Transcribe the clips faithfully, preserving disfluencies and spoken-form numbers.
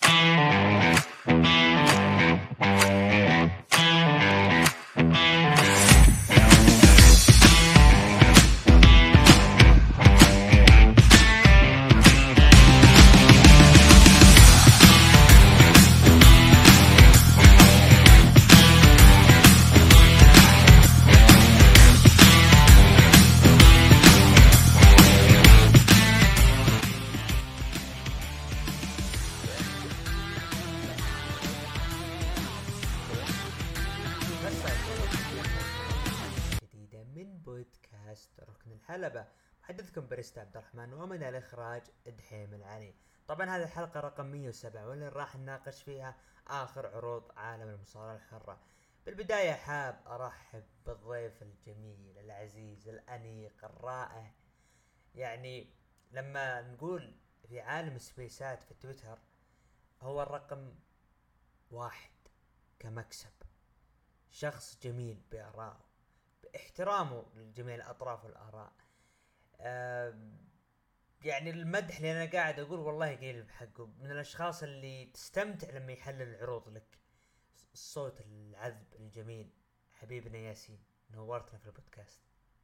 جديدة من بودكاست ركن الحلبة. محدثكم بريست عبد الرحمن، ومن الإخراج دحيم العلي. طبعا هذه الحلقة رقم مية وسبعة، واللي راح نناقش فيها آخر عروض عالم المصارعة الحرة. بالبداية حاب أرحب بالضيف الجميل العزيز الأنيق الرائع. يعني لما نقول في عالم سبيسات في تويتر، هو الرقم واحد كمكسب. شخص جميل بآرائه، باحترامه لجميع الأطراف والآراء. أه يعني المدح اللي أنا قاعد أقول والله قيل بحقه، من الأشخاص اللي تستمتع لما يحلل العروض لك. الصوت العذب الجميل حبيبنا ياسين، نورتنا في البودكاست.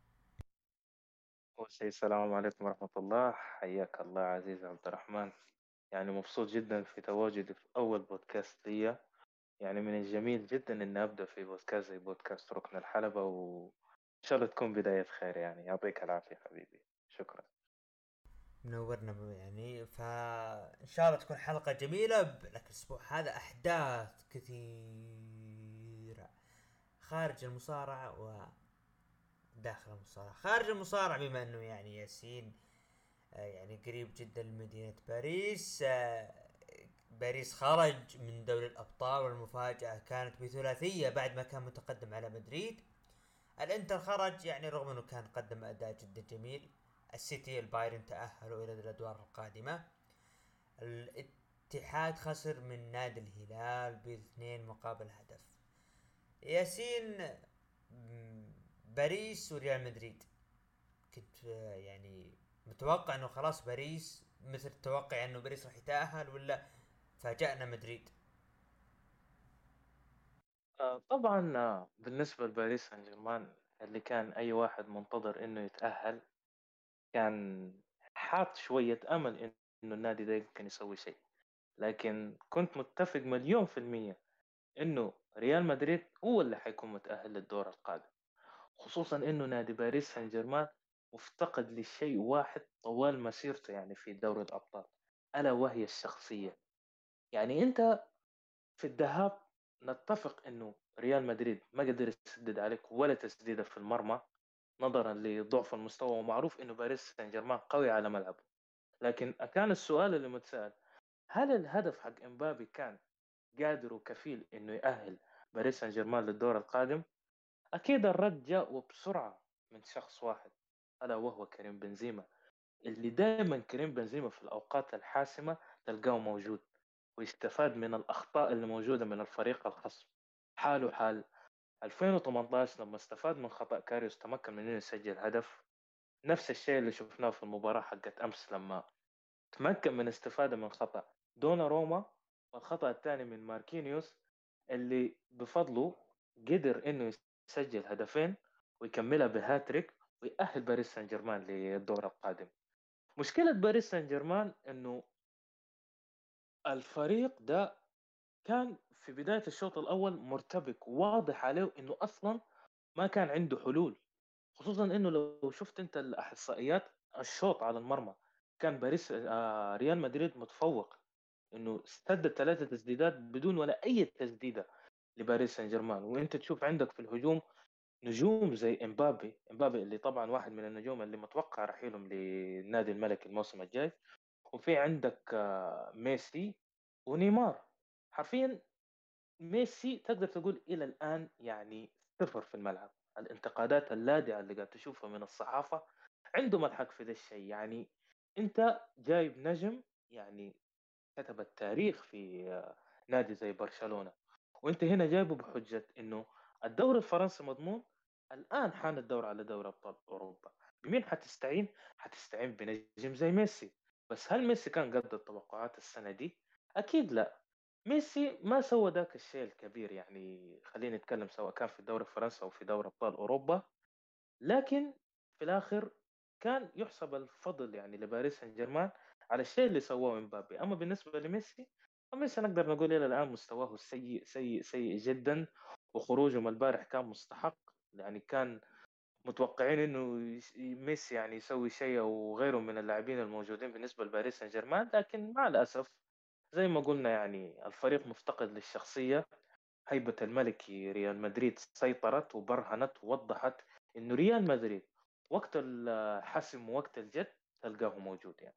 أول شيء السلام عليكم ورحمة الله، حياك الله عزيز عبد الرحمن. يعني مبسوط جدا في تواجدي في أول بودكاست لي. يعني من الجميل جدا إني أبدأ في بودكاست زي بودكاست ركن الحلبة، وإن شاء الله تكون بداية خير. يعني يعطيك العافية حبيبي، شكرا. منورنا ب- يعني فإن شاء الله تكون حلقة جميلة. ب- لك الأسبوع هذا أحداث كثيرة خارج المصارعة وداخل المصارعة. خارج المصارعة بما أنه يعني ياسين آه، يعني قريب جدا لمدينة باريس. آه، باريس خرج من دوري الأبطال، والمفاجأة كانت بثلاثية بعد ما كان متقدم على مدريد. الانتر خرج يعني رغم انه كان قدم اداء جدا جميل. السيتي البايرن تأهلوا الى الادوار القادمة. الاتحاد خسر من نادي الهلال باثنين مقابل هدف. ياسين، م، باريس وريال مدريد، كنت آه، يعني متوقع انه خلاص باريس مثل توقع انه باريس راح يتأهل، ولا فاجأنا مدريد؟ آه طبعا، آه بالنسبة لباريس سان جيرمان اللي كان أي واحد منتظر إنه يتأهل، كان حاط شوية أمل إنه النادي ده يمكن يسوي شيء. لكن كنت متفق مليون في المية إنه ريال مدريد هو اللي حيكون متأهل للدور القادم، خصوصا إنه نادي باريس سان جيرمان مفتقد لشيء واحد طوال مسيرته يعني في دوري الأبطال، ألا وهي الشخصية. يعني أنت في الذهاب نتفق إنه ريال مدريد ما قدر يسدد عليك ولا تسديدة في المرمى نظرا لضعف المستوى، ومعروف إنه باريس سان جيرمان قوي على ملعبه. لكن كان السؤال اللي متسأل، هل الهدف حق امبابي كان قادر وكفيل انه يأهل باريس سان جيرمان للدور القادم؟ اكيد الرد جاء وبسرعة من شخص واحد، الا وهو كريم بنزيما، اللي دائما كريم بنزيما في الاوقات الحاسمة تلقاه موجود ويستفاد من الاخطاء اللي موجودة من الفريق الخصم. حاله حال ألفين وثمانية عشر لما استفاد من خطأ كاريوس تمكن من انه يسجل هدف. نفس الشيء اللي شفناه في المباراة حقت امس لما تمكن من استفادة من خطأ دونا روما، والخطأ الثاني من ماركينيوس اللي بفضله قدر انه يسجل هدفين ويكملها بهاتريك ويأهل باريس سان جيرمان للدور القادم. مشكلة باريس سان جيرمان انه الفريق ده كان في بداية الشوط الأول مرتبك، واضح عليه انه اصلا ما كان عنده حلول. خصوصا انه لو شفت انت الاحصائيات، الشوط على المرمى كان باريس آه ريال مدريد متفوق، انه سدد ثلاثة تسديدات بدون ولا اي تسديده لباريس سان جيرمان. وانت تشوف عندك في الهجوم نجوم زي امبابي امبابي اللي طبعا واحد من النجوم اللي متوقع رحيلهم للنادي الملكي الموسم الجاي. وفي عندك آه ميسي ونيمار. حرفيا ميسي تقدر تقول الى الان يعني صفر في الملعب. الانتقادات اللاذعه اللي قاعد تشوفها من الصحافه عندهم الحق في ذا الشيء. يعني انت جايب نجم يعني كتب التاريخ في آه، نادي زي برشلونة، وانت هنا جايبه بحجة انه الدوري الفرنسي مضمون. الان حان الدور على دوري ابطال اوروبا، بمين حتستعين؟ حتستعين بنجم زي ميسي. بس هل ميسي كان قد التوقعات السنة دي؟ اكيد لا. ميسي ما سوى ذاك الشيء الكبير، يعني خلينا نتكلم سواء كان في دوري فرنسا او في دوري ابطال اوروبا، لكن في الاخر كان يحسب الفضل يعني لباريس سان جيرمان على الشيء اللي سواه امبابي. اما بالنسبه لميسي، فميسي نقدر نقول الى الان مستواه سيء سيء سيء جدا، وخروجه من البارح كان مستحق. يعني كان متوقعين انه يس- ميسي يعني يسوي شيء وغيره من اللاعبين الموجودين بالنسبه لباريس سان جيرمان، لكن مع الاسف زي ما قلنا يعني الفريق مفتقد للشخصيه. هيبه الملكي ريال مدريد سيطرت وبرهنت ووضحت انه ريال مدريد وقت الحسم ووقت الجد تلقاه موجود يعني.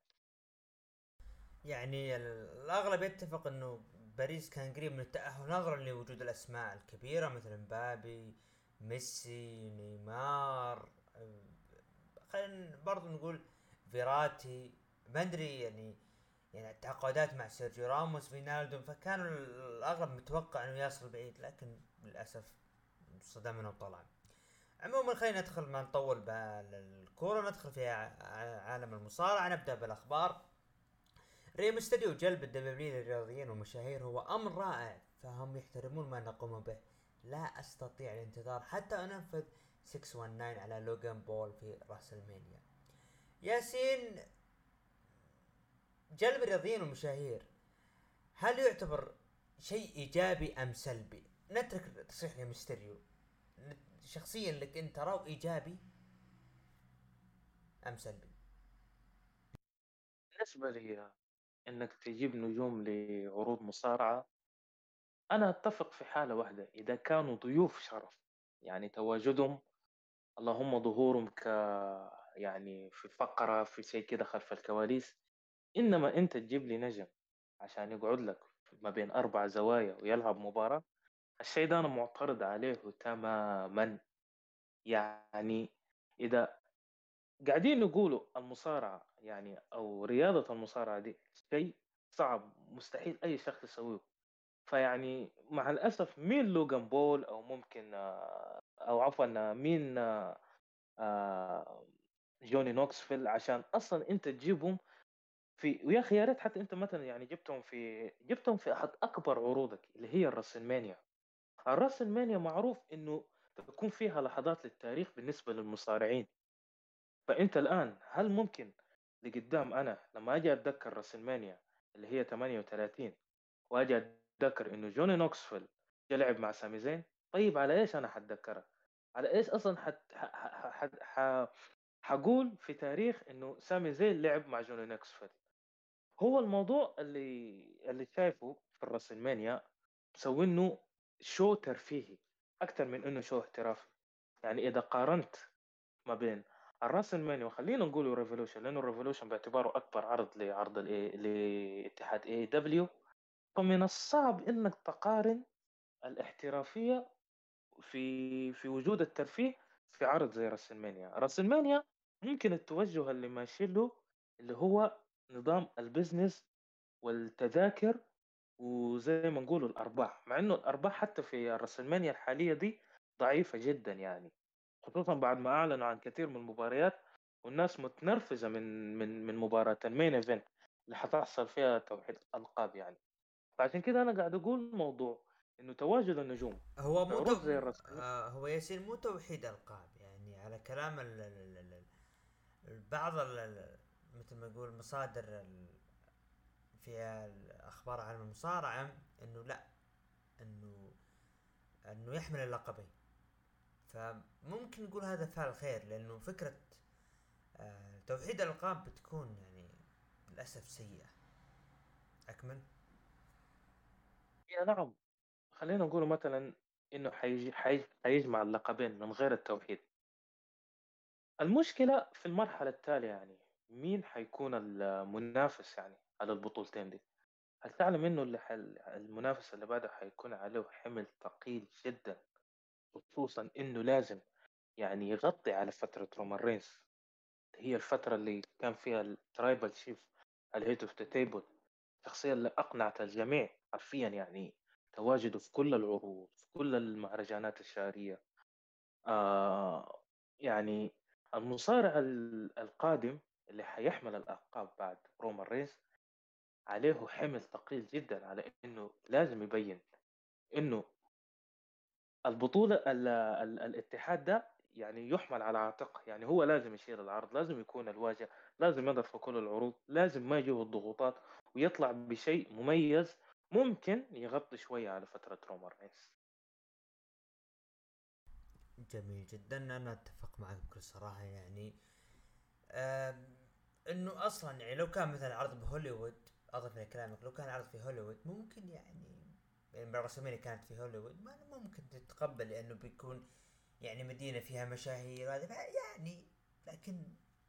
يعني الاغلب يتفق انه باريس كان قريب من التأهل نظرا لوجود الاسماء الكبيرة مثل مبابي، ميسي، نيمار، أه، خلينا برضو نقول فيراتي. ما ادري يعني، يعني التعاقدات مع سيرجيو راموس فينالدوم، فكانوا الاغلب متوقع انه يصل بعيد، لكن للاسف صدمنا وطلع. عموما خلينا ندخل، ما نطول بالكورة، ندخل في ع- عالم المصارعة. نبدأ بالاخبار. ري ميستيريو جلب الدبابين للرياضيين والمشاهير هو امر رائع، فهم يحترمون ما نقوم به. لا استطيع الانتظار حتى انفذ ستة واحد تسعة على لوغان بول في راس المانيا. ياسين، جلب الرياضيين والمشاهير هل يعتبر شيء ايجابي ام سلبي؟ نترك تصريح لميستيريو، شخصيا لك انت تراه ايجابي ام سلبي؟ بالنسبه لي انك تجيب نجوم لعروض مصارعه، انا اتفق في حاله واحده: اذا كانوا ضيوف شرف، يعني تواجدهم، اللهم ظهورهم ك يعني في فقرة في شيء كده خلف الكواليس. إنما أنت تجيب لي نجم عشان يقعد لك ما بين أربع زوايا ويلعب مباراة، الشيء ده أنا معترض عليه تماما. يعني إذا قاعدين يقولوا المصارعة يعني أو رياضة المصارعة دي شيء صعب مستحيل أي شخص يسويه، فيعني مع الأسف مين لوغان بول أو ممكن آه، أو عفوا آه، مين آه، آه، جوني نوكسفيل عشان اصلا انت تجيبهم في. ويا اخي يا ريت حتى انت مثلا يعني جبتهم في جبتهم في احد اكبر عروضك اللي هي الراسلمانيا. الراسلمانيا معروف انه تكون فيها لحظات للتاريخ بالنسبه للمصارعين. فانت الان هل ممكن لقدام انا لما اجي اتذكر راسلمانيا اللي هي ثمانية وثلاثين واجي اتذكر انه جوني نوكسفيل جا لعب مع سامي زين؟ طيب على ايش انا حتذكرها؟ على ايش اصلا حت... ح... ح... ح... ح... حقول في تاريخ انه سامي زين لعب مع جوني نوكسفيل؟ هو الموضوع اللي اللي شايفه في الراسلمانيا مسوينه شو ترفيهي اكثر من انه شو احترافي. يعني اذا قارنت ما بين الراسلمانيا وخلينا نقول ريفولوشن، لانه الريفولوشن باعتباره اكبر عرض لعرض الاي لاتحاد اي دبليو، فمن الصعب انك تقارن الاحترافيه في في وجود الترفيه في عرض زي راسلمانيا. راسلمانيا ممكن التوجه اللي ماشي له اللي هو نظام البزنس والتذاكر، وزي ما نقولوا الأرباح، مع إنه الأرباح حتى في راسلمانيا الحالية دي ضعيفة جدا يعني، خصوصا بعد ما أعلنوا عن كثير من المباريات والناس متنرفزة من من من مباراة المين ايفنت اللي حتحصل فيها توحيد ألقاب يعني. فعشان كده أنا قاعد أقول موضوع إنه تواجد النجوم هو في مو تو... عروض زي الرسم. آه هو ياسين مو توحيد القاب، يعني على كلام ال... ال... ال... ال... بعض ال... ال- مثل ما يقول مصادر ال... في الاخبار عن المصارعه، انه لا، انه انه يحمل اللقبين. فممكن نقول هذا فعل خير، لانه فكره آه توحيد الالقاب بتكون يعني للاسف سيئه. اكمل. يا نعم، خلينا نقول مثلا إنه حيجي حي... حيجمع اللقبين من غير التوحيد. المشكلة في المرحلة التالية يعني مين حيكون المنافس يعني على البطولتين دي؟ هل تعلم انه اللي حل... المنافس اللي بعده حيكون عليه حمل ثقيل جدا، خصوصا انه لازم يعني يغطي على فترة رومان رينز، هي الفترة اللي كان فيها الترايبال شيف الهيد اوف ذا تيبل، الشخصية اللي اقنعت الجميع حرفيا يعني، تواجده في كل العروض في كل المهرجانات الشهرية. آه يعني المصارع ال- القادم اللي حيحمل الألقاب بعد رومان رينز عليه حمل ثقيل جدا على انه لازم يبين انه البطولة ال ال الاتحاد ده يعني يحمل على عاتقه، يعني هو لازم يشيل العرض، لازم يكون الواجهة، لازم يظهر في كل العروض، لازم ما يجيه الضغوطات، ويطلع بشيء مميز ممكن يغطي شوية على فترة رومان رينز. جميل جدا، انا اتفق معك بكل صراحه يعني. آم، انه اصلا يعني لو كان مثلا عرض بهوليوود، اضف الى كلامك، لو كان عرض في هوليوود ممكن يعني، يعني رسميني كانت في هوليوود ما ممكن تتقبل لانه بيكون يعني مدينه فيها مشاهير وهذا يعني. لكن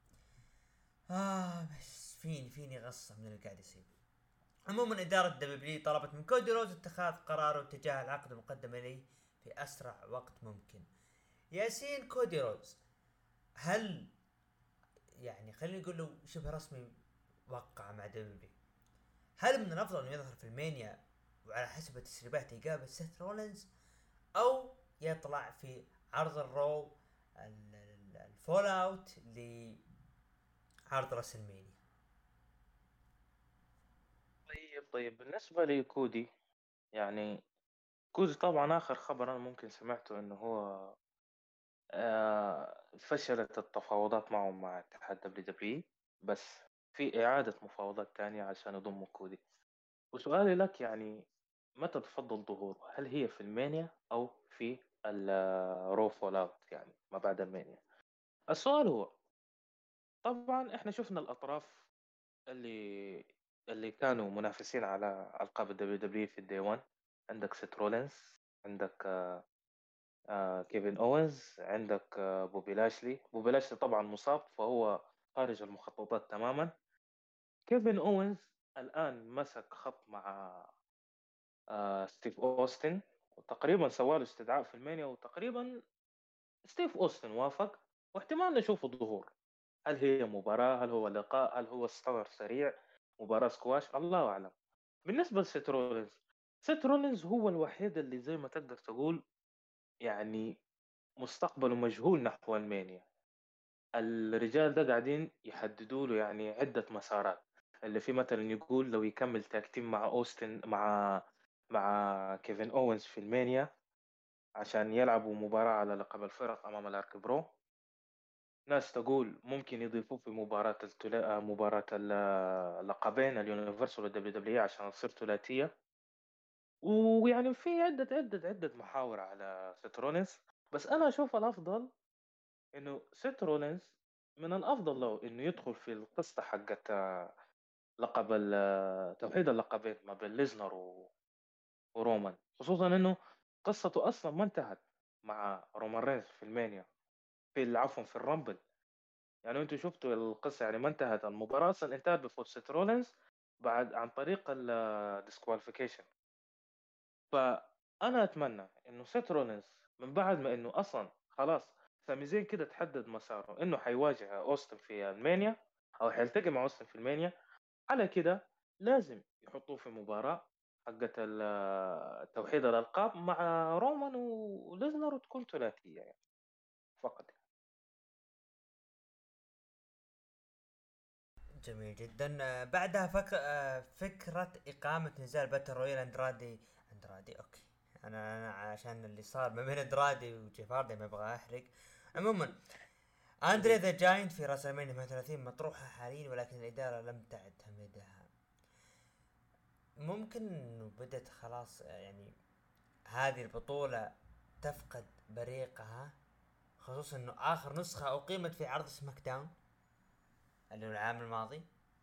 اه بس فيني فيني غصه من اللي قاعد يصير. عموما اداره دبليو طلبت من كودي روز اتخاذ قراره تجاه العقد المقدم اليه في اسرع وقت ممكن. ياسين، كودي روز هل يعني خلينا نقول له شبه رسمي وقع مع دبليو، هل من الافضل انه يظهر في المانيا وعلى حسب التسريبات يقابل سيث رولينز، او يطلع في عرض الرو الفول اوت لعرض راس المانيا؟ طيب طيب بالنسبة لكودي، يعني كودي طبعا آخر خبر أنا ممكن سمعته إنه هو آه، فشلت التفاوضات معه مع اتحاد دبليو دبليو، بس في إعادة مفاوضات تانية عشان يضموا كودي. وسؤالي لك يعني متى تفضل ظهوره؟ هل هي في المانيا أو في الرو فول أوت يعني ما بعد المانيا؟ السؤال هو طبعا إحنا شفنا الأطراف اللي اللي كانوا منافسين على ألقاب الدبليو دبليو في الدي واحد. عندك سيت رولينز، عندك آه كيفن أوينز، عندك آه بوبي لاشلي. بوبي لاشلي طبعا مصاب فهو خارج المخططات تماما. كيفن أوينز الآن مسك خط مع آه ستيف أوستن، وتقريبا سوى له استدعاء في المانيا، وتقريبا ستيف أوستن وافق، واحتمال نشوف الظهور. هل هي مباراة؟ هل هو لقاء؟ هل هو استمر سريع؟ مباراة سكواش؟ الله أعلم. بالنسبة لسيت رولينز، سيت رولينز هو الوحيد اللي زي ما تقدر تقول يعني مستقبله مجهول نحو المانيا. الرجال ده قاعدين يحددوا له يعني عدة مسارات، اللي في مثلا يقول لو يكمل تاكتيم مع أوستن مع مع كيفن أوينز في المانيا عشان يلعبوا مباراة على لقب الفرق أمام الأرك برو. ناس تقول ممكن يضيفوه في مباراة التلا... مباراة اللقبين اليونيفرسال والدبليو دبليو عشان تصير ثلاثية. ويعني في عدة عدة عدة محاور على سترونس، بس أنا أشوف الأفضل إنه سيت رولينز من الأفضل له إنه يدخل في القصة حقت آه، لقب ال- آه، توحيد اللقبين ما بين ليزنر و- ورومان، خصوصا إنه قصته أصلا ما انتهت مع رومان رينز في المانيا، في عفوا في الرامبل. يعني أنتوا شفتوا القصة، يعني ما انتهت المباراة أصلا، انتهت بفوز سيت رولينز بعد عن طريق الديسكواليفيكيشن. فأنا أتمنى إنه سيت رولينز من بعد ما إنه أصلا خلاص سامي زين كده تحدد مساره إنه حيواجه أوستن في المانيا أو حيلتقي مع أوستن في المانيا، على كده لازم يحطوه في مباراة حقت ال- توحيد الألقاب مع رومان وليزنر، وتكون ثلاثية يعني فقط. جميل جدا. آه، بعدها فك... آه، فكرة إقامة نزال باتل رويال أندرادي. أندرادي أوكي. أنا أنا عشان اللي صار ما بين أندرادي وجيف هاردي ما أبغى أحرق. عموما أندري مهم. ذا جاينت في راس المانيا ثمانية وثلاثين مطروحة حاليا، ولكن الإدارة لم تعتمدها. ممكن إنه بدت خلاص آه، يعني هذه البطولة تفقد بريقها، خصوصا إنه آخر نسخة أقيمت في عرض سماك داون اللي هو العام الماضي.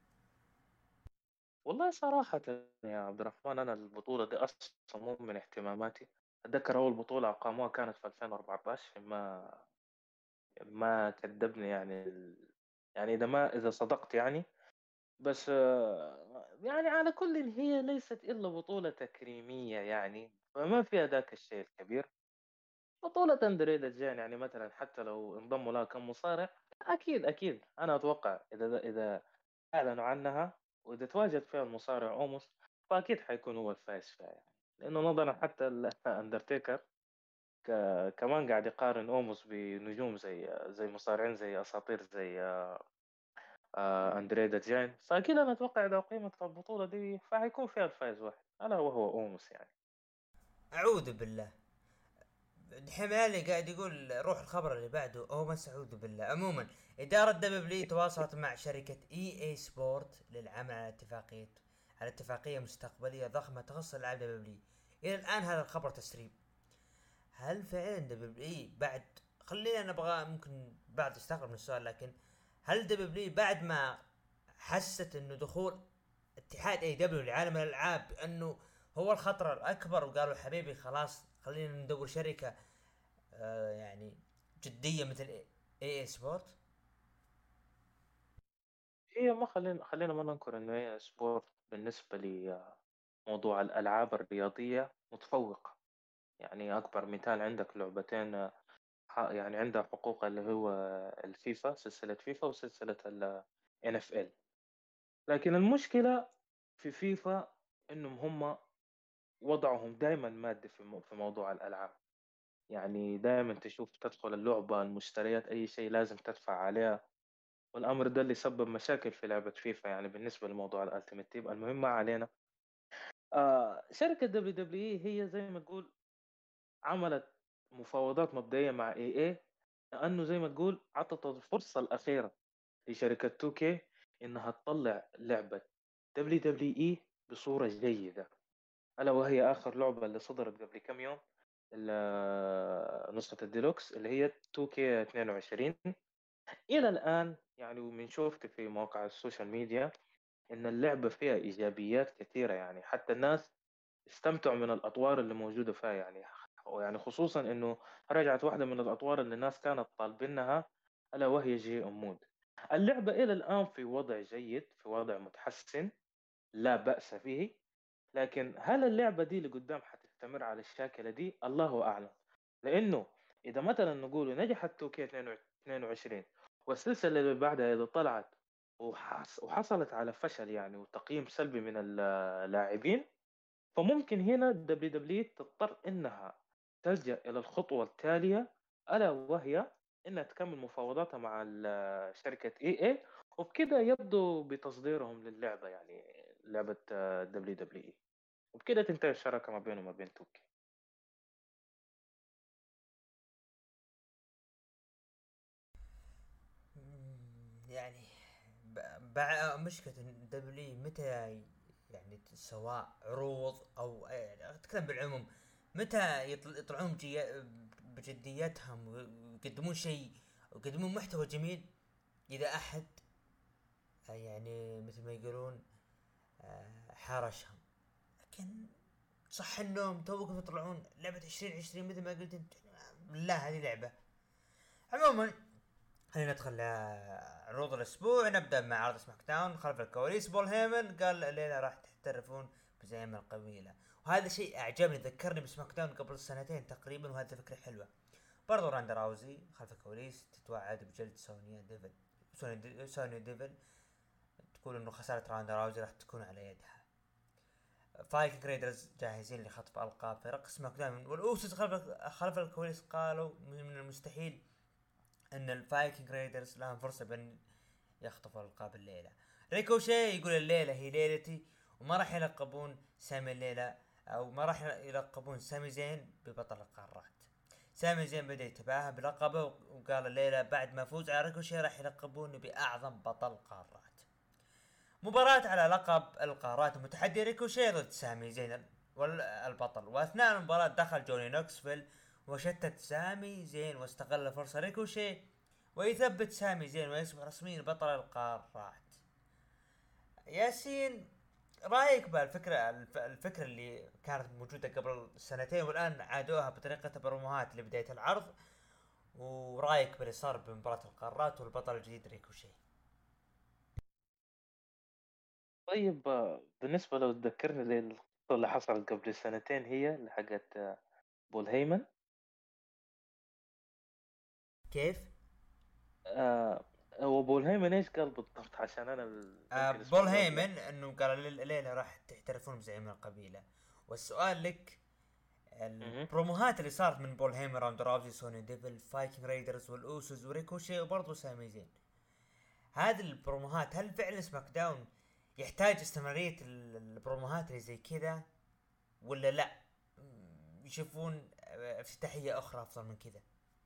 والله صراحة يا عبد الرحمن، أنا البطولة دي أصلا مو من اهتماماتي. أتذكر أول بطولة أقاموها كانت في ألفين وأربعة عشر، ما ما كدبني يعني ال... يعني إذا ما إذا صدقت يعني. بس آه، يعني على كل هي ليست إلا بطولة تكريمية يعني، فما فيها ذاك الشيء الكبير. بطولة أندريد الجان يعني مثلا حتى لو انضموا لها كم مصارع، أكيد أكيد أنا أتوقع إذا إذا أعلنوا عنها وإذا تواجد فيها المصارع أوموس، فأكيد حيكون هو الفائز فيها يعني. لأنه نظرا حتى الأندرتيكر ك- كمان قاعد يقارن أوموس بنجوم زي زي مصارعين زي أساطير زي آه اندريدا جين. فاكيد انا اتوقع اذا قيمت البطوله دي فهيكون فيها الفائز واحد الا وهو اومس يعني. اعوذ بالله. دحين علي قاعد يقول روح الخبر اللي بعده او بس اعوذ بالله. عموما اداره دبليو تواصلت مع شركه اي اي سبورت للعمل على اتفاقيه على اتفاقيه مستقبليه ضخمه تخص العاب دبليو. الى الان هذا الخبر تسريب. هل فعلا دبليو بعد، خلينا نبغى ممكن بعد استغرب من السؤال، لكن هل دبليو بعد ما حست انه دخول اتحاد اي دبليو لعالم الالعاب انه هو الخطر الاكبر، وقالوا حبيبي خلاص خلينا ندور شركه آه يعني جديه مثل اي اي سبورت؟ هي ما خلينا خلينا ما ننكر انه هي سبورت بالنسبه لموضوع الالعاب الرياضيه متفوقه. يعني اكبر مثال عندك لعبتين ح- يعني عندها حقوق اللي هو الفيفا، سلسله فيفا وسلسله ال إن إف إل. لكن المشكله في فيفا انهم هم وضعهم دائما مادي في مو- في موضوع الالعاب. يعني دائما تشوف تدخل اللعبه المشتريات اي شيء لازم تدفع عليها، والامر ده اللي سبب مشاكل في لعبه فيفا. يعني بالنسبه لموضوع الالتيميت تيم المهم ما علينا. آه شركه دبليو دبليو اي هي زي ما تقول عملت مفاوضات مبدئيه مع اي اي، لانه زي ما تقول عطت الفرصه الاخيره لشركه تو كي انها تطلع لعبه دبليو دبليو اي بصوره جيده، الا وهي اخر لعبه اللي صدرت قبل كم يوم، ال- نسخه الديلوكس اللي هي تو كي اثنين وعشرين. الى الان يعني ومن شوفتي في مواقع السوشيال ميديا ان اللعبه فيها ايجابيات كثيره، يعني حتى الناس استمتعوا من الاطوار اللي موجوده فيها. يعني يعني خصوصا انه رجعت واحده من الاطوار اللي الناس كانت طالبينها، الا وهي جي امود. اللعبه الى الان في وضع جيد، في وضع متحسن، لا باس به. لكن هل اللعبه دي لقدام حتستمر على الشاكله دي؟ الله اعلم. لانه اذا مثلا نقول نجحت تو كي اثنين وعشرين والسلسله اللي بعدها اذا طلعت وحص وحصلت على فشل يعني وتقييم سلبي من اللاعبين، فممكن هنا دبليو دبليو تضطر انها تلجأ الى الخطوه التاليه، الا وهي انها تكمل مفاوضاتها مع ال- شركه اي اي، وبكده يبدو بتصديرهم للعبه، يعني لعبه دبليو دبليو اي، وبكده تنتهي الشراكه ما بينه وما بين توكي. مم، يعني بعد مشكلة دبليو متى ي- يعني سواء عروض او يعني اتكلم بالعموم، متى يطل- يطلعون جي- بجديتهم ويقدمون شيء ويقدمون محتوى جميل، اذا احد آه، يعني مثل ما يقولون آه، حارشهم. لكن صح انهم توكم يطلعون لعبة عشرين عشرين مثل ما قلت انت، لا هذه لعبة. عموما خلينا ندخل عروض الاسبوع. نبدا مع عرض سماك داون خلف الكواليس. بول هيمن قال الليله راح تحترفون بزعيم القبيله، وهذا شيء اعجبني، ذكرني بسماك داون قبل سنتين تقريبا، وهذه فكره حلوه. برضو راندا راوزي خلف الكواليس تتوعد بجلد سونيا ديفل. سوني دي سونيا ديفل تقول انه خساره راندا راوزي راح تكون على يدها. فايك ريدرز جاهزين لخطف القاب فرق سماك داون، والاوسس خلف خلف الكواليس قالوا من المستحيل ان الفايكنج ريدرز لهم فرصه بان يخطفوا القاب الليله. ريكوشي يقول الليله هي ليلتي، وما راح يلقبون سامي الليله او ما راح يلقبون سامي زين ببطل القارات. سامي زين بدا يتباهى بلقبه وقال الليله بعد ما فوز على ريكوشي راح يلقبوني باعظم بطل قارات. مباراة على لقب القارات، متحدي ريكوشي ضد سامي زين والبطل، واثناء المباراة دخل جوني نوكسفيل وشتت سامي زين واستغل فرصة ريكوشي ويثبت سامي زين ويصبح رسميا بطل القارات. ياسين، رايك بالفكرة الف- الفكرة اللي كانت موجودة قبل سنتين والآن عادوها بطريقة بروموهات لبداية العرض، ورايك باللي صار بمباراة القارات والبطل الجديد ريكوشي؟ طيب آه، بالنسبه لو تذكرني للقصه اللي حصلت قبل سنتين هي اللي حقت آه، بول هيمن. كيف؟ آه هو بول هيمن ايش قال بالضبط؟ عشان انا ال- آه يمكن بول اسمه ذا ضيع. هيمن انه قال الليله راح تحترفون بزعيم القبيله. والسؤال لك، مهم. البروموهات اللي صارت من بول هيمن، راوند راوزي، سوني ديفل، فايكنج رايدرز والاوسوس وريكوشي وبرضه سامي زين، هذه البروموهات هل فعلا سماك داون يحتاج استمرارية ال- البروموهات اللي زي كذا ولا لا؟ مم، يشوفون آه، افتتاحية اخرى افضل من كذا؟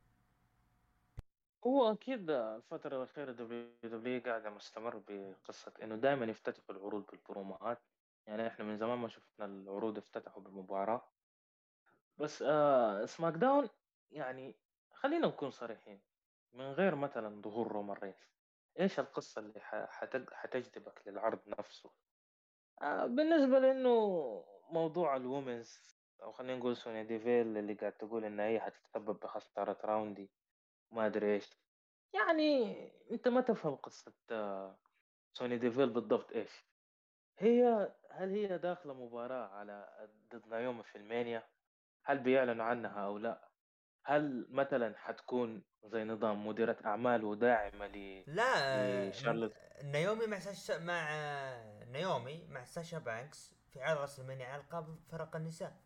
هو أكيد الفترة الأخيرة دبليو دبليو قاعدة مستمر بقصة إنه دائما يفتتحوا العروض بالبروموهات. يعني إحنا من زمان ما شفنا العروض افتتحوا بالمباراة. بس آه سماك داون، يعني خلينا نكون صريحين، من غير مثلا ظهور رومان رينز، إيش القصة اللي ح- حتج- حتجذبك للعرض نفسه؟ آه بالنسبة لأنه موضوع الومنز، أو خلينا نقول سونيا ديفيل اللي قاعد تقول إن هي حتتسبب بخسارة راوندي وما أدري إيش. يعني انت ما تفهم قصة آه، سوني ديفيل بالضبط ايش هي. هل هي داخلة مباراة على ضد نايومي في المانيا؟ هل بيعلنوا عنها او لا؟ هل مثلا حتكون زي نظام مديرة اعمال وداعمة ل لا. آه، ن- لشارلوت؟ نايومي مع ساشا مع آه، نايومي مع ساشا بانكس في عرض رسلمانيا على القاب فرق النساء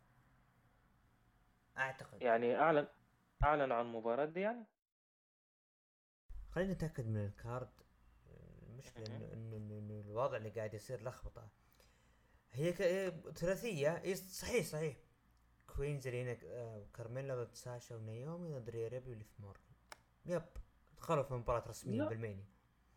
اعتقد. يعني اعلن اعلن عن مباراة دي يعني. خلينا نتاكد من الكارد. المشكله مهم. انه انه إنه- إنه الوضع اللي قاعد يصير لخبطه. هي ك... هي ثلاثيه، إيه، صحيح صحيح. كوين زلينا آه، وكارميلا ضد ساشا ونايومي ضد ريا ريبلي وليف مورgan. يب، دخلوا في مباراة رسميا لا. بالمانيا.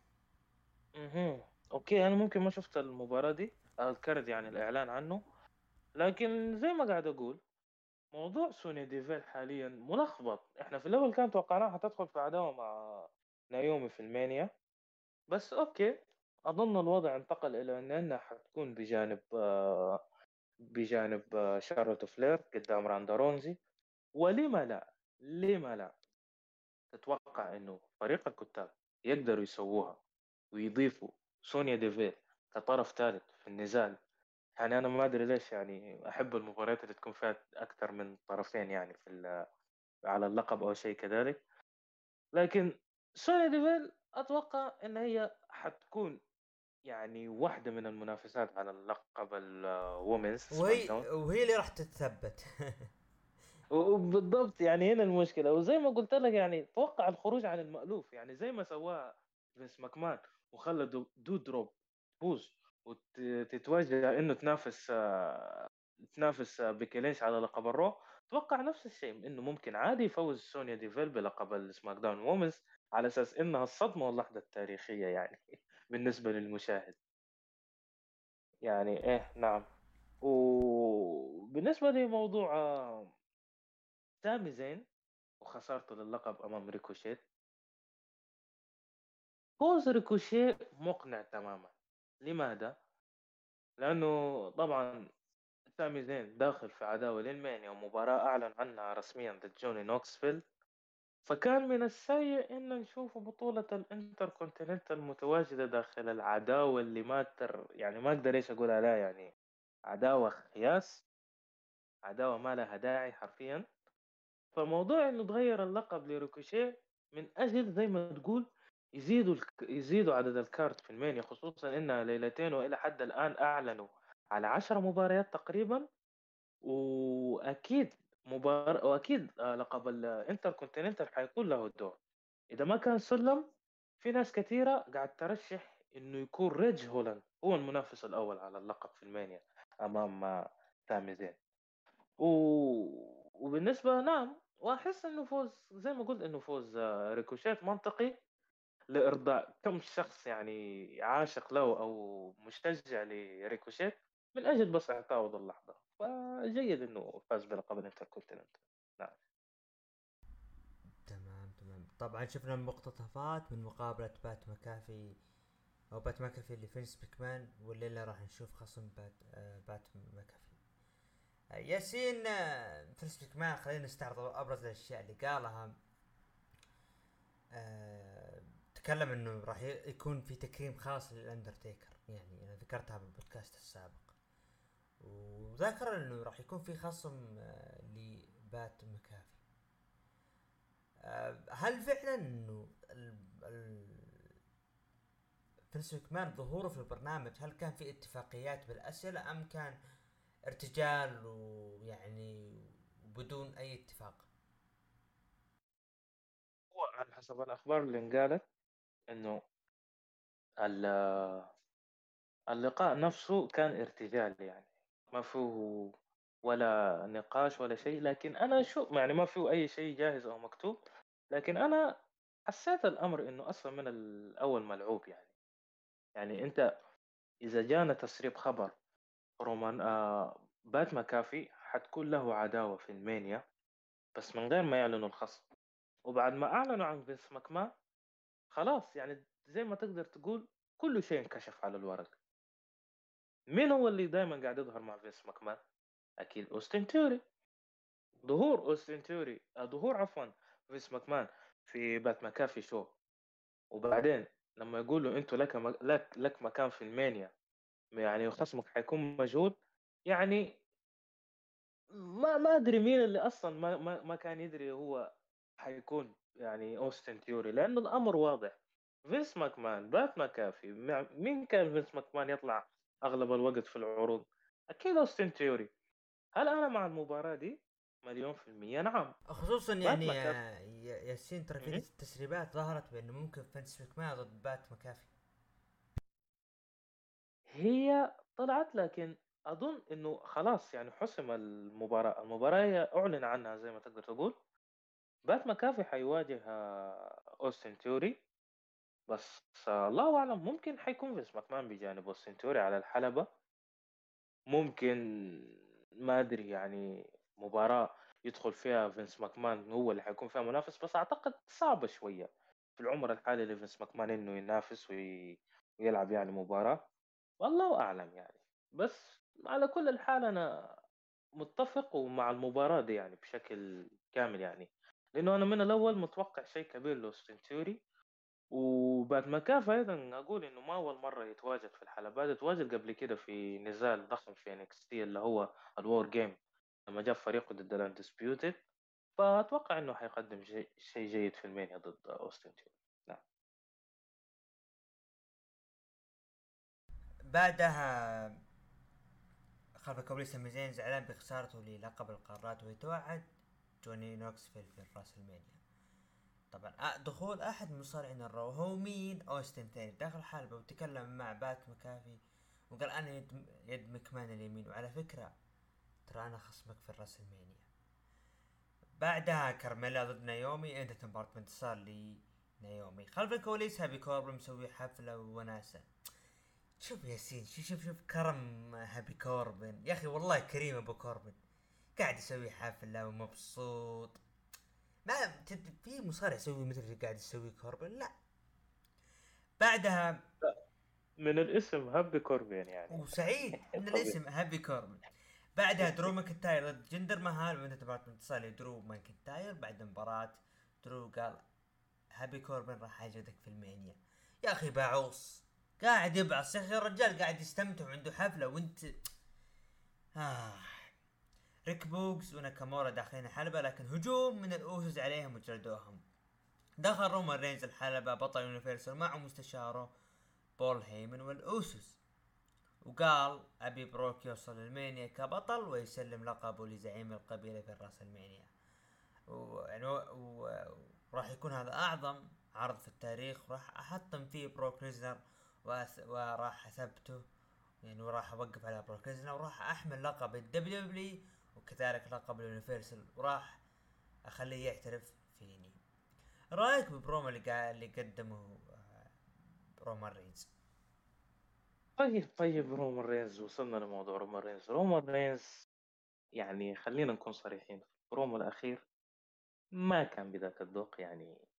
مهم. اوكي، انا ممكن ما شفت المباراة دي، الكرد يعني الاعلان عنه. لكن زي ما قاعد اقول، موضوع سوني ديفيل حاليا ملخبط. احنا في الاول كان توقعناها حتدخل في عداوة مع نايومي في المانيا، بس اوكي. اظن الوضع انتقل الى ان انها حتكون بجانب آه، بجانب آه، شارلوت فلير قدام راندا رونزي. ولما لا؟ لما لا؟ تتوقع انه فريق الكتاب يقدروا يسووها ويضيفوا سونيا ديفيل كطرف ثالث في النزال؟ يعني انا ما ادري ليش، يعني احب المباريات اللي تكون فيها اكثر من طرفين، يعني في ال- على اللقب او شيء كذلك. لكن سوني ديفيل اتوقع ان هي حتكون يعني واحدة من المنافسات على اللقب الومنز سماك داون. وهي وهي اللي راح تتثبت. وبالضبط، يعني هنا المشكلة. وزي ما قلت لك، يعني توقع الخروج عن المألوف، يعني زي ما سواها فينس ماكمان وخلى دو دودروب تفوز وتتوجه انه تنافس آه، تنافس آه، بيكي لينش على لقب الرو. توقع نفس الشيء انه ممكن عادي يفوز سونيا ديفيل بلقب السماك داون وومنز، على اساس انها الصدمة واللحظة التاريخية يعني بالنسبة للمشاهد. يعني ايه، نعم. وبالنسبة لموضوع آه، سامي زين وخسارته للقب أمام ريكوشيت، فوز ريكوشيت مقنع تماما. لماذا؟ لأنه طبعا سامي زين داخل في عداوة للمانيا ومباراة أعلن عنها رسميا ضد جوني نوكسفيل. فكان من السيء إن نشوف بطولة الانتر كونتيننتال متواجدة داخل العداوة اللي ما تر يعني ما أقدر إيش أقول عليها، يعني عداوة خياس، عداوة ما لها داعي حرفيا. فموضوع انه تغير اللقب لريكوشيه من اجل زي ما تقول يزيدوا الك... يزيدوا عدد الكارت في المانيا، خصوصا انها ليلتين والى حد الان اعلنوا على عشر مباريات تقريبا. واكيد مبار... واكيد آه، لقب الانتر كونتيننتال حيكون له دور. اذا ما كان سلم، في ناس كثيره قاعد ترشح انه يكون ريج هولاند هو المنافس الاول على اللقب في المانيا امام آه، سامي زين. و... وبالنسبة نعم، وأحس إنه فوز زي ما قلت إنه فوز آه، ريكوشيت منطقي لإرضاء كم شخص يعني عاشق له أو مشجع لريكوشيت، من أجل بس إعطائه ذا اللحظة. فجيد إنه فاز بلقب الانتركونتيننت. نعم. تمام تمام. طبعا شفنا مقتطفات من مقابلة بات مكافي او بات مكافي لفينس بيكمان، والليلة راح نشوف خصم بات آه بات مكافي. آه ياسين، آه فينس بيكمان خلينا نستعرض ابرز الاشياء اللي قالها. آه تكلم انه راح ي- يكون في تكريم خاص للاندرتيكر، يعني انا ذكرتها بالبودكاست السابق. وذكر انه راح يكون في خصم آه لبات مكافي. آه هل فعلا انه ال- ال- فينس ماكمان ظهوره في البرنامج هل كان في اتفاقيات بالاسئله ام كان ارتجال ويعني بدون اي اتفاق؟ هو على حسب الأخبار اللي انقالت إنه ال- اللقاء نفسه كان ارتجال يعني، ما فيه ولا نقاش ولا شيء. لكن أنا شو يعني ما فيه أي شيء جاهز أو مكتوب، لكن أنا حسيت الأمر إنه أصلا من الأول ملعوب يعني. يعني أنت إذا جانا تسريب خبر رومان آه بات مكافي حتكون له عداوة في المانيا، بس من غير ما يعلنوا الخصم. وبعد ما أعلنوا عن فينس ماكمان خلاص يعني زي ما تقدر تقول كل شيء انكشف على الورق. مين هو اللي دائما قاعد يظهر مع فينس ماكمان؟ اكيد اوستن تيوري. ظهور اوستن تيوري آه، ظهور عفوا فينس ماكمان في بات مكافي شو، وبعدين لما يقولوا انتوا لك م- لك لك مكان في المانيا، يعني خصمك حيكون مجهول. يعني ما ما ادري مين اللي اصلا ما ما, ما كان يدري هو حيكون يعني اوستن تيوري، لانه الامر واضح. فينس ماكمان بات مكافي مع- مين كان فينس ماكمان يطلع اغلب الوقت في العروض؟ اكيد اوستن تيوري. هل انا مع المباراة دي؟ مليون في المية نعم. خصوصا بات يعني مكافي. يا يا- ياسين، ترى في مهم. تسريبات ظهرت بانه ممكن فينس ماكمان ضد بات مكافي. هي طلعت، لكن اظن انه خلاص يعني حسم المباراة. المباراة هي اعلن عنها زي ما تقدر تقول. بات مكافي حيواجه آه، اوستن تيوري. بس آه، الله اعلم ممكن حيكون فينس ماكمان بجانب اوستن تيوري على الحلبة. ممكن، ما ادري يعني، مباراة يدخل فيها فينس ماكمان هو اللي حيكون فيها منافس، بس اعتقد صعبة شوية في العمر الحالي لفينس ماكمان انه ينافس وي... ويلعب يعني مباراة. والله اعلم يعني. بس على كل الحال انا متفق ومع المباراة دي يعني بشكل كامل يعني، لانه انا من الاول متوقع شيء كبير لاوستن تيوري. وبعد ما كاف ايضا اقول انه ما اول مره يتواجد في الحلبات، يتواجد قبل كده في نزال ضخم في انكس تي اللي هو الوور جيم، لما جاب فريقه ضد الاندسبيوتد. فاتوقع انه حيقدم شيء شيء جيد في المانيا ضد اوستن تيوري. نعم. بعدها خلف الكواليس سامي زين زعلان بخسارته للقب القارات ويتوعد جوني نوكسفيل في راس المانيا. طبعا آه، دخول احد مصارعين الرو هو مين؟ اوستن ثاني داخل الحلبة وتكلم مع بات مكافي وقال انا يد, يد مكمان اليمين، وعلى فكرة ترى انا خصمك في راس المانيا. بعدها كارميلا ضد نايومي، انتهت مباراة بانتصار لنايومي. خلف الكواليس هابي كوربن مسوي حفلة وناسة. شوف ياسين، شوف شوف شوف كرم هابي كوربن، يا اخي والله كريم ابو كوربن، قاعد يسوي حفلة ومبسوط. ما تد- في مصارع يسوي مثل اللي قاعد يسوي كوربن؟ لا. بعدها من الاسم هابي كوربين يعني. وسعيد من طبيعي. الاسم هابي كوربن. بعدها درو ماكنتاير ضد جندر مهال، وانتهت مباراة انتصار لدرو ماكنتاير. بعد المباراة درو قال هابي كوربن راح اجلدك في المانيا. يا اخي باعوص، قاعد يبعص يا اخي، الرجال قاعد يستمتع وعنده حفلة وانت آه. ريك بوكس وناكامورا داخلين الحلبة، لكن هجوم من الاوسوس عليهم وجلدوهم. دخل رومان رينز الحلبة بطل يونيفرسال معه مستشاره بول هيمن والاوسوس، وقال ابي بروك يوصل المانيا كبطل ويسلم لقبه لزعيم القبيلة في راس المانيا. ويعني وراح يكون هذا اعظم عرض في التاريخ، وراح احطم فيه بروك ريزنر وأث... وراح اثبته يعني، وراح اوقف على بروك ريزنر، وراح احمل لقب الدبليو دبليو وكذلك لقب اليونيفرسال، وراح اخليه يعترف فيني. رايك ببرومو اللي قا... اللي قدمه آه، رومان رينز؟ طيب طيب رومان رينز، وصلنا لموضوع رومان رينز. رومان رينز يعني خلينا نكون صريحين، في البرومو الأخير ما كان بذاك الذوق يعني.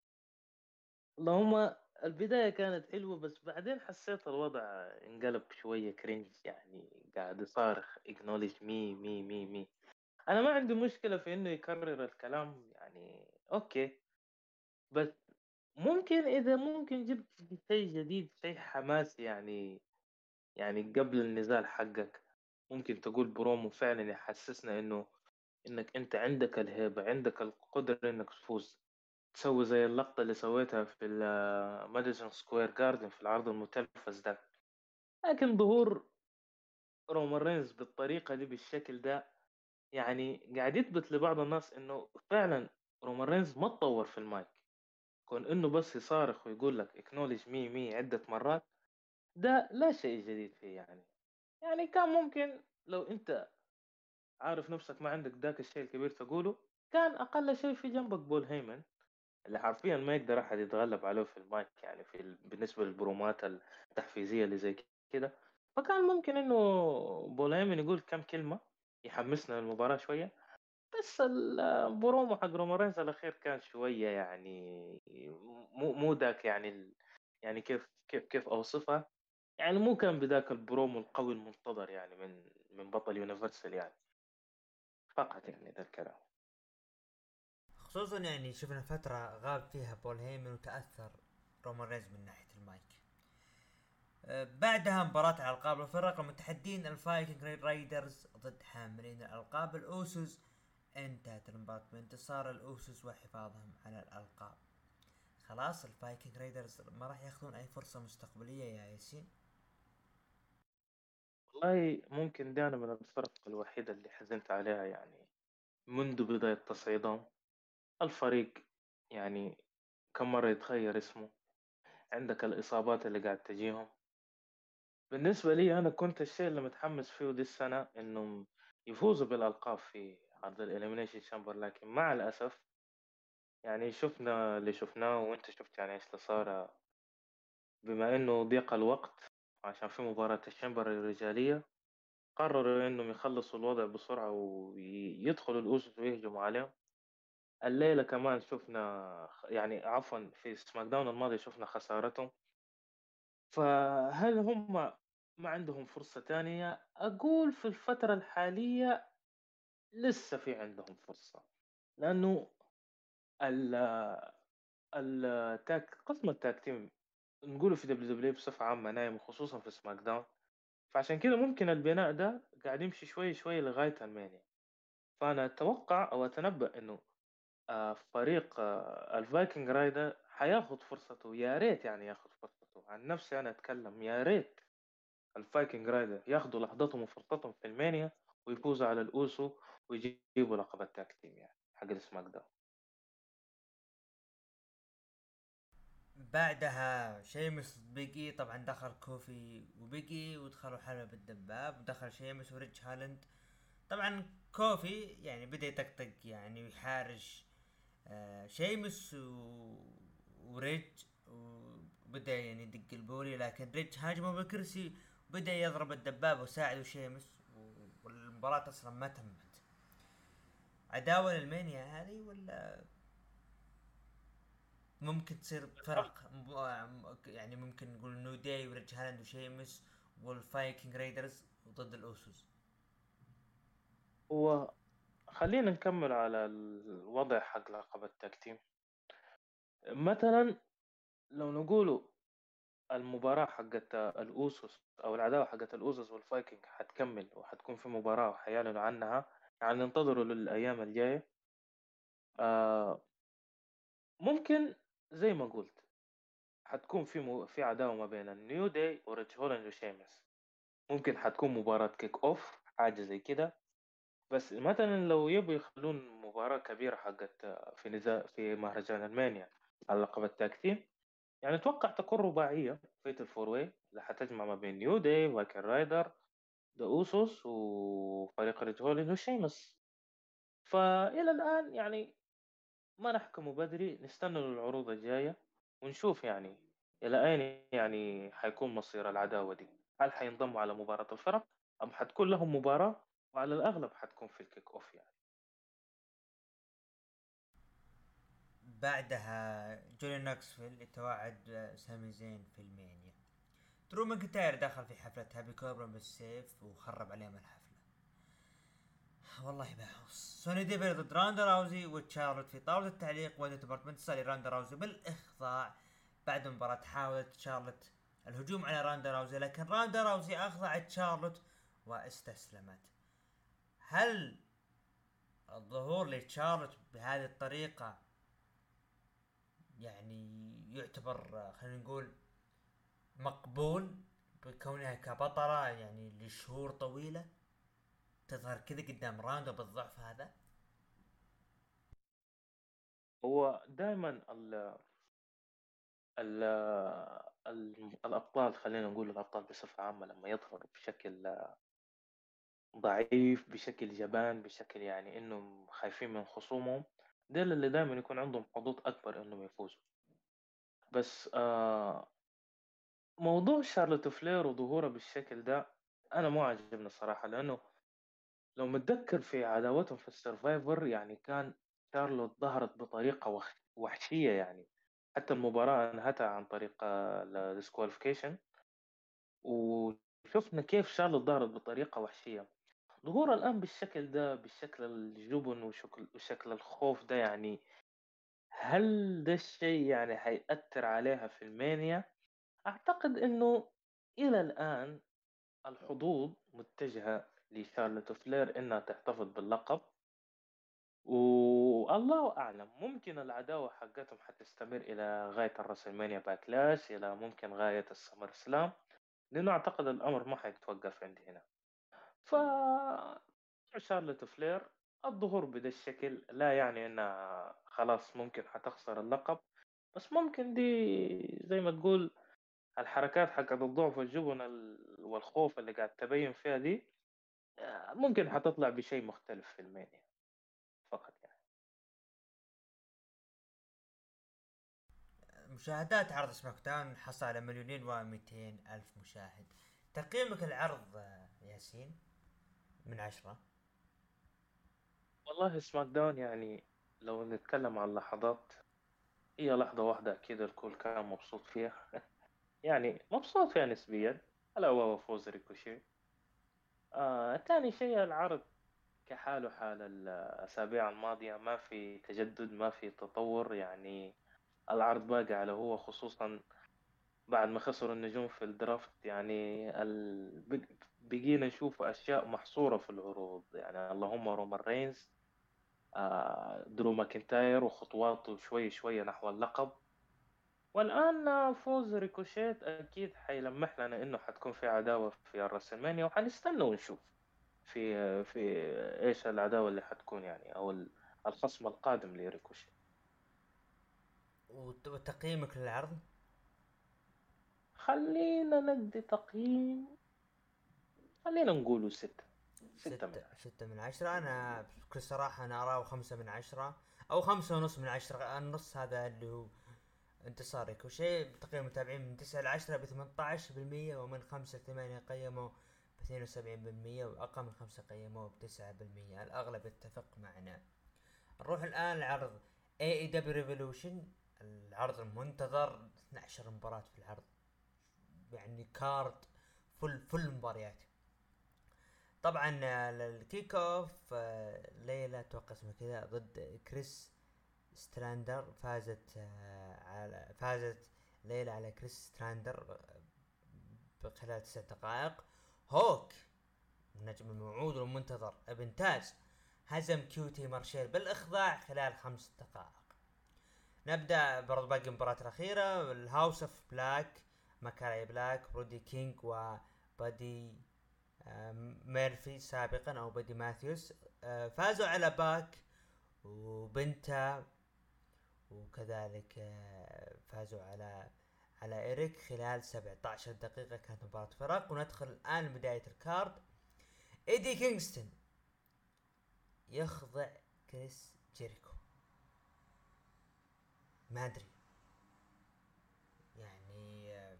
اللهم البداية كانت حلوة، بس بعدين حسيت الوضع انقلب شوية كرنج يعني، قاعد يصارخ acknowledge me me me me. أنا ما عندي مشكلة في إنه يكرر الكلام يعني، أوكي. بس ممكن إذا ممكن جبت شيء جديد، شيء حماسي يعني. يعني قبل النزال حقك ممكن تقول برومو فعلا يحسسنا إنه إنك أنت عندك الهيبة، عندك القدرة إنك تفوز. تسوي زي اللقطة اللي سويتها في ماديسون سكوير جاردن في العرض المتلفز ده. لكن ظهور رومان رينز بالطريقة دي بالشكل ده يعني قاعد يثبت لبعض الناس انه فعلا رومان رينز ما تطور في المايك. كون انه بس يصارخ ويقول لك اكنولج مي مي عدة مرات، ده لا شيء جديد فيه يعني. يعني كان ممكن لو انت عارف نفسك ما عندك ذاك الشيء الكبير تقوله، كان اقل شيء في جنبك بول هيمن اللي حرفيا ما يقدر احد يتغلب عليه في المايك، يعني في ال... بالنسبه للبرومات التحفيزيه اللي زي كده. فكان ممكن انه بول هيمن يقول كم كلمه يحمسنا للمباراه شويه. بس البرومو حق رومارينز الاخير كان شويه يعني مو مو ذاك يعني ال... يعني كيف كيف كيف اوصفها، يعني مو كان بذاك البرومو القوي المنتظر يعني من من بطل يونيفرسال يعني. فقط يعني ذا الكلام. خصوصا يعني شفنا فترة غاب فيها بول هيمن وتأثر رومان رينز من ناحية المايك. أه، بعدها مباراة على الألقاب الفرق المتحدين الفايكنج رايدرز ضد حاملين الألقاب الأوسوس. انتهت المباراة بانتصار الأوسوس وحفاظهم على الألقاب. خلاص الفايكنج رايدرز ما راح ياخذون أي فرصة مستقبلية يا ياسين. والله ممكن دي أنا من الفرق الوحيدة اللي حزنت عليها يعني منذ بداية تصعيدهم. الفريق يعني كم مرة يتغير اسمه، عندك الإصابات اللي قاعد تجيهم. بالنسبة لي أنا كنت الشيء اللي متحمس فيه دي السنة إنهم يفوزوا بالألقاب في عرض الإليمينيشن شامبر، لكن مع الأسف يعني شفنا اللي شفناه، وأنت شفت يعني إيش اللي صار. بما إنه ضيق الوقت عشان في مباراة الشامبر الرجالية، قرروا إنهم يخلصوا الوضع بسرعة ويدخلوا الأوسس ويهجموا عليهم. الليلة كمان شفنا يعني عفوا في سماك داون الماضي شفنا خسارتهم. فهل هم ما عندهم فرصة تانية؟ أقول في الفترة الحالية لسه في عندهم فرصة، لأنه ال التاك قسم التاك تيم نقوله في دبليو دبليو بصفة عامة نايم، خصوصا في سماك داون. فعشان كده ممكن البناء ده قاعد يمشي شوي شوي لغاية المانيا. فأنا أتوقع أو أتنبأ إنه آه، فريق آه، الفايكنج رايدر حياخد فرصته، يا ريت يعني ياخد فرصته. عن نفسي أنا أتكلم، يا ريت الفايكنج رايدر ياخدوا لحظتهم وفرصتهم في المانيا ويفوزوا على الأوسو ويجيبوا لقب التاك تيم يعني حق السماك داون. بعدها شيمس بيجي طبعا دخل كوفي وبيجي ودخلوا حلبة بالدباب ودخل شيمس وريتش هالند. طبعا كوفي يعني بدأ يطقطق يعني ويحارش آه شيمس و... وريتش، وبدأ يعني يدق البولي، لكن ريتش هاجمه بالكرسي وبدأ يضرب الدباب وساعده شيمس و... والمباراة اصلا ما تمت. عداوة للمانيا هذه ولا ممكن تصير فرق م- يعني ممكن نقول نو داي وريدج هالاند وشيمس والفايكنج رايدرز ضد الاوسوس. وخلينا نكمل على الوضع حق لقب التاك تيم. مثلا لو نقولوا المباراة حقت الأوسوس أو العداوة حقت الأوسوس والفايكنج حتكمل وحتكون في مباراة وحيعلنوا عنها، يعني ننتظروا للأيام الجاية. آه ممكن زي ما قلت حتكون في م... في عداوة ما بين النيو داي وريتش هولند وشيمس. ممكن حتكون مباراة كيك أوف حاجة زي كده. بس مثلا لو يبوا يخلون مباراة كبيرة حقت في نزال في مهرجان المانيا على لقب التاك تيم، يعني اتوقع تكون رباعيه فيت الفور واي اللي حتجمع ما بين نيو داي فايكن رايدر ذا اوسوس وفريق ريد هولند وشيمس. فالى الان يعني ما نحكم بدري، نستنى العروض الجايه ونشوف يعني الى اين يعني حيكون مصير العداوه دي. هل حينضموا على مباراه الفرق ام حتكون لهم مباراه، وعلى الاغلب حتكون في الكيك اوف يعني. بعدها جوني نوكسفيل يتوعد سامي زين في المانيا. درو ماكنتاير دخل في حفلة هابي كوبرا بالسيف وخرب عليهم الحفلة. والله باحوس. سوني ديفل ضد راندا راوزي وتشارلوت في طاولة التعليق، وتعتبر انتصار لراندا راوزي بالإخضاع. بعد المباراة حاولت شارلوت الهجوم على راندا راوزي، لكن راندا راوزي أخضعت شارلوت واستسلمت. هل الظهور لتشارلوت بهذه الطريقة يعني يعتبر خلينا نقول مقبول بكونها كبطلة يعني لشهور طويلة تظهر كذا قدام راندا بالضعف هذا؟ هو دائما ال ال الأبطال، خلينا نقول الأبطال بصفة عامة لما يظهروا بشكل ضعيف، بشكل جبان، بشكل يعني إنهم خايفين من خصومهم، ديل اللي دائما يكون عندهم حظوظ أكبر إنهم يفوزوا. بس آه موضوع شارلوت فلير وظهوره بالشكل ده أنا مو عاجبني الصراحة، لأنه لو متذكر في عداوتهم في السرفايفر يعني كان شارلوت ظهرت بطريقة وح- وحشية يعني. حتى المباراة انهتها عن طريق الديسكواليفيكيشن، وشفنا كيف شارلوت ظهرت بطريقة وحشية. ظهورها الآن بالشكل ده، بالشكل الجبن وشكل, وشكل الخوف ده، يعني هل ده الشيء يعني حيأثر عليها في المانيا؟ أعتقد إنه إلى الآن الحظوظ متجهة لشارلوت فلير إنها تحتفظ باللقب، والله أعلم ممكن العداوة حقتهم حتستمر إلى غاية الرسلمانيا باكلاش، إلى ممكن غاية السمر سلام، لأنه أعتقد الأمر ما حيتوقف عندي هنا. ف شارلوت فلير الظهور بدا الشكل لا يعني انها خلاص ممكن حتخسر اللقب، بس ممكن دي زي ما تقول الحركات حقت الضعف والجبن ال- والخوف اللي قاعد تبين فيها دي، آه، ممكن حتطلع بشيء مختلف في المانيا فقط يعني. مشاهدات عرض سماك داون حصل على مليونين ومئتين ألف مشاهد. تقييمك العرض آه، ياسين من عشرة؟ والله سماك داون يعني لو نتكلم عن لحظات، هي لحظة واحدة أكيد الكل كان مبسوط فيها. يعني مبسوط فيها نسبيا، ألا وهو فوز ريكوشي. آه، تاني شيء العرض كحاله حال الأسابيع الماضية، ما في تجدد، ما في تطور يعني. العرض باقي على هو، خصوصا بعد ما خسروا النجوم في الدرافت يعني. ال... بق- بقينا نشوف أشياء محصورة في العروض يعني، اللهم رومان رينز، آه، درو ماكنتاير وخطواته شوي شوي نحو اللقب. والآن آه، فوز ريكوشيت أكيد حيلمح لنا إنه حتكون في عداوة في الرسلمانيا، وحنستنى ونشوف في في ايش العداوة اللي حتكون يعني، او ال- الخصم القادم لريكوشي. وت- وتقييمك للعرض؟ خلينا ندي تقييم، خلينا نقوله ستة، ستة من ستة عشرة. ستة من عشرة. أنا بكل صراحة أنا أراه خمسة من عشرة، أو خمسة ونص من عشرة. النص هذا اللي هو انتصار ريكوشي. تقييم المتابعين من تسعة لعشرة بثمانية عشر بالمية، ومن خمسة لثمانية قيموا باثنين وسبعين بالمية، وأقل من خمسة قيموا بتسعة بالمية. الأغلب يتفق معنا. نروح الآن لعرض اي اي دبليو ريفولوشن، العرض المنتظر. اثنا عشر مباراة في العرض، يعني كارد فل فل مباريات. طبعا آه، الكيك اوف آه، ليلى اتوقع اسمها كذا ضد كريس ستراندر. فازت آه، على فازت ليلى على كريس ستراندر آه، خلال تسع دقائق. هوك النجم الموعود والمنتظر ابن تاج هزم كيوتي مارشيل بالاخضاع خلال خمس دقائق. نبدا برضو باقي المباراة الاخيرة. الهاوس اوف بلاك، ماكاراي بلاك، برودي كينج، وبادي آه، ميرفي سابقا او بادي ماثيوس، آه، فازوا على باك وبنتا، وكذلك آه، فازوا على على إيريك خلال سبعة عشر دقيقة. كانت مباراة فرق. وندخل الآن لبداية الكارد. إيدي كينغستون يخضع كريس جيريكو. ما أدري يعني آه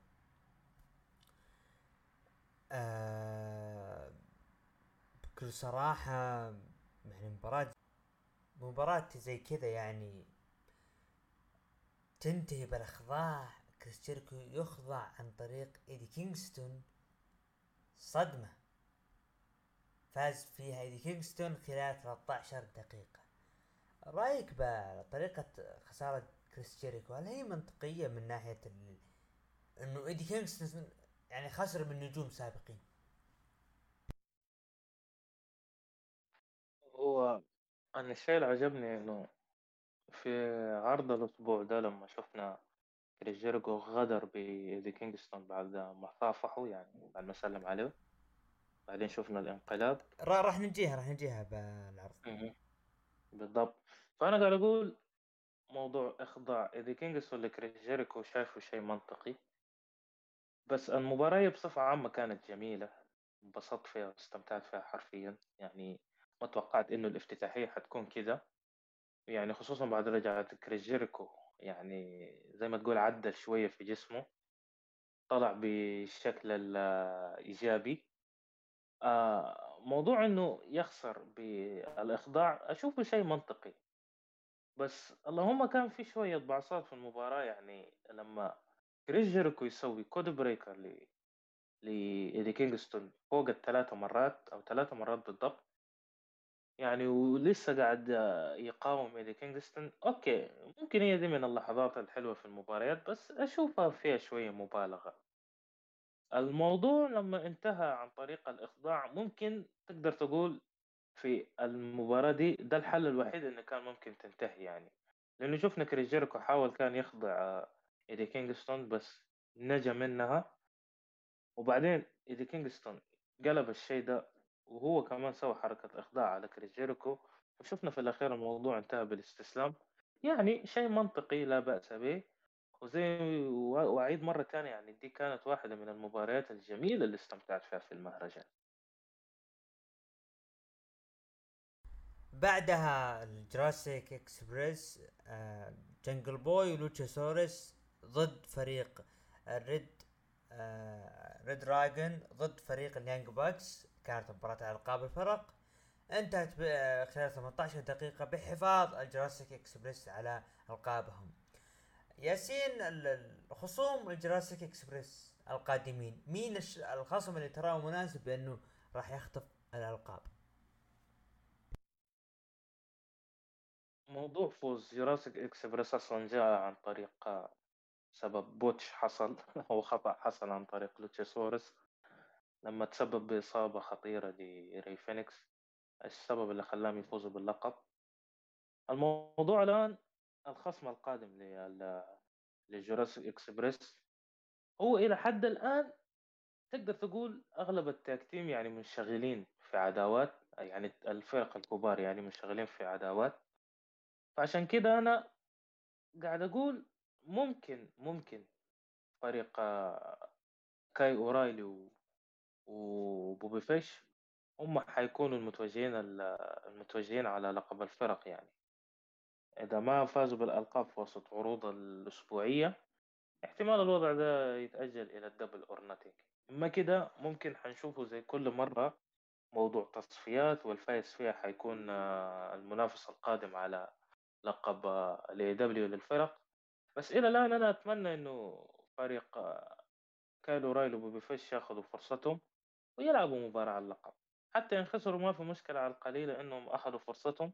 آه، بكل صراحة يعني مباراة مباراة زي كذا يعني تنتهي بالاخضاع. كريس جيريكو يخضع عن طريق ايدي كينغستون. صدمة فاز فيها ايدي كينغستون خلال ثلاثة عشر دقيقة. رايك بطريقة خسارة كريس جيريكو؟ هل هي منطقية من ناحية ال... انه ايدي كينغستون يعني خسر من نجوم سابقين؟ هو أنا الشيء اللي عجبني إنه في عرض الأسبوع ده لما شفنا كريس جيريكو غدر بإيدي كينغستون بعد ما صافحه، يعني بعد ما سلم عليه، بعدين شفنا الانقلاب. را راح نجيها راح نجيها بالعرض. مهم. بالضبط. فأنا قاعد أقول موضوع إخضاع إيدي كينغستون لكريس جيريكو شايفه شيء منطقي، بس المباراة بصفة عامة كانت جميلة، انبسطت فيها واستمتعت فيها حرفيا يعني. ما توقعت إنه الافتتاحية حتكون كذا، يعني خصوصا بعد رجعة كريس جيريكو. يعني زي ما تقول عدل شوية في جسمه، طلع بالشكل الإيجابي. آه، موضوع إنه يخسر بالإخضاع أشوفه شيء منطقي، بس اللهم كان في شوية بعصات في المباراة. يعني لما كريس جيريكو يسوي كود بريكر ل لإيدي كينغستون فوق الثلاثة مرات أو ثلاثة مرات بالضبط، يعني ولسه قاعد آه، يقاوم إيدي كينغستون. أوكي، ممكن هي دي من اللحظات الحلوة في المباريات، بس أشوفها فيها شوية مبالغة. الموضوع لما انتهى عن طريق الإخضاع ممكن تقدر تقول في المباراة دي ده الحل الوحيد اللي كان ممكن تنتهي يعني. لأنه شفنا كريس جيريكو حاول كان يخضع آه، إيدي كينغستون بس نجا منها. وبعدين إيدي كينغستون قلب الشيء ده، وهو كمان سوى حركة إخضاع على كريس جيريكو، وشفنا في الأخير الموضوع انتهى بالاستسلام. يعني شيء منطقي لا بأس به. وزي و- وأعيد مرة تانية، يعني دي كانت واحدة من المباريات الجميلة اللي استمتعت فيها في المهرجان. بعدها الجراسيك اكسبريس، آه جنجل بوي ولوتشاسورس ضد فريق الريد، آه ريد دراجون ضد فريق اليانج باكس. كانت مباراة على القاب الفرق، انتهت ب- آه، خلال ثمانية عشر دقيقة بحفاظ الجراسيك اكسبريس على القابهم. ياسين، ال- ال- خصوم الجراسيك اكسبريس القادمين، مين الش- الخصم اللي تراه مناسب بانه راح يخطف الالقاب؟ موضوع فوز جراسيك إكسبريس أصلا جاء عن طريق آه، سبب بوتش حصل أو خطأ حصل عن طريق لوتشيسورس لما تسبب بإصابة خطيرة لري فينيكس، السبب اللي خلاهم يفوزوا باللقب. الموضوع الآن الخصم القادم لل- لجوراسيك إكسبريس هو إلى حد الآن تقدر تقول أغلب التاك تيم يعني منشغلين في عداوات، يعني الفرق الكبار يعني منشغلين في عداوات. فعشان كده أنا قاعد أقول ممكن ممكن فريق آه، كاي أورايلي و- وبوبي فيش هم حيكونوا المتوجهين المتوجهين على لقب الفرق يعني. إذا ما فازوا بالألقاب في وسط عروض الأسبوعية، احتمال الوضع ده يتأجل إلى الدبل أور ناتينج. إما كده ممكن حنشوفه زي كل مرة، موضوع تصفيات والفائز فيها حيكون آه، المنافس القادم على لقب ال إيه دبليو للفرق. بس إلى الآن أنا أتمنى إنه فريق آه، كايلو رايلو وبوبي فيش ياخذوا فرصتهم ويلعبوا مباراة على اللقب. حتى إن خسروا ما في مشكلة، على القليلة إنهم أخذوا فرصتهم.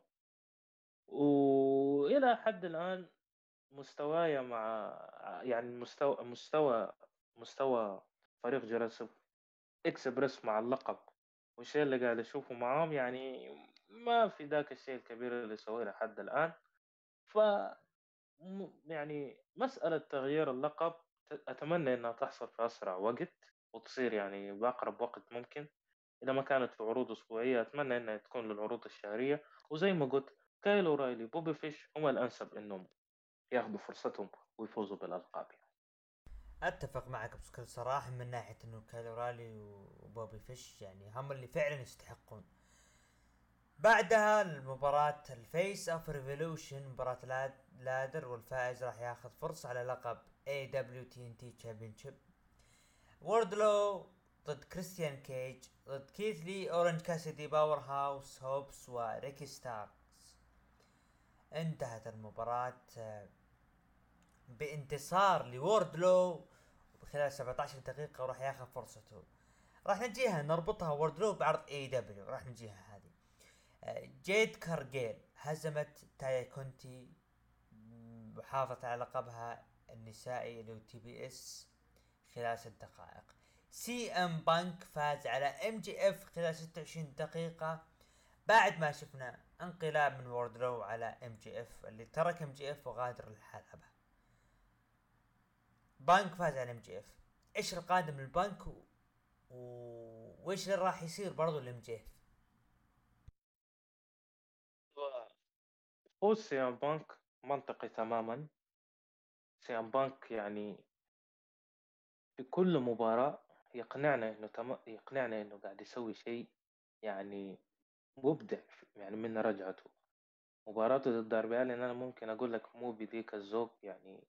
وإلى حد الآن مستواي مع يعني مستوى مستوى مستوى فريق جراسيك اكسبرس مع اللقب والشيء اللي قاعد اشوفه معاهم، يعني ما في ذاك الشيء الكبير اللي سويه لحد الان. ف م- يعني مسألة تغيير اللقب ت- اتمنى انها تحصل في اسرع وقت وتصير يعني باقرب وقت ممكن. اذا ما كانت في عروض اسبوعية اتمنى انها تكون للعروض الشهرية. وزي ما قلت كايل اورايلي بوبي فيش هم الانسب انهم ياخذوا فرصتهم ويفوزوا بالالقاب يعني. اتفق معك بكل صراحة، من ناحية انه كايلو رالي وبوبي فيش يعني هم اللي فعلا يستحقون. بعدها المباراة الفيس اوف ريفولوشن، مباراة لاد لادر، والفائز راح ياخذ فرصة على لقب اي دبليو تي ان تي تشامبيونشيب. ووردلو ضد كريستيان كيج ضد كيث لي، اورنج كاسيدي، باور هاوس هوبس، وريكي ستاركس. انتهت المباراة آه، بانتصار لوردلو خلال سبعة عشر دقيقة، وراح ياخذ فرصته. راح نجيها نربطها ووردلو بعرض اي دبليو، راح نجيها هذه. آه، جيد كارجيل هزمت تايا كونتي، محافظة على لقبها النسائي اللي هو تي بي اس خلال ست دقائق. سي ام بانك فاز على ام جي اف خلال ستة وعشرين دقيقة، بعد ما شفنا انقلاب من ووردلو على ام جي اف اللي ترك ام جي اف وغادر الحلبة. بانك فاز على ام جي اف. ايش القادم للبنك و... و- وايش اللي راح يصير برضو لام جي اف؟ فوز سيام بانك منطقي تماما. سيام بانك يعني في كل مباراة يقنعنا انه تم... يقنعنا انه قاعد يسوي شيء يعني مبدع. يعني من رجعته مباراته ضد داربي ألين انا ممكن اقول لك مو بذيك الذوق يعني.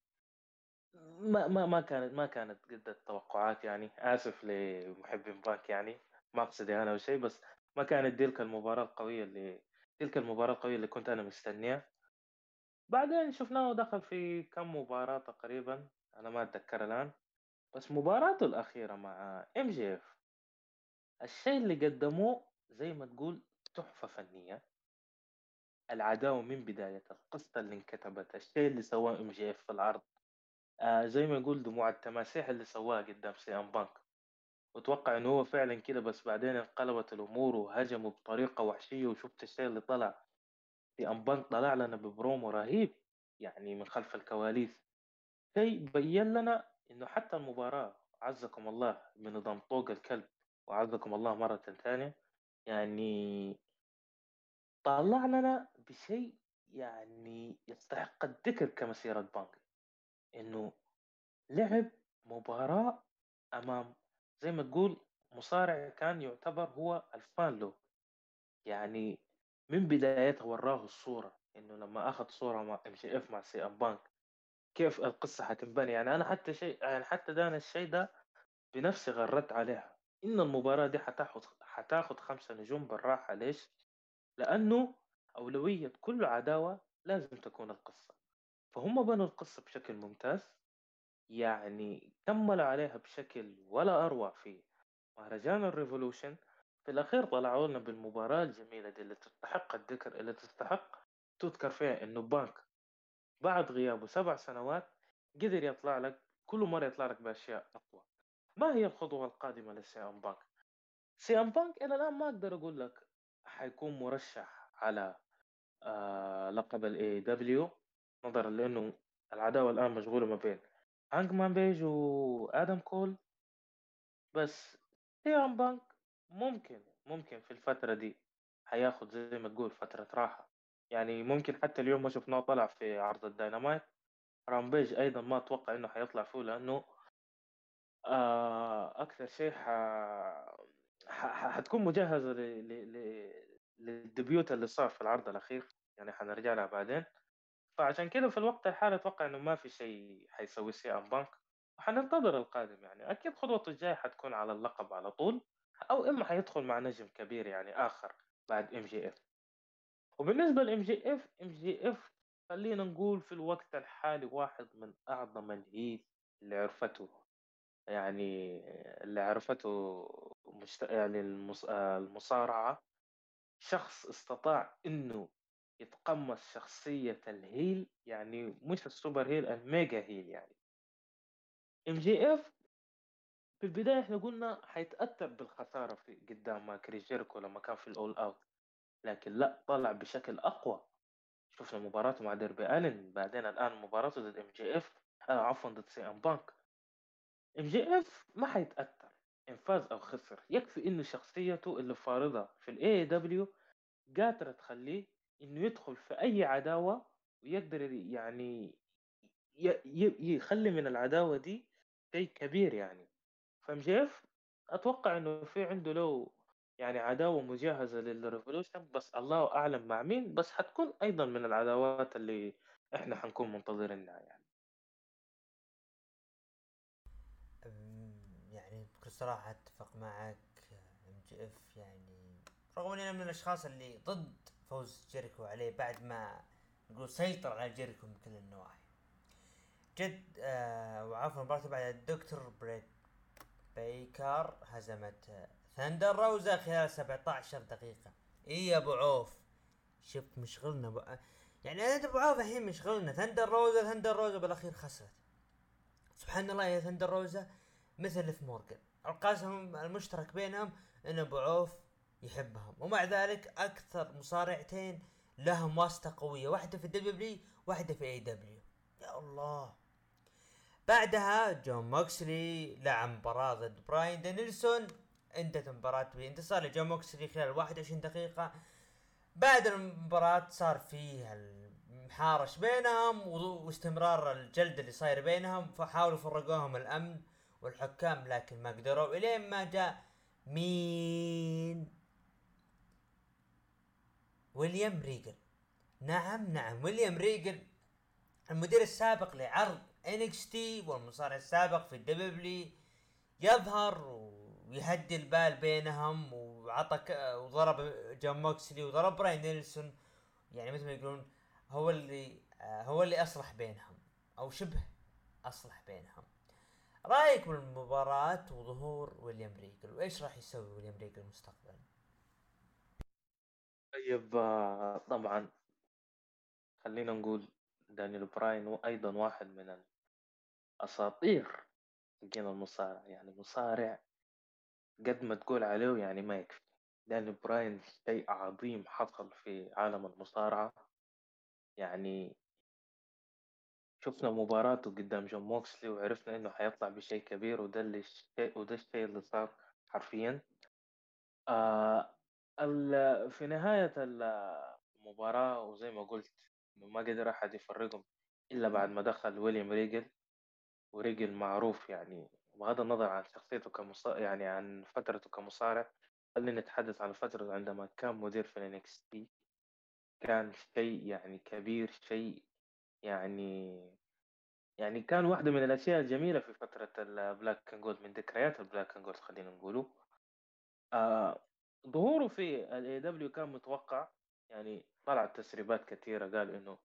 ما ما ما كانت ما كانت قد التوقعات يعني. اسف لمحبين بانك يعني، ما اقصدي انا وشيء، بس ما كانت تلك المباراة القوية اللي تلك المباراة القوية اللي كنت انا مستنيها. بعدين شفناه دخل في كم مباراة تقريبا، انا ما اتذكر الان، بس مباراته الأخيرة مع ام جي اف الشيء اللي قدموه زي ما تقول تحفة فنية. العداوة من بداية، القصة اللي انكتبت، الشيء اللي سواه ام جي اف في العرض، آه زي ما يقول دموع التماسيح اللي سواها قدام سي ام بانك. واتوقع انه هو فعلا كده، بس بعدين انقلبت الامور وهجموا بطريقة وحشية. وشفت الشيء اللي طلع سي ام بانك، طلع لنا ببرومو رهيب يعني من خلف الكواليس. شيء بين لنا انه حتى المباراة عزكم الله بنظام طوق الكلب، وعزكم الله مرة ثانية، يعني طلع لنا بشيء يعني يستحق الذكر كمسيرة بانك. انه لعب مباراة امام زي ما تقول مصارع كان يعتبر هو الفان له يعني. من بدايتها وراه الصورة انه لما اخذ صورة مع ام جي اف مع سي ام بانك كيف القصة حتنبني. يعني انا حتى شيء يعني حتى ده الشيء ده بنفسي غردت عليها إن المباراة دي حتاخد حتاخد خمسة نجوم بالراحة. ليش؟ لأنه أولوية كل عداوة لازم تكون القصة. فهم بنوا القصة بشكل ممتاز، يعني كملوا عليها بشكل ولا أروع في مهرجان الريفولوشن. في الأخير طلعوا لنا بالمباراة الجميلة دي اللي تستحق الذكر، اللي تستحق تذكر فيها إنه بانك بعد غيابه سبع سنوات قدر يطلع لك كل مرة، يطلع لك بأشياء أقوى. ما هي الخطوة القادمة لسي ام بانك؟ سي ام بانك الى الان ما اقدر اقول لك حيكون مرشح على آه لقب الاي دبليو، نظرا لانه العداوة الان مشغولة ما بين هانجمان بيج وادم كول. بس سي ام بانك ممكن ممكن في الفترة دي حياخد زي ما تقول فترة راحة. يعني ممكن حتى اليوم ما شفناه طلع في عرض الدينامايت. رامبيج ايضا ما اتوقع انه حيطلع فيه، لانه آه، أكثر شيء ح... ح... ح- حتكون مجهزة ل... ل... ل... للديبيوت اللي صار في العرض الأخير، يعني حنرجع لها بعدين. فعشان كده في الوقت الحالي أتوقع إنه ما في شيء حيسوي سي أم بانك، وحننتظر القادم. يعني أكيد خطوته الجاية حتكون على اللقب على طول، أو إما حيدخل مع نجم كبير يعني آخر بعد ام جي اف. وبالنسبة لام جي اف، ام جي اف خلينا نقول في الوقت الحالي واحد من أعظم الهيل اللي عرفته يعني، اللي عرفته مشت... يعني المص... آه، المصارعة. شخص استطاع انه يتقمص شخصية الهيل، يعني مش السوبر هيل، الميجا هيل يعني. ام جي اف في البداية احنا قلنا حيتأثر بالخسارة في قدام ما كريس جيريكو لما كان في الاول اوت، لكن لا، طلع بشكل اقوى. شفنا مباراته مع ديربي الين، بعدين الان مباراته ضد ام جي اف، آه عفوا ضد سي ام بانك. ام جي اف ما حيتأثر ان فاز او خسر، يكفي انه شخصيته اللي فارضها في الاي دبليو قادرة تخليه انه يدخل في اي عداوة، ويقدر يعني ي... ي... يخلي من العداوة دي شيء كبير يعني. فام جي اف اتوقع انه في عنده له يعني عداوة مجهزة للريفولوشن، بس الله اعلم مع مين، بس حتكون ايضا من العداوات اللي احنا حنكون منتظرينها يعني. أم، يعني بكل صراحة اتفق معك. ام جي اف يعني رغم اني انا من الاشخاص اللي ضد فوز جيريكو عليه بعد ما نقول سيطر على جيريكو من كل النواحي جد. آه وعفوا مباراة بعد الدكتور بريت بيكر هزمت آه، ثاندر روزا خلال سبعة عشر دقيقة. ايه يا ابو عوف، شفت مشغلنا بقى. يعني انا ابو عوف الحين مشغلنا ثاندر روزا ثاندر روزا بالاخير خسرت. سبحان الله يا ثاندر روزا مثل في مورجان، القاسم المشترك بينهم ان ابو عوف يحبهم، ومع ذلك اكثر مصارعتين لهم واسطة قوية، واحدة في الدبليو دبليو واحدة في اي دبليو. يا الله. بعدها جون موكسلي لعب مباراة ضد براين دانيلسون، انتهت المباراة بانتصار لجون موكسلي خلال واحد وعشرين دقيقة. بعد المباراة صار فيها محارش بينهم و- واستمرار الجلد اللي صاير بينهم، فحاولوا فرقوهم الامن والحكام لكن ما قدروا الين ما جاء مين؟ ويليام ريجل. نعم نعم ويليام ريجل، المدير السابق لعرض انكس تي والمصارع السابق في الدبليو، يظهر ويهدي البال بينهم وعطى ك- وضرب جون موكسلي وضرب براين نيلسون. يعني مثل ما يقولون هو اللي آه هو اللي اصلح بينهم او شبه اصلح بينهم. رايك بالمباراة وظهور ويليام ريجل، وايش راح يسوي ويليام ريجل مستقبلا؟ طيب آه، طبعا خلينا نقول دانيال براين هو أيضا واحد من الأساطير حقين المصارعة. يعني مصارع قد ما تقول عليه يعني ما يكفي. دانيال براين شيء عظيم حصل في عالم المصارعة. يعني شفنا مباراته قدام جون موكسلي وعرفنا انه حيطلع بشيء كبير، وده اللي الشيء وده الشيء اللي صار حرفيا. آه ال- في نهاية المباراة وزي ما قلت انه ما قدر احد يفرقهم الا بعد ما دخل ويليام ريجل. وريجل معروف يعني بغض النظر عن شخصيته كمصارع، يعني عن فترته كمصارع. خلينا نتحدث عن فترته عندما كان مدير في الانكس تي. كان شيء يعني كبير، شيء يعني يعني كان واحدة من الأشياء الجميلة في فترة البلاك أند جولد، من ذكريات البلاك أند جولد خلينا نقوله. آه ظهوره في ال إيه دبليو كان متوقع. يعني طلعت تسريبات كثيرة قال إنه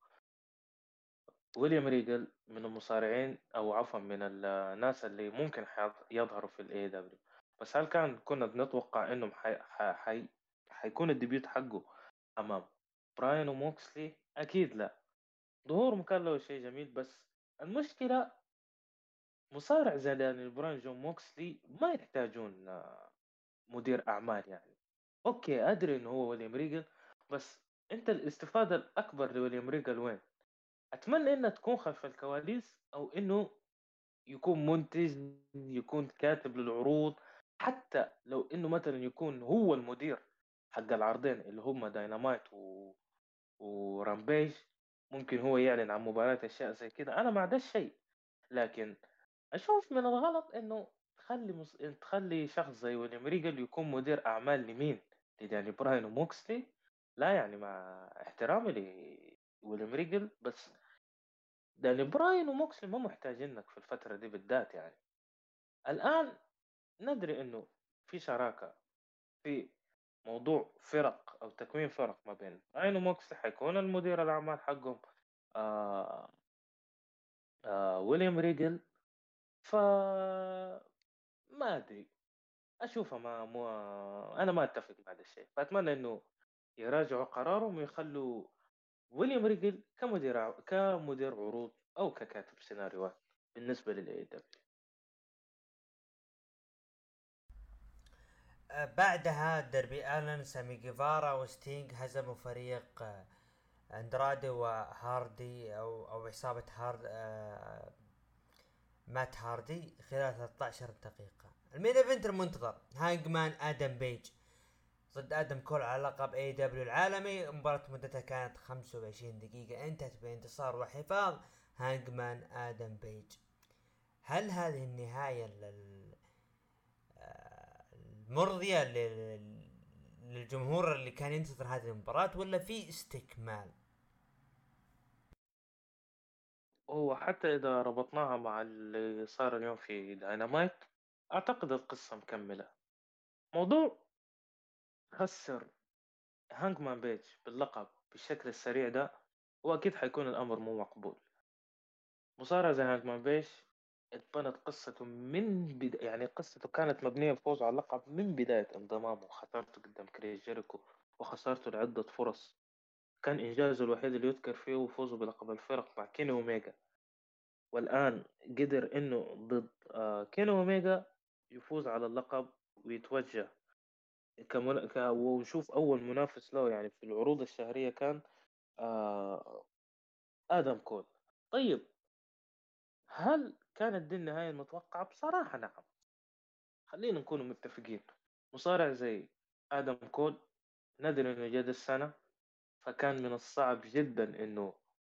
ويليام ريجل من المصارعين أو عفوا من الناس اللي ممكن حيض- يظهروا في ال إيه دبليو. بس هل كان كنا بنتوقع إنهم حي... حي... حي... حيكون الديبيوت حقه أمام براين وموكسلي؟ أكيد لا. ظهورهم كان له شيء جميل، بس المشكلة مصارع زي دانيال براين جون موكسلي ما يحتاجون آه، مدير أعمال يعني. أوكي أدري إنه هو ويليام ريجل، بس أنت الاستفادة الأكبر لويليام ريجل وين؟ أتمنى إنها تكون خلف الكواليس، أو إنه يكون منتج، يكون كاتب للعروض. حتى لو إنه مثلا يكون هو المدير حق العرضين اللي هم داينامايت و... ورامبيج. ممكن هو يعلن عن مباراة أشياء زي كده، أنا ما ده الشيء. لكن أشوف من الغلط إنه تخلي مس... تخلي شخص زي ويليام ريجل يكون مدير أعمال لمين؟ لداني براين وموكسلي؟ لا يعني مع احترامي لويليام ريجل، بس داني براين وموكسلي ما محتاجينك في الفترة دي بالذات يعني. الآن ندري إنه في شراكة في موضوع فرق أو تكوين فرق ما بين براين وموكسلي. حيكون المدير الأعمال حقهم آه آه ويليام ريجل. ف ما أدري، اشوفها ما مو انا ما اتفق مع هذا الشيء. فاتمنى انه يراجعوا قرارهم ويخلوا ويليام ريجل كمدير ع- كمدير عروض او ككاتب سيناريوهات بالنسبه للاي دبليو. آه بعدها ديربي الن، سامي جيفارا وستينج هزموا فريق آه اندرادي وهاردي او او عصابة هارد آه مات هاردي خلال ثلاثة عشر دقيقة. المين ايفنت المنتظر هانجمان ادم بيج ضد ادم كول على لقب اي دبليو العالمي. مباراة مدتها كانت خمسة وعشرين دقيقة، انتهت بانتصار وحفاظ هانجمان ادم بيج. هل هذه النهاية لل... آه، المرضية لل... للجمهور اللي كان ينتظر هذه المباراة، ولا في استكمال؟ هو حتى اذا ربطناها مع اللي صار اليوم في داينامايت اعتقد القصه مكمله. موضوع خسر هانجمان بيج باللقب بالشكل السريع ده، واكيد حيكون الامر مو مقبول. مصارع زي هانجمان بيج اتبنت قصته من بد... يعني قصته كانت مبنية بفوز على اللقب من بداية انضمامه، وخسارته قدام كريس جيريكو وخسارته لعدة فرص. كان إنجازه الوحيد اللي يذكر فيه هو فوزه بلقب الفرق مع كيني أوميجا. والآن قدر إنه ضد آه كيني أوميجا يفوز على اللقب ويتوجه كمن... ك... ونشوف أول منافس له يعني في العروض الشهرية كان آه آدم كول. طيب هل كانت دي النهاية المتوقعة؟ بصراحة نعم. خلينا نكون متفقين. مصارع زي آدم كول ندري إنه جد السنة، فكان من الصعب جدا إنه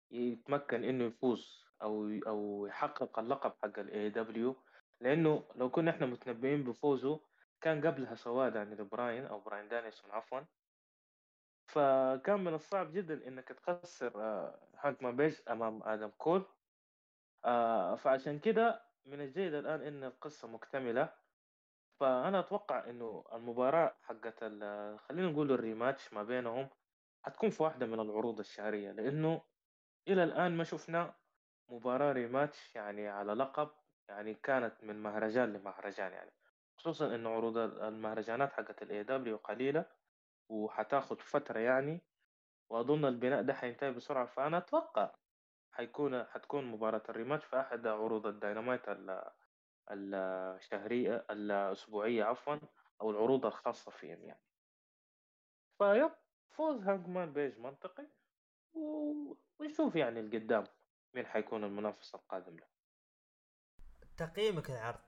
يتمكن انه يفوز او او يحقق اللقب حق الاي دبليو. لانه لو كنا احنا متنبئين بفوزه كان قبلها سواد عن براين او براين دانيسون عفوا. فكان من الصعب جدا انك تخسر آه، هانك مان بيج امام ادم كول. آه، فعشان كده من الجيد الان ان القصة مكتملة. فانا اتوقع انه المباراة حقت ال- خلينا نقول الريماتش ما بينهم حتكون في واحدة من العروض الشهرية، لانه الى الان ما شفنا مباراة ريماتش يعني على لقب، يعني كانت من مهرجان لمهرجان يعني. خصوصا انه عروض المهرجانات حقت الاي دبليو قليلة وحتاخد فترة يعني. واظن البناء ده حينتهي بسرعة، فانا اتوقع حيكون حتكون مباراة الريماتش في احد عروض الديناميت ال- الشهرية الاسبوعية عفوا، او العروض الخاصة فيهم يعني. فيب، فوز هانجمان بيج منطقي. و- ونشوف يعني القدام مين حيكون المنافس القادم له. تقييمك العرض؟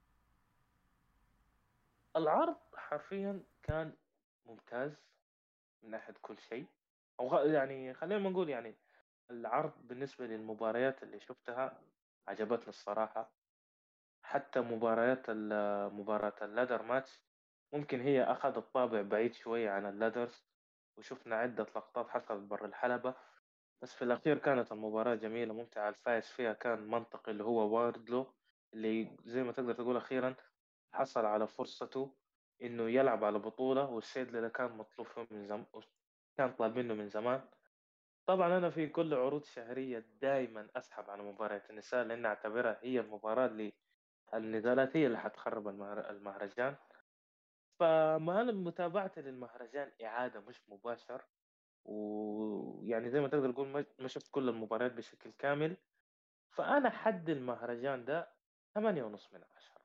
العرض حرفيا كان ممتاز من ناحية كل شيء. أو غ- يعني خلينا نقول يعني العرض بالنسبة للمباريات اللي شفتها عجبتني الصراحة. حتى مباريات ال- مباراة اللادر ماتش ممكن هي أخذت طابع بعيد شوية عن اللادرز، وشفنا عدة لقطات حصلت برا الحلبة. بس في الأخير كانت المباراة جميلة ممتعة. الفائز فيها كان منطقي اللي هو واردلو، اللي زي ما تقدر تقول أخيرا حصل على فرصته إنه يلعب على بطولة، والشيء اللي كان مطلوب فيه من زمان، كان طالب منه من زمان. طبعا أنا في كل عروض شهرية دائما أسحب على مباراة النساء، لأن أعتبرها هي المباراة اللي النزالات هي اللي حتخرب المهر- المهرجان. فما أنا متابعتي للمهرجان إعادة مش مباشر، ويعني زي ما تقدر تقول ما ما شفت كل المباريات بشكل كامل. فأنا حد المهرجان ده ثمانية ونص من عشرة.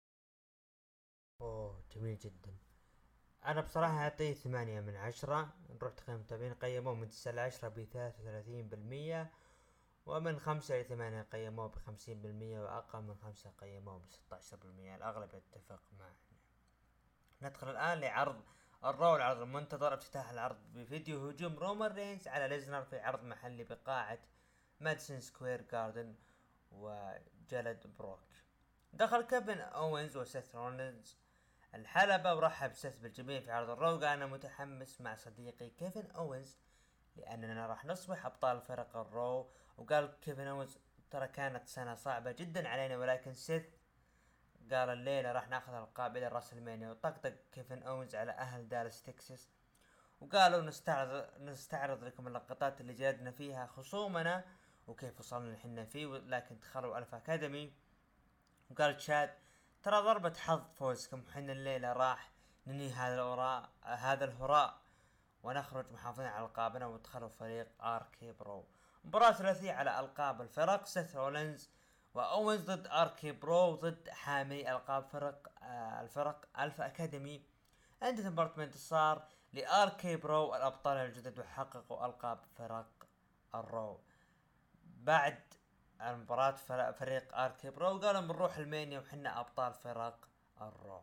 اوه جميل جدا. انا بصراحة اعطيه ثمانية من عشرة. نروح تقييم المتابعين قيموه من تسعة لعشرة بثلاثة وثلاثين بالمية، ومن خمسة لثمانية قيموه بخمسين بالمية، وأقل من خمسة قيموه بستة عشر بالمية. الأغلب يتفق معه. ندخل الآن لعرض الرو، العرض المنتظر. افتتاح العرض بفيديو هجوم رومان رينز على ليزنر في عرض محلي بقاعة ماديسون سكوير جاردن، وجلد بروك. دخل كيفن اوينز وسيث رولينز الحلبة، ورحب سيث بالجميع في عرض الرو. قال انا متحمس مع صديقي كيفن اوينز لاننا راح نصبح ابطال فرق الرو. وقال كيفن اوينز ترى كانت سنة صعبة جدا علينا، ولكن سيث قال الليلة راح ناخذ القاب الى راس المانيا. وطقطق كيفن اوينز على اهل دالاس تكساس، وقالوا نستعرض نستعرض لكم اللقطات اللي جلدنا فيها خصومنا وكيف وصلنا لحنا فيه، لكن تخلوا الفا اكاديمي. وقال تشاد ترى ضربة حظ فوزكم، حنا الليلة راح ننهي هذا الهراء هذا الهراء ونخرج محافظين على القابنا. ودخلوا فريق اركي برو. مباراة ثلاثية على القاب الفرق، سيث رولينز واوينز ضد اركي برو ضد حامي القاب فرق آه الفرق الفا اكاديمي. عندة مباراة انتصار لاركي برو الابطال الجدد، وحققوا القاب فرق الرو. بعد المباراة فريق اركي برو قالوا بنروح المانيا وحنا ابطال فرق الرو.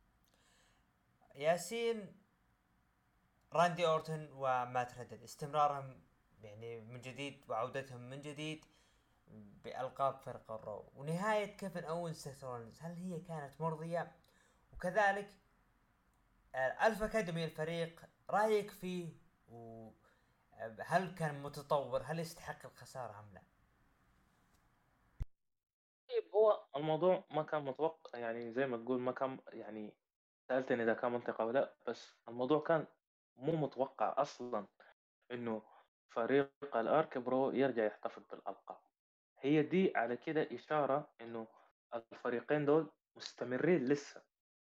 ياسين، راندي اورتن ومات ريدل استمرارهم يعني من جديد وعودتهم من جديد بألقاب فرق الرو، ونهاية كيفن اوينز سيث رولينز هل هي كانت مرضية؟ وكذلك الفا اكاديمي الفريق رايك فيه، وهل كان متطور؟ هل يستحق الخسارة ام لا؟ طيب، هو الموضوع ما كان متوقع يعني زي ما تقول ما كان يعني سألتني إذا كان منطقي أو لا، بس الموضوع كان مو متوقع أصلا إنه فريق الأرك برو يرجع يحتفظ بالألقاب. هي دي على كده إشارة إنه الفريقين دول مستمرين لسه.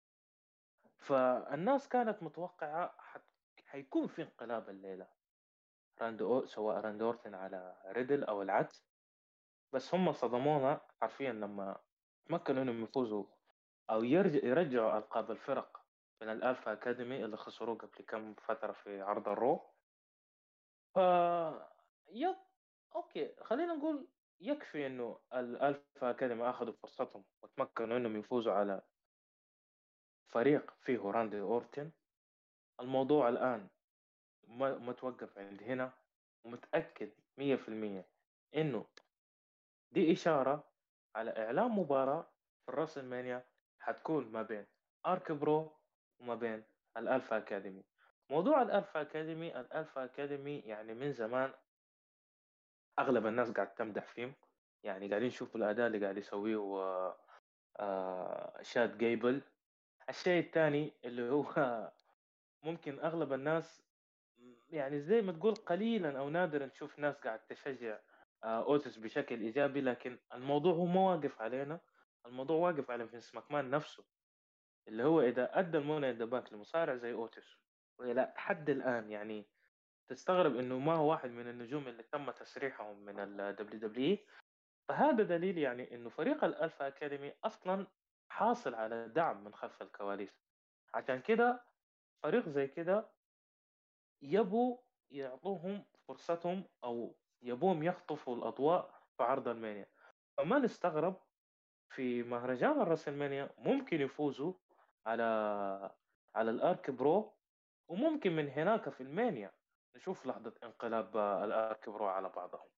فالناس كانت متوقعة حت... حيكون في انقلاب الليلة، راند أو... سواء راند أورتن على ريدل أو العكس. بس هم صدمونا حرفيا لما تمكنوا إنهم يفوزوا أو يرجع يرجعوا ألقاب الفرق من الألفا أكاديمي اللي خسروه قبل كم فترة في عرض الرو. ف يب، أوكي خلينا نقول يكفي إنه الألفا أكاديمي أخذوا فرصتهم وتمكنوا إنهم يفوزوا على فريق فيه راندي أورتن. الموضوع الآن ما ما توقف عند هنا. ومتأكد مية في المية إنه دي إشارة على إعلان مباراة في الراس المانيا حتكون ما بين آرك برو وما بين الألفا أكاديمي. موضوع الألفا أكاديمي الألفا أكاديمي يعني من زمان أغلب الناس قاعد تمدح فيهم، يعني قاعدين يشوفوا الأداء اللي قاعد يسويه آه، آه، شاد جيبل. الشيء الثاني اللي هو ممكن أغلب الناس يعني زي ما تقول قليلا أو نادرا تشوف ناس قاعد تشجع آه، أوتس بشكل إيجابي، لكن الموضوع هو ما واقف علينا، الموضوع واقف على فينس ماكمان نفسه، اللي هو إذا أدى الموني ذا بانك لمصارع زي أوتس وإلى حد الآن يعني تستغرب إنه ما هو واحد من النجوم اللي تم تسريحهم من ال دبليو دبليو إي، فهذا دليل يعني إنه فريق الألفا أكاديمي أصلا حاصل على دعم من خلف الكواليس. عشان كده فريق زي كده يبوا يعطوهم فرصتهم او يبوهم يخطفوا الاضواء في عرض المانيا. فما نستغرب في مهرجان الرسلمانيا ممكن يفوزوا على على الارك برو، وممكن من هناك في المانيا نشوف لحظة انقلاب الارك برو على بعضهم.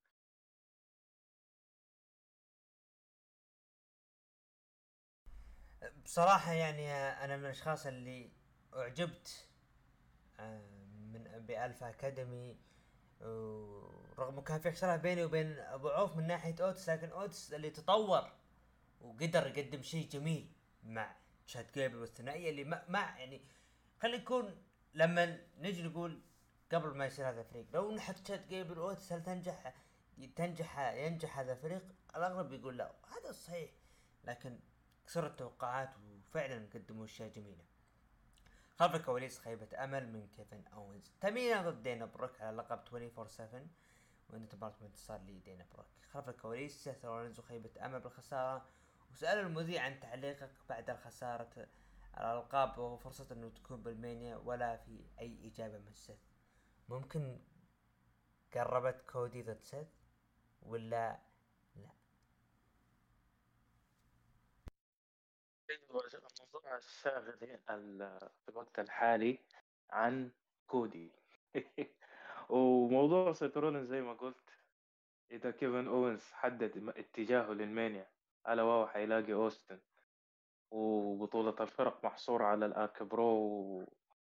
بصراحة يعني انا من الاشخاص اللي اعجبت آه، من بألفا اكاديمي، ورغم كان في اختلاف بيني وبين ابو عوف من ناحية اوتس، لكن اوتس اللي تطور وقدر يقدم شيء جميل مع تشاد جيبل والثنائية اللي ما, ما يعني خلينا نكون لما نجي نقول قبل ما يصير هذا الفريق لو نحط تشاد جيبل واوتس هل تنجح تنجح ينجح هذا الفريق؟ الاغلب يقول لا، هذا صحيح، لكن كسر التوقعات وفعلا قدموا اشياء جميله. خلف الكواليس خيبة امل من كيفن اونز، تمرين ضد دينا بروك على لقب أربعة وعشرين سبعة وانت مباراة انتصار لدينا بروك. خلف الكواليس سيث رولينز وخيبة امل بالخسارة، وسأل المذيع عن تعليقك بعد الخسارة الألقاب وفرصة أنه تكون بالمانيا ولا في أي إجابة من سيث. ممكن قربت كودي ضد سيث ولا لا؟ أيوة، الموضوع الشاغل ال- في الوقت الحالي عن كودي. وموضوع سيترولين زي ما قلت، إذا كيفن أوينز حدد م- اتجاهه للمانيا على واو حيلاقي أوستن، وبطولة الفرق محصورة على الآرك برو و...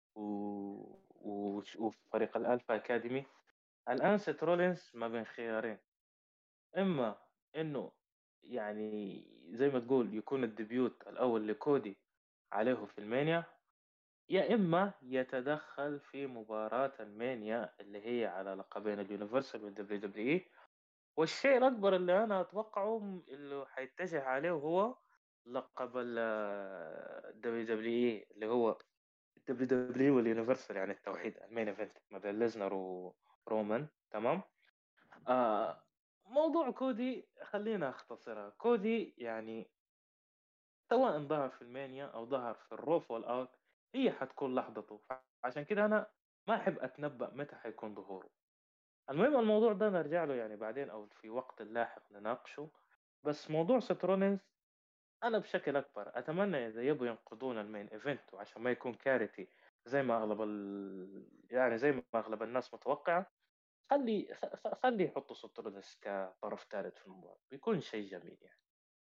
و... وفريق الألفا أكاديمي. الآن سيت رولينز ما بين خيارين، إما إنه يعني زي ما تقول يكون الديبيوت الأول لكودي عليه في المانيا، يا إما يتدخل في مباراة المانيا اللي هي على لقبين اليونيفرسال والدبليو دبليو إي. والشيء الأكبر اللي أنا أتوقعه م- اللي حيتجه عليه هو لقب ال دبليو دبليو إي اللي هو دبليو دبليو واليونيفرسال، يعني التوحيد المين ايفنت ما بين ليزنر ورومان. تمام. آه موضوع كودي خلينا اختصرها. كودي يعني سواء ظهر في المانيا او ظهر في الروف والاوت هي حتكون لحظته، عشان كده انا ما احب اتنبأ متى حيكون ظهوره. المهم الموضوع ده نرجع له يعني بعدين او في وقت لاحق نناقشه. بس موضوع سترونينز انا بشكل اكبر اتمنى اذا يبوا ينقذون المين ايفنت، وعشان ما يكون كارثي زي ما اغلب ال... يعني زي ما اغلب الناس متوقعه، خلي خ- خ- خلي يحطوا سترونينز كطرف ثالث في المباراة بيكون شيء جميل يعني.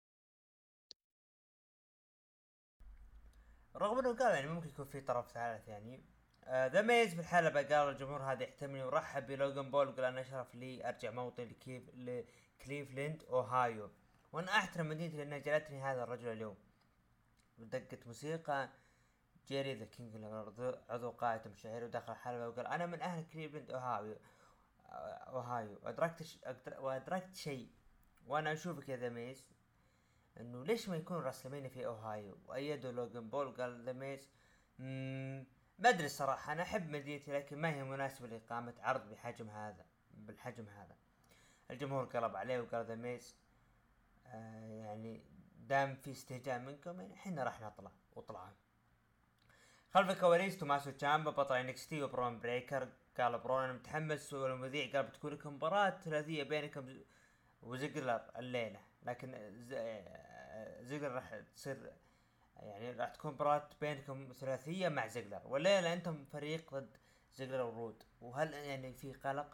رغم انه قال يعني ممكن يكون في طرف ثالث يعني. آه ذا ميز في الحلبة قال الجمهور هذا يحتمني، ورحب بلوغان بول وقال انا شرف لي ارجع موطني لكيف لكليفلند اوهايو، وانا احترم مدينتي لانها جعلتني هذا الرجل اليوم. ودقت موسيقى جيري ذا كينج لورد عضو قاعدة مشاهير ودخل الحلبة وقال انا من اهل كليفلند اوهايو اوهايو وادركت ش... أدر- وادركت شيء وانا اشوفك يا ذا ميز، انه ليش ما يكون راسلمانيا في اوهايو، وايدوا لوجن بول وقال ذا ميز مم، ما ادري الصراحه، انا احب مدينتي لكن ما هي مناسبه لاقامه عرض بحجم هذا بالحجم هذا. الجمهور قلب عليه وقال ذا ميز آه يعني دام في استهجان منكم يعني احنا راح نطلع، وطلعوا. خلف الكواليس توماسو تشامبا بطل انكس تي وبرون بريكر قال برون انا متحمس، والمذيع قال بتكون لكم مباراة ثلاثية بينكم وزيجلر الليلة، لكن زيجلر راح تصير يعني راح تكون مباراة بينكم ثلاثية مع زيجلر، والليلة انتم فريق ضد زيجلر ورود، وهل يعني في قلق؟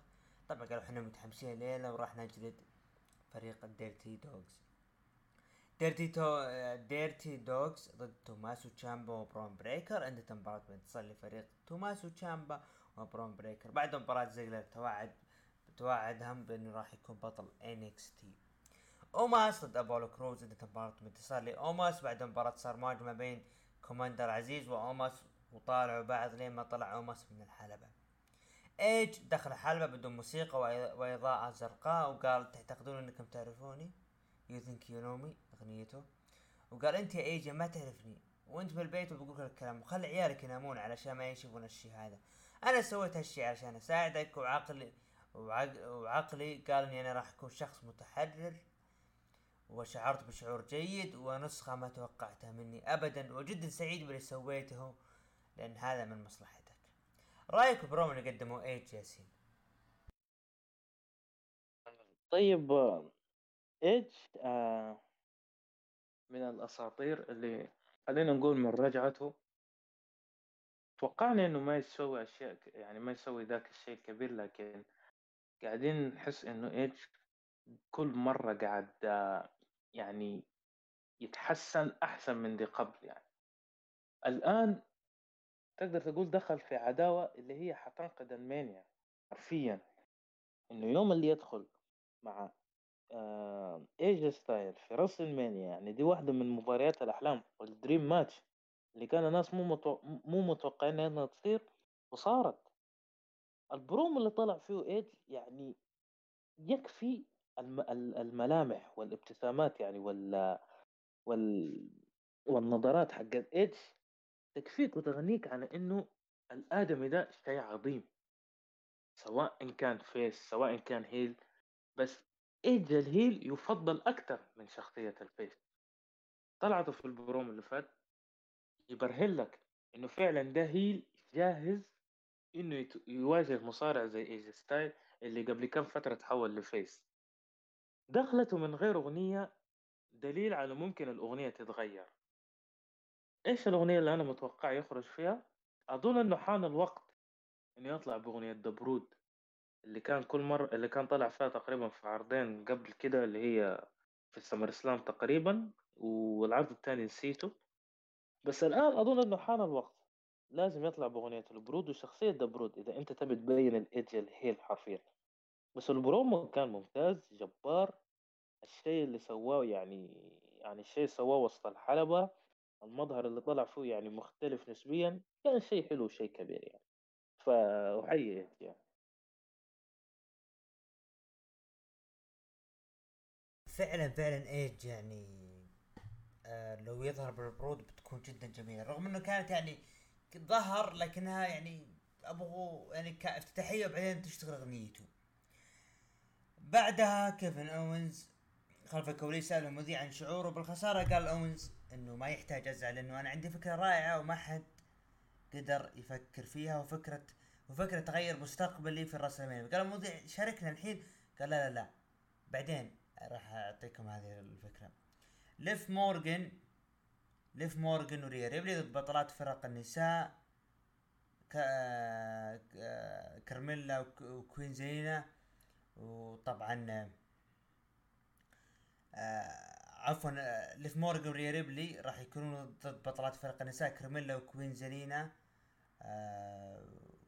طبعا قالوا احنا متحمسين ليلة وراح نجلد فريق الديرتي دوغز. ديرتي تو ديرتي دوغز ضد توماسو تشامبا وبرون بريكر. عندت مباراة بانتصار لفريق توماسو تشامبا وبرون بريكر. بعد مباراة زيجلر توعد توعدهم بانه راح يكون بطل انكس تي. اوماس ضد ابولو كروز. عندت مباراة بانتصار لاوماس بعد مباراة صار مواجهة ما بين كوماندر عزيز واوماس، وطالعوا بعض لين ما طلع اوماس من الحلبة. ايج دخل الحلبة بدون موسيقى واضاءة زرقاء وقال تعتقدون انكم تعرفوني؟ يو ثينك يو نو مي اغنيته. وقال انت يا ايجي ما تعرفني وانت بالبيت وبقول لك الكلام وخلي عيالك ينامون علشان ما يشوفون الشي هذا. انا سويت هالشي علشان اساعدك، وعقلي وعق... وعقلي قال اني انا راح اكون شخص متحرر، وشعرت بشعور جيد ونسخة ما توقعتها مني ابدا، وجدا سعيد باللي سويته لان هذا من مصلحتك. رايك بروم اللي قدمه ايج ياسين؟ طيب، آه، ايج آه من الاساطير اللي خلينا نقول من رجعته توقعنا انه ما يسوي اشياء ك- يعني ما يسوي ذاك الشيء الكبير، لكن قاعدين نحس انه ايج كل مرة قاعد آه، يعني يتحسن احسن من دي قبل يعني. الان تقدر تقول دخل في عداوة اللي هي حتنقذ المانيا حرفيا. انه يوم اللي يدخل مع آه ايج ستايل في راس المانيا، يعني دي واحدة من مباريات الاحلام والدريم ماتش اللي كان الناس مو متو... مو متوقعين انها تصير، وصارت. البروم اللي طلع فيه ايج يعني يكفي الم... ال- الملامح والابتسامات يعني وال... وال... والنظرات حق ايج تكفيك وتغنيك عن انه الادمي ده شيء عظيم، سواء كان فيس سواء كان هيل. بس ايج الهيل يفضل اكثر من شخصية الفيس. طلعته في البروم اللي فات يبرهن لك انه فعلا ده هيل جاهز انه يت- يواجه مصارع زي ايج ستايل اللي قبل كم فترة تحول لفيس. دخلته من غير اغنية دليل على ممكن الاغنية تتغير. ايش الاغنية اللي انا متوقع يخرج فيها؟ اظن انه حان الوقت انه يطلع باغنية دبرود، اللي كان كل مرة اللي كان طلع فيها تقريبا في عرضين قبل كده، اللي هي في السمر اسلام تقريبا، والعرض الثاني نسيته. بس الآن أظن إنه حان الوقت لازم يطلع بأغنية البرود وشخصية دبرود إذا أنت تبي تبين الإيدج الهيل حرفيا. بس البرومو كان ممتاز جبار. الشيء اللي سواه يعني يعني الشيء سواه وسط الحلبة، المظهر اللي طلع فيه يعني مختلف نسبيا، كان شيء حلو شيء كبير يعني. فأحيي يعني. فعلا فعلا ايج يعني آه لو يظهر بالبرود بتكون جدا جميلة، رغم انه كانت يعني ظهر لكنها يعني ابغى يعني كافتتاحية وبعدين تشتغل اغنيته. بعدها كيفن اوينز خلف الكواليس سأل المذيع عن شعوره بالخسارة. قال اوينز انه ما يحتاج ازعل لانه انا عندي فكرة رائعة وما حد قدر يفكر فيها، وفكرة وفكرة تغير مستقبلي في الرسلمانيا. قال المذيع شاركنا الحين. قال لا لا لا بعدين راح اعطيكم هذه الفكرة. ليف مورجن ليف مورجن وريا ريبلي ضد بطلات فرق النساء ك... ك- كارميلا وك- وكوين زينا. وطبعا آه عفوا آه، ليف مورجن وريا ريبلي راح يكونون ضد بطلات فرق النساء كارميلا وكوين زينا. آه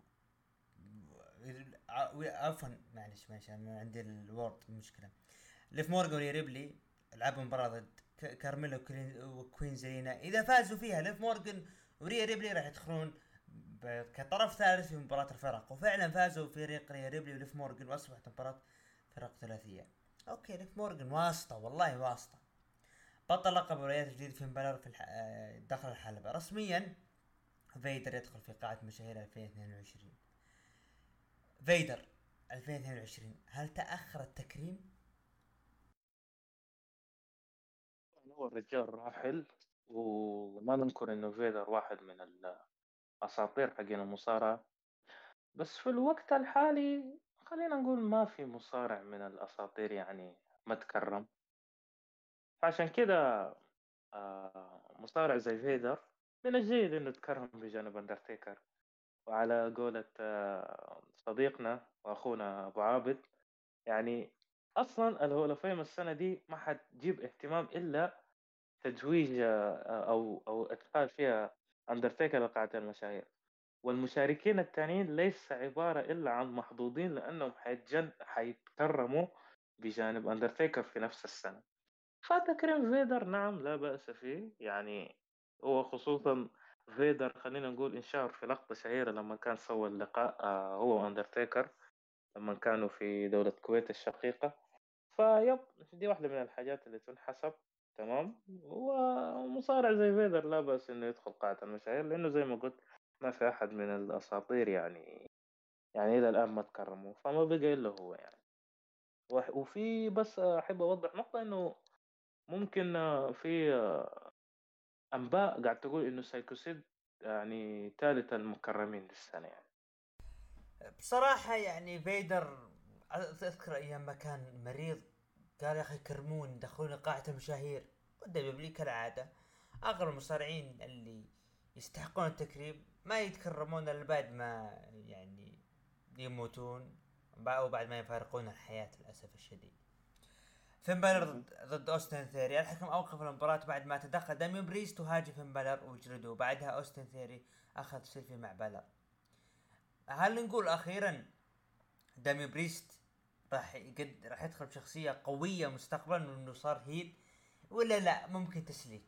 ع- عفوا معلش معلش انا عندي الوورد مشكله. ليف مورجان وريا ريبلي لعبوا مباراة ضد ك- كارميلا وكوين وكوين زيلينا. اذا فازوا فيها ليف مورجان وريا ريبلي راح يدخلون ب- كطرف ثالث في مباراة الفرق، وفعلا فازوا فريق ريا ريبلي وليف مورجان واصبحت مباراة فرق ثلاثية. اوكي ليف مورجان واسطة والله واسطة. بطل لقب الولايات الجديد في بلر في الح... آه، داخل الحلبة رسميا. فيدر يدخل في قاعة مشاهير ألفين واثنين وعشرين. فيدر ألفين واثنين وعشرين هل تأخر التكريم؟ هو الرجال راحل، وما ننكر إنه فيدر واحد من الأساطير حقين المصارعة. بس في الوقت الحالي خلينا نقول ما في مصارع من الأساطير يعني ما تكرم. فعشان كده آه، مصارع زي فيدر من الجيد إنه تكرم بجانب أندرتيكر. وعلى قولة آه، صديقنا وأخونا أبو عابد، يعني أصلا الهول اوف فيم السنة دي ما حتجيب اهتمام إلا تتويج آه، أو أو إدخال فيها أندرتيكر لقاعة المشاهير، والمشاركين التانيين ليس عبارة إلا عن محظوظين لأنهم حيتجن حيتكرموا بجانب أندرتيكر في نفس السنة. فتكريم فيدر نعم لا بأس فيه يعني. هو خصوصا فيدر خلينا نقول انشهر في لقطة شهيرة لما كان سوى اللقاء آه، هو وأندرتيكر لما كانوا في دولة الكويت الشقيقة. فيب، دي واحدة من الحاجات اللي تنحسب. تمام. ومصارع زي فيدر لا بأس إنه يدخل قاعة المشاهير، لأنه زي ما قلت ما في أحد من الأساطير يعني يعني إلى الآن ما تكرموا، فما بقى إلا هو يعني. وح- وفي بس أحب أوضح نقطة إنه ممكن آه، في آه، أنباء قاعد تقول إنه سايكوسيد يعني ثالث المكرمين للسنة يعني. بصراحة يعني فيدر، اذكر ايام ما كان مريض قال يا اخي كرمون دخلوني قاعة المشاهير، والدبليو كالعادة اغلب المصارعين اللي يستحقون التكريم ما يتكرمون الا بعد ما يعني يموتون او بعد ما يفارقون الحياة للاسف الشديد. فين بالر مهم. ضد, ضد اوستن ثيري، الحكم اوقف المباراة بعد ما تدخل دامين بريست وهاجم فين بالر وجلدوه، بعدها اوستن ثيري اخذ سيلفي مع بالر. هل نقول اخيرا دامي بريست راح يقد راح يدخل بشخصية قوية مستقبلا وانه صار هيل، ولا لا ممكن تسليك؟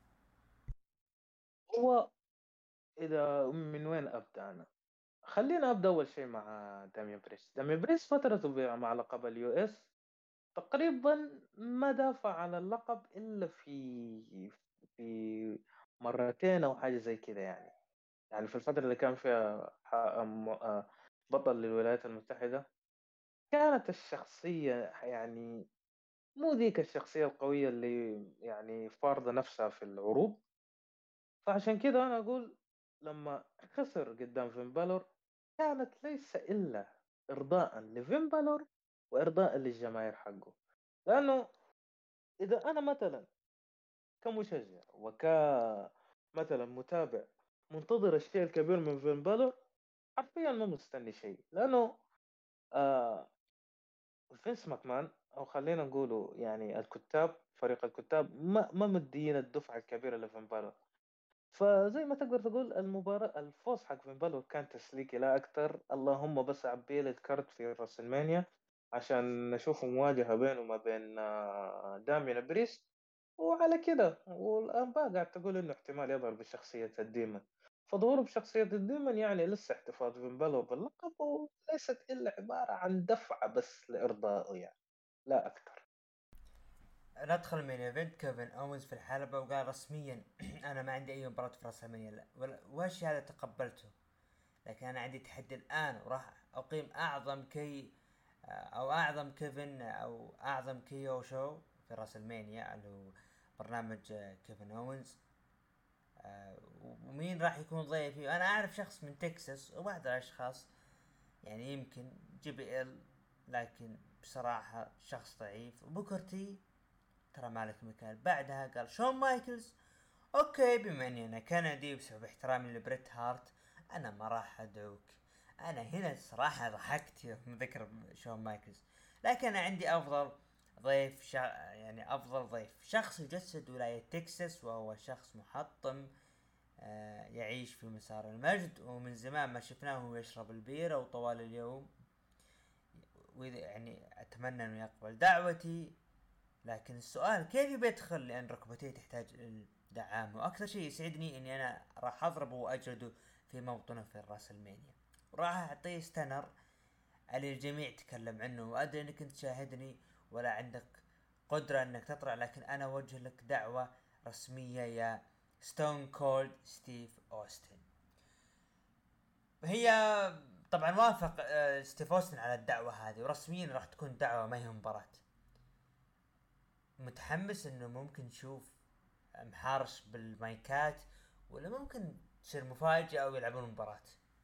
هو إذا من وين أبدأ أنا؟ خلينا أبدأ أول شيء مع داميان بريست. داميان بريست فترته ب- مع لقب اليو اس تقريبا ما دافع على اللقب إلا في في مرتين أو حاجة زي كذا يعني. يعني في الفترة اللي كان فيها ح- م- آه، بطل للولايات المتحدة، كانت الشخصية يعني مو ذيك الشخصية القوية اللي يعني فارضة نفسها في العروض. فعشان كده أنا أقول لما خسر قدام فين بالور كانت ليس إلا إرضاء لفين بالور وإرضاء للجماهير حقه. لأنه إذا أنا مثلا كمشجع وك مثلا متابع منتظر الشيء الكبير من فين بالور، حرفيا ما مستني شيء. لأنه آه فينس ماكمان او خلينا نقوله يعني الكتاب، فريق الكتاب ما ما مديين الدفعه الكبيره لفين بالور. فزي ما تقدر تقول المباراة الفوز حق فين بالور كان تسليكي لا أكتر. اللهم بس عبيل الكارت في راسلمانيا عشان نشوف مواجهة بينه وما بين آه، دامين بريست. وعلى كده والآنباء قاعد تقول إنه احتمال يظهر بشخصية الديمن. فظهوره بشخصية الديمن يعني لسه احتفاظ فين بالور باللقب، وليست إلا عبارة عن دفعة بس لإرضائه يعني، لا أكثر. ندخل من ايفنت كيفن اونز في الحلبة وقال رسميا انا ما عندي اي مباراة في راس المانيا، لا ولا- والشيء هذا تقبلته، لكن انا عندي تحدي الان وراح اقيم اعظم كي او اعظم كيفن او اعظم كيو شو في راس المانيا اللي هو برنامج آه، كيفن اونز. آه، ومين راح يكون ضيفي؟ انا اعرف شخص من تكساس وبعض الاشخاص يعني يمكن جي بي ال، لكن بصراحة شخص ضعيف. وبوكرتي ترى مالك مكان. بعدها قال شون مايكلز. اوكي بما اني انا كندي بسبب احترامي لبريت هارت انا ما راح ادعوك. انا هنا صراحة ضحكت يوم ذكر شون مايكلز، لكن انا عندي افضل ضيف شا... يعني افضل ضيف شخص يجسد ولاية تكساس، وهو شخص محطم آه، يعيش في مسار المجد، ومن زمان ما شفناه يشرب البيرة وطوال اليوم. وإذا يعني أتمنى أنه يقبل دعوتي، لكن السؤال كيف بيدخل؟ لأن ركبتي تحتاج الدعامة، وأكثر شيء يسعدني أني أنا راح أضربه وأجلده في موطنه في الراس المانيا، وراح أعطيه ستانر اللي الجميع تكلم عنه. وأدري أنك أنت تشاهدني ولا عندك قدرة أنك تطلع، لكن أنا أوجه لك دعوة رسمية يا ستون كولد ستيف أوستن. هي طبعا وافق آه، ستيف أوستن على الدعوة هذه، ورسميا راح تكون دعوة ما هي مباراة. متحمس انه ممكن نشوف محارش بالمايكات، ولا ممكن تصير مفاجأة ويلعبون مباراة.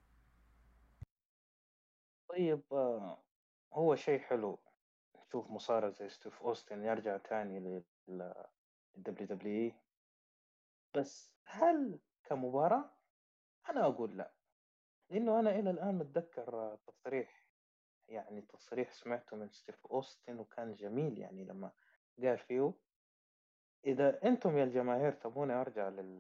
طيب آه، هو شيء حلو نشوف مصارع زي ستيف أوستن يرجع تاني لل دبليو دبليو إي، بس هل كمباراة؟ أنا أقول لا. لأنه أنا إلى الآن متذكر آه، تصريح، يعني تصريح سمعته من ستيف أوستن وكان جميل، يعني لما قال فيه: إذا أنتم يا الجماهير تبوني أرجع لل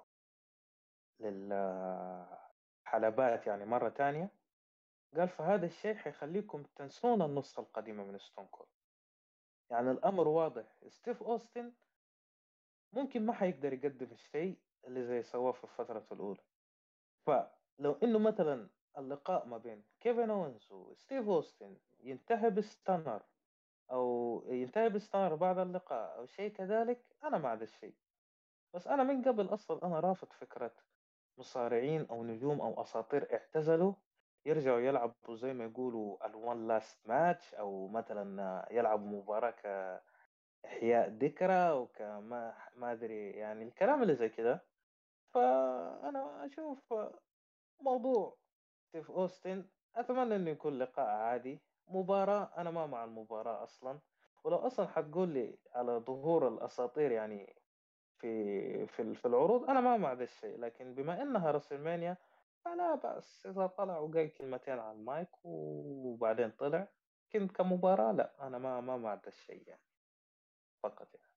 للحلبات يعني مرة تانية، قال فهذا الشيء حيخليكم تنسون النسخة القديمة من ستون كول. يعني الأمر واضح، ستيف أوستن ممكن ما حيقدر يقدم الشيء اللي زي سواه في الفترة الأولى. فلو إنه مثلا اللقاء ما بين كيفن أوينز وستيف أوستن ينتهي بستانر، أو ينتهي بستانر بعد اللقاء أو شيء كذلك، أنا مع هذا الشيء. بس أنا من قبل أصلا أنا رافض فكرة مصارعين أو نجوم أو أساطير اعتزلوا يرجعوا يلعبوا زي ما يقولوا الون لاست ماتش، أو مثلا يلعبوا مباراة كإحياء ذكرى وكما ما أدري يعني الكلام اللي زي كده. فأنا أشوف موضوع ستيف أوستن، أتمنى إنه يكون لقاء عادي. مباراة أنا ما مع المباراة أصلا. ولو أصلا حتقول لي على ظهور الأساطير يعني في في في العروض، انا ما مع ذا الشيء، لكن بما انها رسلمانيا فلا بأس اذا طلع وقال كلمتين على المايك وبعدين طلع. كنت كمباراة لا، انا ما ما مع ذا الشيء يعني، فقط يعني.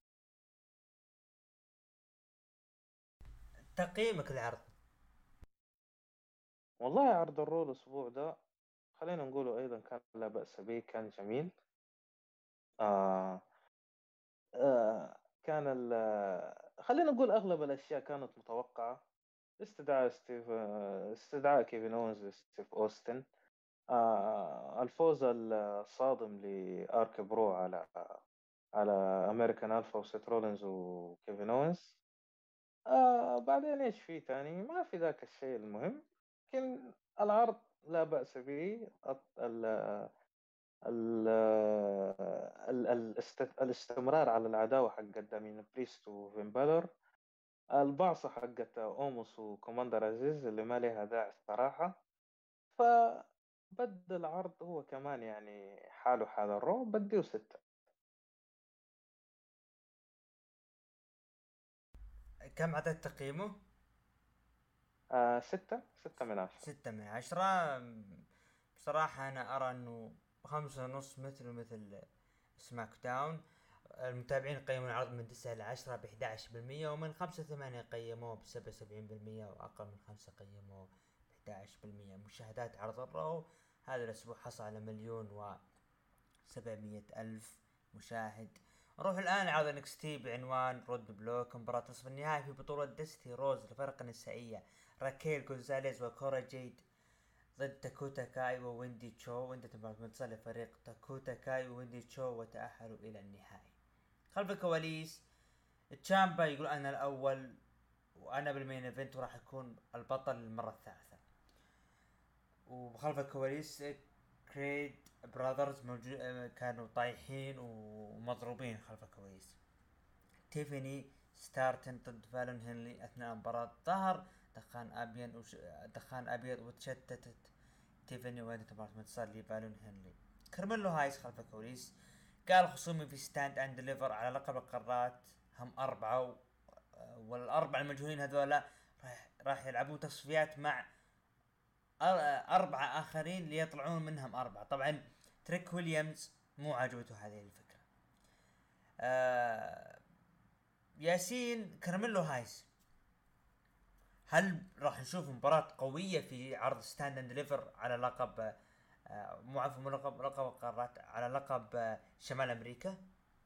تقييمك العرض؟ والله عرض الرو الاسبوع ده خلينا نقوله ايضا كان لا بأس به، كان جميل. آه آه كان ال آه، خلينا نقول اغلب الاشياء كانت متوقعة. استدعاء ستيف آه، استدعاء كيفن اونز لستيف اوستن، آه الفوز الصادم لآرك برو على على أمريكان ألفا وسيت رولينز وكيفن أوينز. آه بعدين إيش في تاني؟ ما في ذاك الشيء المهم. لكن العرض لا بأس به. الت- ال ال ال الاست- الاستمرار على العداوة حقت دامين بريست وفين بالور، البعصة حقت أوموس وكوماندر عزيز اللي ما لها داعي الصراحة. فبدل العرض هو كمان يعني حاله حال الرو، بديه ستة. كم عدد تقييمه؟ آه ستة ستة من عشرة. ستة من عشرة. بصراحة أنا أرى أنه خمسة ونص مثل مثل سماك داون. المتابعين قيموا العرض من تسعة لعشرة بإحدى عشر بالمية، ومن خمسة ثمانية قيموه بسبعة وسبعين بالمية، وأقل من خمسة قيموه بإحدى عشر بالمية. مشاهدات عرض الرو هذا الأسبوع حصل على مليون وسبعمية ألف مشاهد. نروح الآن لعرض انكس تي بعنوان رود بلوك، مباراة نصف النهائي في بطولة ديستي روز لفرق النسائية راكيل جونزاليز وكورا جيد ضد تاكوتا كاي وويندي تشو. وانتهت المباراة لفريق تاكوتا كاي وويندي تشو وتأهلوا إلى النهائي. خلف الكواليس تشامبا يقول أنا الأول وأنا بالمين ايفنت وراح أكون البطل المرة الثالثة. وخلف الكواليس كريد براذرز موجود، كانوا طايحين ومضروبين خلف الكواليس. تيفاني ستارتن ضد فالون هنلي اثناء المباراة. ظهر دخان ابيض وش... دخان ابيض وتشتتت تيفاني وادت المباراة انتصار لفالون هنلي. كارميلو هايس خلف الكواليس قال خصومي في ستاند اند ديليفر على لقب القارات هم أربعة و... والأربعة المجهولين هذولا راح راح يلعبون تصفيات مع أربعة آخرين ليطلعون منهم أربعة. طبعا تريك ويليامز مو عجبته هذه الفكرة. آه ياسين كارميلو هايس، هل راح نشوف مباراة قوية في عرض ستاند اند ديليفر على لقب آه مو عفوا مو لقب لقب القارات، على لقب آه شمال امريكا؟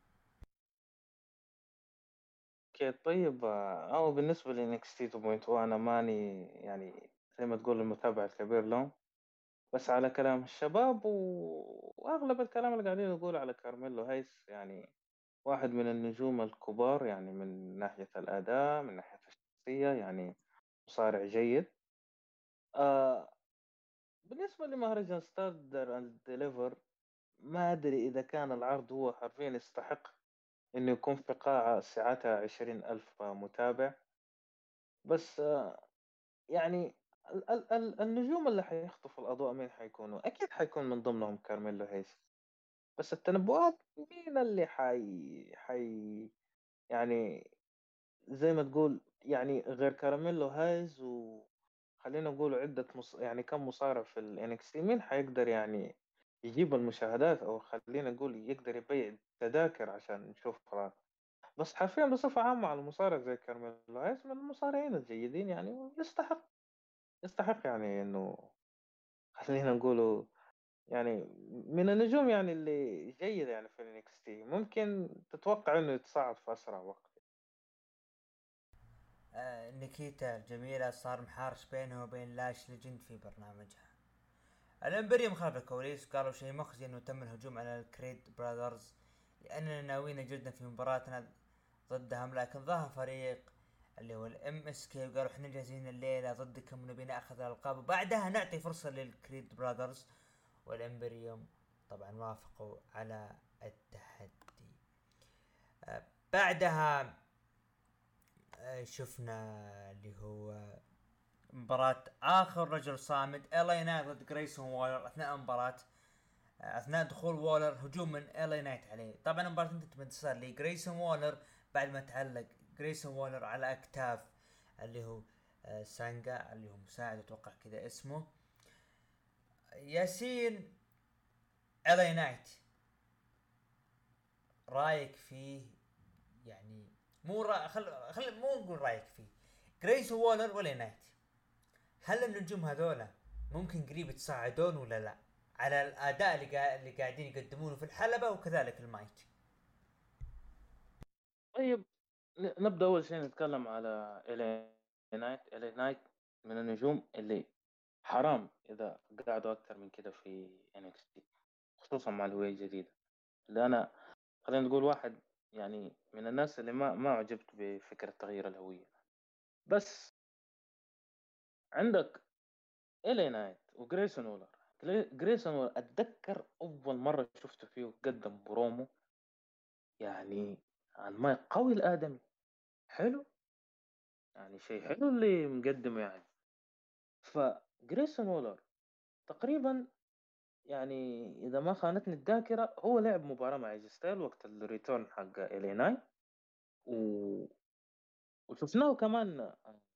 اوكي طيب، آه، أو بالنسبة لإنكس تي تو بوينت أنا ماني يعني زي ما تقول المتابع الكبير لهم. بس على كلام الشباب و... وأغلب الكلام اللي قاعدين يقول على كارميلو هايس، يعني واحد من النجوم الكبار، يعني من ناحية الأداء من ناحية الشخصية، يعني مصارع جيد. آه بالنسبة لمهرجان ستاندر اند ديليفر، ما أدري إذا كان العرض هو حرفيا يستحق إنه يكون في قاعة سعتها عشرين ألف متابع. بس آه، يعني ال ال ال النجوم اللي حيخطفوا الأضواء مين حيكونوا؟ أكيد حيكون من ضمنهم كارميلو هيس. بس التنبؤات مين اللي حي حي يعني زي ما تقول يعني غير كارميلو هايز خلينا نقول عدة مص... يعني كم مصارع في ال إن إكس تي، مين حيقدر يعني يجيب المشاهدات، أو خلينا نقول يقدر يبيع تذاكر عشان نشوف ران. بس حرفيا بصفة عامة على المصارع زي كارميلو هايس من المصارعين الجيدين يعني، ويستحق يستحق يعني إنه خلينا نقوله يعني من النجوم يعني اللي جيدة يعني في ال إن إكس تي. ممكن تتوقع إنه يتصاعد في أسرع وقت. آه نيكيتا الجميلة صار محارش بينها وبين لاش ليجند في برنامجها. الامبريوم خلف الكواليس قالوا شيء مخزي انه تم الهجوم على الكريد براذرز لاننا ناويين جدا في مباراتنا ضدهم، لكن ظهر فريق اللي هو الام اس كي وقالوا احنا جاهزين الليله ضدكم ونبي ناخذ الالقاب وبعدها نعطي فرصه للكريد براذرز. والامبريوم طبعا وافقوا على التحدي. آه، بعدها آه، شفنا اللي هو مباراة آخر رجل صامد إلي نايت ضد جريسون وولر أثناء المباراة. اثناء دخول وولر هجوم من الي نايت عليه. طبعا المباراة انتهت بانتصار لجريسون وولر بعد ما تعلق جريسون وولر على اكتاف اللي هو آه، سانجا اللي هو مساعد اتوقع كذا اسمه. ياسين، الي نايت رايك فيه؟ يعني مو را... خل... خل مو نقول رايك فيه. جريسون وولر ولا نايت، هل النجوم هذولا ممكن قريب يتصاعدون ولا لا على الاداء اللي, قا... اللي قاعدين يقدمونه في الحلبة وكذلك المايك؟ طيب، ن- نبدأ أول شيء نتكلم على إلي نايت. إلي نايت من النجوم اللي حرام إذا قعدوا أكثر من كده في إن إكس تي، خصوصا مع الهوية الجديدة. اللي أنا خلينا نقول واحد يعني من الناس اللي ما ما عجبت بفكرة تغيير الهوية. بس عندك إلي نايت وجريسون وولر. جري- جريسون وولر أتذكر أول مرة شفته فيه قدم برومو، يعني عن ما قوي الآدمي، حلو، يعني شيء حلو اللي مقدمه يعني. فجريسون وولر تقريبا يعني إذا ما خانتني الذاكرة هو لعب مباراة مع ايجي ستايل وقت الريتورن حق إلي ناي، و... وشفناه كمان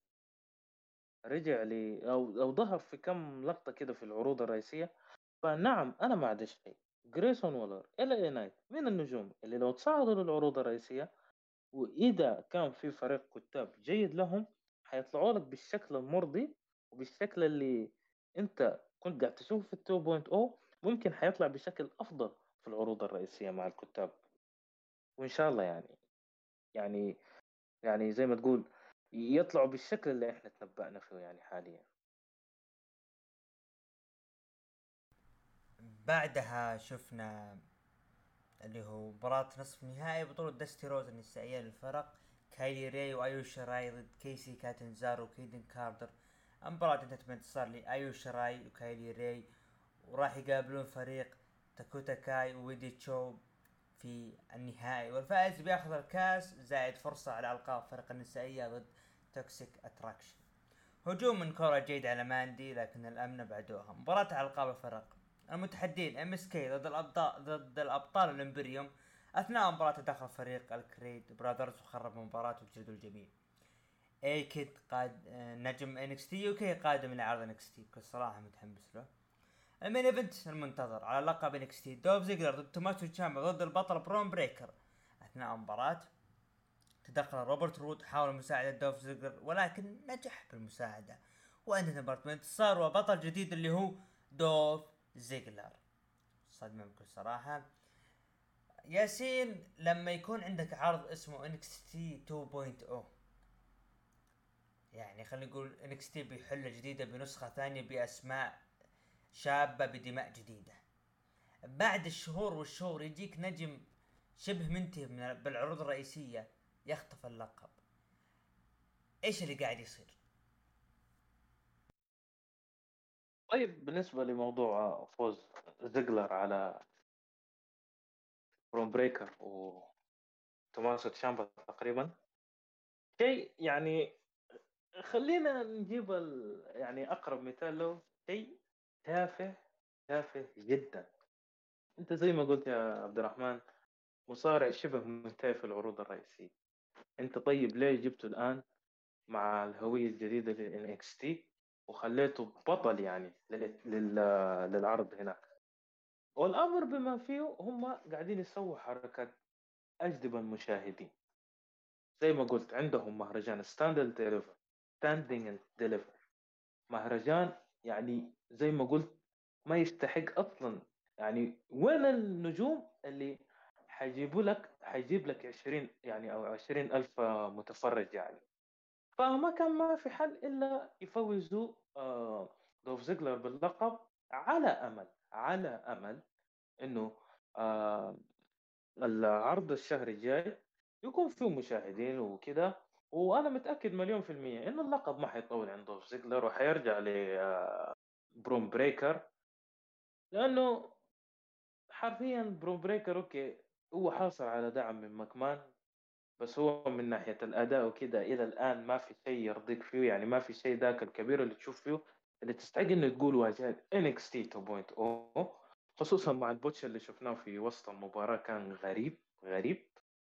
رجع لي أو أو ظهر في كم لقطة كده في العروض الرئيسية. فنعم أنا ما عندي شيء، جريسون وولر إلي نايت من النجوم اللي لو تصعدوا للعروض الرئيسية وإذا كان في فريق كتاب جيد لهم حيطلعوا لك بالشكل المرضي وبالشكل اللي أنت كنت قاعد تشوفه في ال اثنين نقطة صفر. ممكن حيطلع بشكل أفضل في العروض الرئيسية مع الكتاب، وإن شاء الله يعني يعني يعني زي ما تقول يطلعوا بالشكل اللي احنا تنبأنا فيه يعني حاليا. بعدها شفنا اللي هو مباراة نصف نهائي بطولة دستي روز النسائية للفرق، كايلي ري وايوشا راي ضد كيسي كاتنزارو وكيدن كاردر. المباراة انتهت بانتصار لايوشا راي وكايلي ري، وراح يقابلون فريق تاكوتا كاي وويدي تشو في النهائي، والفائز بياخذ الكاس زائد فرصة على القاب فرق النسائية ضد توكسيك اتراكشن. هجوم من كورة جيد على ماندي لكن الامن بعدوها. مباراة على القاب الفرق، المتحدين ام اس كي ضد الابطال ضد الابطال الامبريوم. اثناء المباراة تدخل فريق الكريد براذرز وخرب المباراة وجلدوا الجميع. اي كيد قاد آه، نجم انكس تي يوكي قادم الى عرض انكس تي بكل صراحة متحمس له. المين ايفنت المنتظر على لقب انكس تي، دوف زيجلر ضد توماسو تشامبا ضد البطل برون بريكر. اثناء المباراة تدخل روبرت رود حاول مساعدة دوف زيجلر ولكن نجح بالمساعدة، وانتهت المباراة بانتصار وبطل جديد اللي هو دوف زيجلر. صدمة بكل صراحة. ياسين، لما يكون عندك عرض اسمه انكس تي اثنين نقطة صفر، يعني خلينا نقول انكس تي بحلة جديدة بنسخة ثانية باسماء شابة بدماء جديدة، بعد الشهور والشهور يجيك نجم شبه منتهي من بالعروض الرئيسية يخطف اللقب. ايش اللي قاعد يصير؟ طيب، بالنسبة لموضوع فوز زيجلر على برون بريكر وتوماسو تشامبا تقريبا، شيء يعني خلينا نجيب ال... يعني أقرب مثال له شيء تافه، تافه جدا. أنت زي ما قلت يا عبد الرحمن مصارع شبه منتهي في العروض الرئيسية. أنت طيب ليه جبته الآن مع الهوية الجديدة لل إن إكس تي وخليته بطل يعني لل... لل... للعرض هناك. والأمر بما فيه هم قاعدين يسووا حركة أجذب المشاهدين. زي ما قلت عندهم مهرجان ستاند اند ديليفر، ستاندينج اند ديليفر، مهرجان يعني زي ما قلت ما يستحق أصلا. يعني وين النجوم اللي حيجيبوا لك، حيجيب لك عشرين يعني أو عشرين ألف متفرج يعني. فما كان ما في حل إلا يفوزوا آه، دوف زيجلر باللقب، على أمل على أمل إنه آه، العرض الشهر الجاي يكون فيه مشاهدين وكده. وأنا متأكد مليون في المية إنه اللقب ما حيطول عند دوف زيجلر وحيرجع لبروم بريكر. لأنه حرفيا بروم بريكر أوكي هو حاصل على دعم من ماكمان، بس هو من ناحية الأداء وكده إلى الآن ما في شيء يرضيك فيه. يعني ما في شيء ذاك الكبير اللي تشوف فيه اللي تستحق إنه تقول واجهة إن إكس تي تو بوينت أو، خصوصا مع البوتش اللي شفناه في وسط المباراة كان غريب غريب.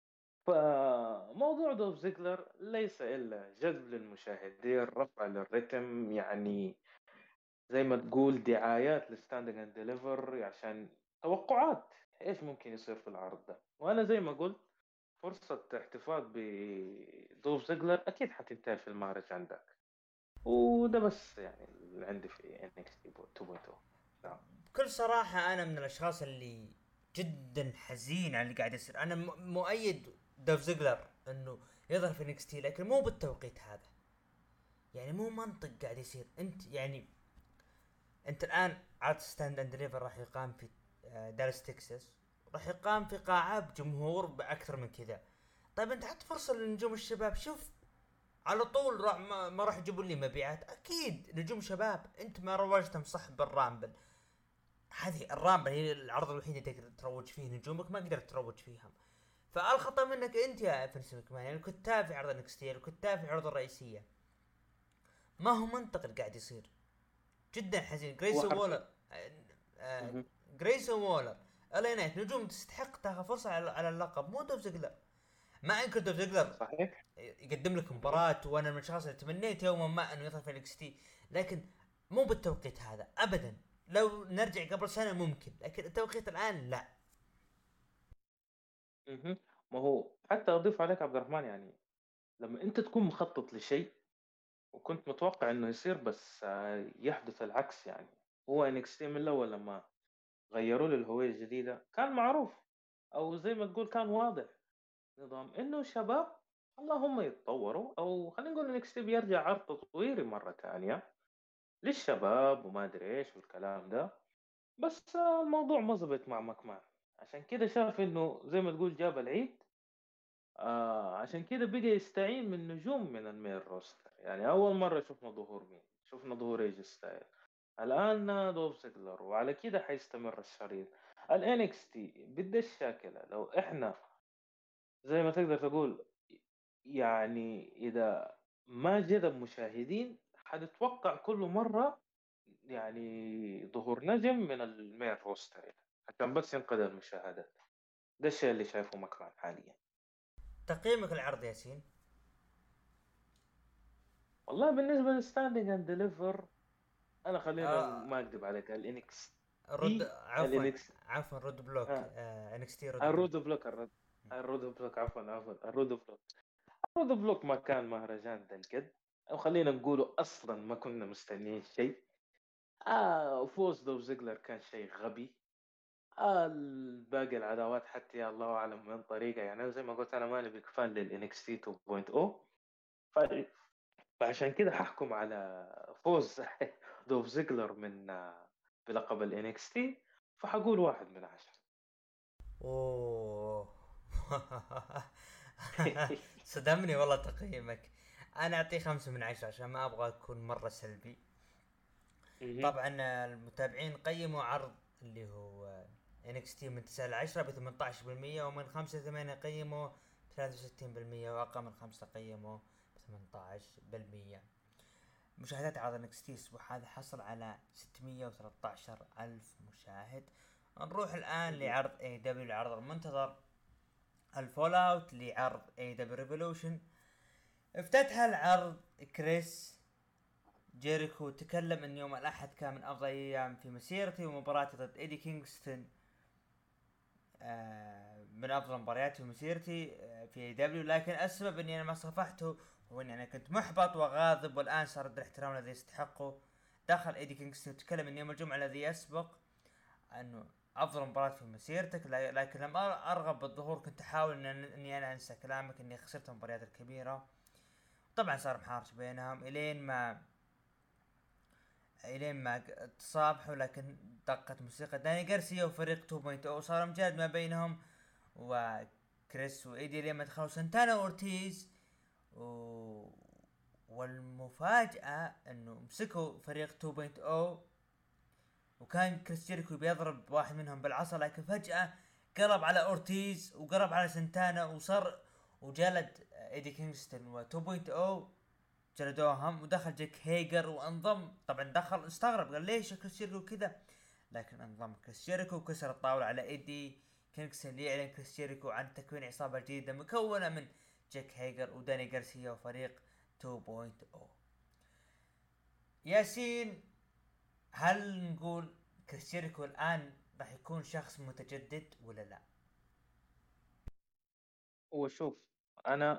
فموضوع دوف زيجلر ليس إلا جذب للمشاهدين، رفع للريتم، يعني زي ما تقول دعايات لستاندنج اند ديليفر عشان توقعات ايش ممكن يصير في العرض ده. وانا زي ما قلت فرصة احتفاظ بدولف زيجلر اكيد حتنتهي في المهرجان ده. وده بس يعني اللي عندي في ان اكس تي تو بوينت او. نعم. بكل صراحة أنا من الأشخاص اللي جدا حزين على اللي قاعد يصير. أنا م- مؤيد دوف زيجلر إنه يظهر في نيكستي، لكن مو بالتوقيت هذا. يعني مو منطق قاعد يصير. أنت يعني أنت الآن عرض ستاند أند ديليفر راح يقام في آه، دالاس تكساس، راح يقام في قاعة بجمهور بأكثر من كذا. طيب أنت حط فرصة للنجوم الشباب. شوف على طول راح ما, ما راح يجيبوا لي مبيعات. أكيد نجوم شباب أنت ما روجتهم صح بالرامبل. هذه الرامبل هي العرض الوحيد اللي تقدر تروج فيه نجومك، ما قدرت تروج فيها. فالخطا منك انت يا فينس ماكمان. يعني الكتاب في عرض انكستي، الكتاب في العروض الرئيسيه. ما هو منطق اللي قاعد يصير. جدا حزين. هو جريسون حرفيا. وولر آه، آه، مهم. جريسون وولر الي نايت نجوم تستحق تاخذ فرصه على, على اللقب، مو دوف زيجلر. ما انكر دوف زيجلر صحيح. يقدم لك مهم. مباراة، وانا من الاشخاص اللي تمنيت يوما ما انه يظهر في انكستي، لكن مو بالتوقيت هذا ابدا. لو نرجع قبل سنة ممكن، لكن التوقيت الان لا. مهم. ما هو حتى اضيف عليك عبد الرحمن، يعني لما انت تكون مخطط لشيء وكنت متوقع انه يصير بس آه، يحدث العكس. يعني هو انكس تي من الاول لما غيروا له الهوية الجديدة كان معروف، او زي ما تقول كان واضح نظام انه شباب اللهم يتطوروا، او خلينا نقول انكس تي بيرجع عرض تطويري مرة ثانية للشباب وما ادري ايش والكلام ده. بس آه، الموضوع ما زبط مع ماكمان، عشان كده شاف انه زي ما تقول جاب العيد. آه عشان كده بقى يستعين من نجوم من المين روستر. يعني أول مرة شفنا ظهور مين؟ شفنا ظهور ايج ستايل، الآن دوف زيجلر، وعلى كده حيستمر الشريط. ال إن إكس تي بديش شاكلة لو إحنا زي ما تقدر تقول، يعني إذا ما جذب مشاهدين حنتوقع كل مرة يعني ظهور نجم من المين روستر، يعني عشان بس ينقذ المشاهدات. ده الشيء اللي شايفه مكمان حاليا. تقييمك العرض ياسين؟ والله بالنسبة للستاندينج اند ديليفر، انا خلينا آه ما اكذب عليك، الانكس رد تي عفوا. الانكس عفوا رد بلوك. آه. آه انكستي رد بلوك. الرود بلوك الرود الرود بلوك عفوا عفوا الرود بلوك. الرود بلوك ما كان مهرجان ذا القد، او خلينا نقوله اصلا ما كنا مستنيين شيء. آه فوز دوف زيجلر كان شيء غبي. آه باقي العداوات حتى يا الله اعلم من طريقه. يعني أنا زي ما قلت انا ماني بيك فان للانكس تي تو بوينت او، فعشان كده ححكم على فوز دوف زيجلر من بلقب ال إن إكس تي، فحقول واحد من عشرة. اوه. صدمني والله تقييمك. انا اعطيه خمسة من عشرة عشان ما ابغى اكون مرة سلبي. مهم. طبعا المتابعين قيموا عرض اللي هو انكستي من تسعة ل عشرة ب ثمانية عشر بالمية، ومن خمسة ل ثمانية قيموا ثلاثة وستين بالمية، واقل من خمسة قيموا ب ثمانية عشر بالمية. مشاهدات عرض انكستي الاسبوع هذا حصل على ستمية وثلاثة عشر الف مشاهد. نروح الان مهم. لعرض اي دبليو، العرض المنتظر، الفول اوت لعرض اي دبليو ريفولوشن. افتتح العرض كريس جيريكو تكلم ان يوم الاحد كان من افضل ايام في مسيرتي، ومباراتي ضد ايدي كينغستون آه من افضل مبارياتي في مسيرتي آه في اي دبليو. لكن السبب اني انا ما صافحته هو اني انا كنت محبط وغاضب، والان صار الاحترام الذي يستحقه. دخل ايدي كينغستون تكلم ان يوم الجمعه الذي يسبق انه افضل مباراة في مسيرتك، لا- لكن لما ارغب بالظهور كنت احاول ان اني انا انسى كلامك اني خسرت المباريات الكبيرة. طبعا صار محارش بينهم الين ما الين ما ق- تصابحوا، لكن دقت موسيقى داني غارسيا وفريق تو بوينت او صار امجاد ما بينهم وكريس وايدي لين ما دخلوا سانتانا واورتيز و... والمفاجأة انه مسكوا فريق تو بوينت او، وكان كريس جيريكو بيضرب واحد منهم بالعصا، لكن فجأة قلب على اورتيز وقلب على سنتانا وصار وجلد ايدي كينغستون و تو بوينت او جلدوهم، ودخل جيك هيجر وانضم. طبعا دخل استغرب قال ليش كريس جيريكو كذا، لكن انضم كريس جيريكو وكسر الطاولة على ايدي كينغستون ليعلن كريس جيريكو عن تكوين عصابة جديدة مكونة من جيك هيجر وداني غارسيا وفريق تو بوينت او. ياسين، هل نقول كريستيانو الان راح يكون شخص متجدد ولا لا؟ وشوف، انا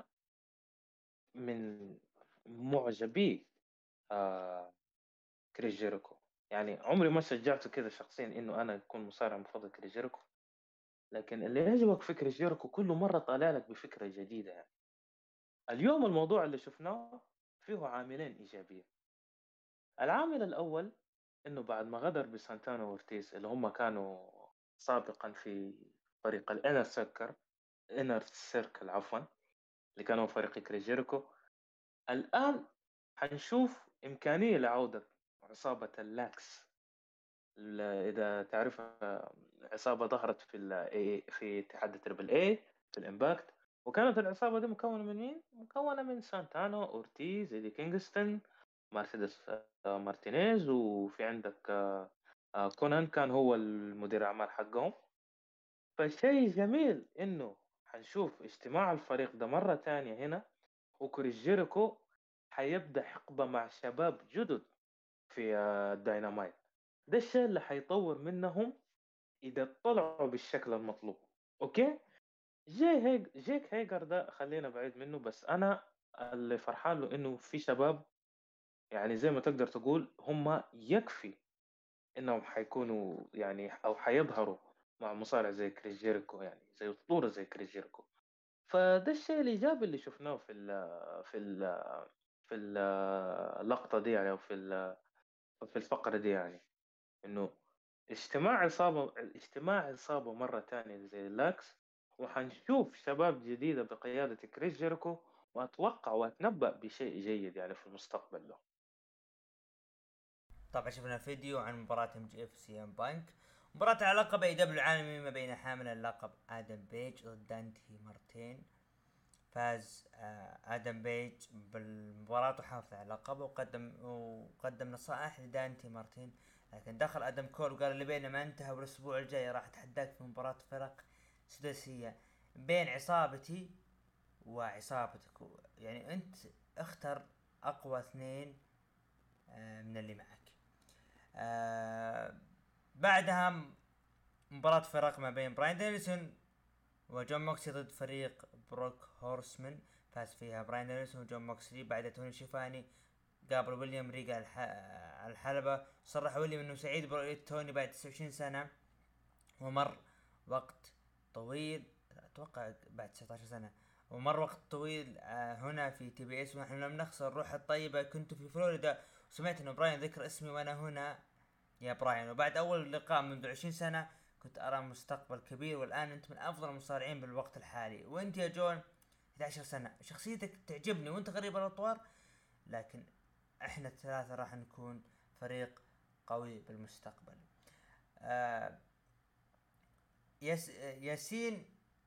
من معجبي آه كريس جيريكو. يعني عمري ما شجعته كذا شخصيا انه انا اكون مصارع مفضل كريس جيريكو، لكن اللي يعجبك في كريس جيريكو كل مره طالع لك بفكره جديده. يعني اليوم الموضوع اللي شفناه فيه عاملين ايجابيين. العامل الاول انه بعد ما غدر بسانتانا وورتيز اللي هم كانوا سابقا في فريق الانر سيركل انر سيركل عفوا، اللي كانوا فريق كريس جيريكو، الان حنشوف امكانيه لعوده عصابه اللاكس. ال- اذا تعرفها، عصابه ظهرت في ال في اتحاد التربل اي في الامباكت. وكانت العصابه دي مكونه من مين؟ مكونه من سانتانا، اورتيز، ايدي كينغستون، مرسيدس آه، مارتينيز، وفي عندك آه، آه، كونان كان هو المدير اعمال حقهم. فشيء جميل انه حنشوف اجتماع الفريق ده مره تانية هنا، وكريس جيريكو حيبدا حقبه مع شباب جدد في آه، الداينامايت. ده الشيء اللي حيطور منهم اذا طلعوا بالشكل المطلوب. اوكي. جي هيج جيك هيجر ده خلينا بعيد منه، بس انا اللي فرحان له انه في شباب، يعني زي ما تقدر تقول هم يكفي انهم حيكونوا يعني او حيظهروا مع مصارع زي كريس جيريكو، يعني زي اسطوره زي كريس جيريكو. فده الشيء الايجابي اللي شفناه في ال في ال في ال- اللقطه دي، يعني او في ال- في الفقره دي، يعني انه اجتماع عصابة اجتماع عصابة مرة تانية زي اللاكس، وحنشوف شباب جديدة بقيادة كريس جيريكو. وأتوقع وأتنبأ بشيء جيد يعني في المستقبل له. طبعا شفنا فيديو عن مباراة ام جي اف سي ام بانك، مباراة على لقب اي دبليو العالمي ما بين حامل اللقب ادم بيج ضد دانتي مارتين. فاز آه ادم بيج بالمباراة وحافظ على اللقب، وقدم وقدم نصائح لدانتي مارتين. لكن دخل ادم كول وقال اللي بيننا ما انتهى، والاسبوع الجاي راح اتحداك في مباراة فرق سداسية بين عصابتي وعصابتك، يعني انت اختر اقوى اثنين آه من اللي معك. آه بعدها مباراة فرق ما بين براين دانيلسون وجون موكسلي ضد فريق بروك هورسمان. فاز فيها براين دانيلسون وجون موكسلي بعد توني شيفاني قابل ويليام ريجا الح... على الحلبة. صرح ويليام انه سعيد برؤية توني بعد تسعة وعشرين سنة، ومر وقت طويل، اتوقع بعد تسعة عشر سنة، ومر وقت طويل آه هنا في تي بي اس ونحن لم نخسر روح الطيبة. كنت في فلوريدا وسمعت انه براين ذكر اسمي وانا هنا يا براين، وبعد اول لقاء منذ عشرين سنة كنت ارى مستقبل كبير، والان انت من افضل المصارعين بالوقت الحالي، وانت يا جون احد عشر سنة شخصيتك تعجبني وانت غريب الاطوار، لكن احنا الثلاثة راح نكون فريق قوي بالمستقبل. آه يس ياسين،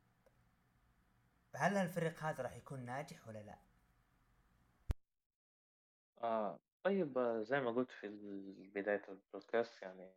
هل الفريق هذا راح يكون ناجح ولا لا؟ آه طيب، آه، زي ما قلت في ال- بداية البودكاست، يعني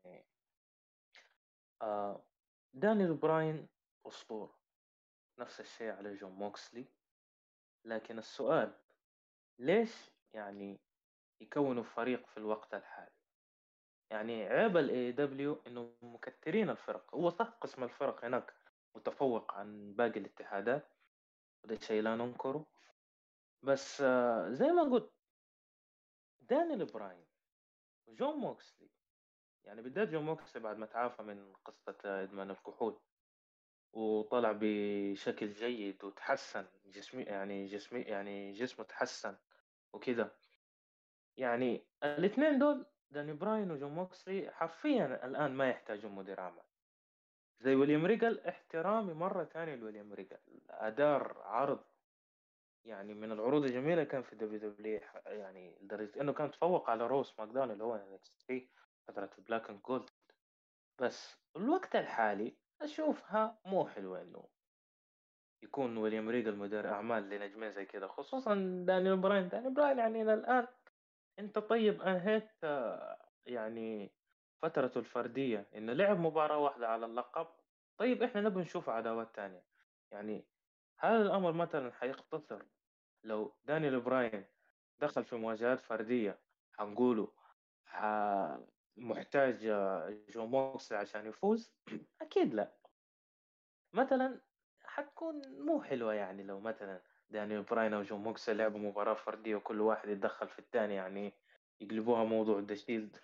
آه دانيال براين أسطورة. نفس الشيء على جون موكسلي. لكن السؤال، ليش يعني يكونوا فريق في الوقت الحالي. يعني عيب الاي دبليو انه مكترين الفرق. هو صح قسم الفرق هناك متفوق عن باقي الاتحادات، وده شيء لا ننكره، بس آه، زي ما قلت، دانيال براين وجون موكسلي، يعني بالذات جون موكسلي بعد ما تعافى من قصة إدمان الكحول وطلع بشكل جيد وتحسن جسمي، يعني جسمي يعني جسمه تحسن وكذا. يعني الاثنين دول داني براين وجون موكسلي حرفيا الآن ما يحتاجون مدير أعمال. زي ويليام ريجل، احترامي مرة ثانية لويليام ريجل، أدار عرض يعني من العروض الجميلة كان في دبليو دبليو، يعني لدرجة إنه كان تفوق على روس ماكدون اللي هو إكس تي فترة البلاك اند جولد. بس الوقت الحالي أشوفها مو حلوة إنه يكون ويليام ريجل مدير أعمال لنجمين زي كذا، خصوصا دانيال براين. دانيال براين يعني إلى الآن أنت طيب أنهيت آه، يعني فترته الفردية إنه لعب مباراة واحدة على اللقب. طيب إحنا نبي نشوف عداوات تانية. يعني هذا الأمر مثلا حيقتصر لو دانيال براين دخل في مواجهات فردية، حنقوله ح... محتاج آه، جو موكسلي عشان يفوز؟ أكيد لا. مثلا حتكون مو حلوة يعني لو مثلا دانيال براين أو جو موكسلي لعبوا مباراة فردية وكل واحد يتدخل في الثاني، يعني يقلبوها موضوع ذا شيلد.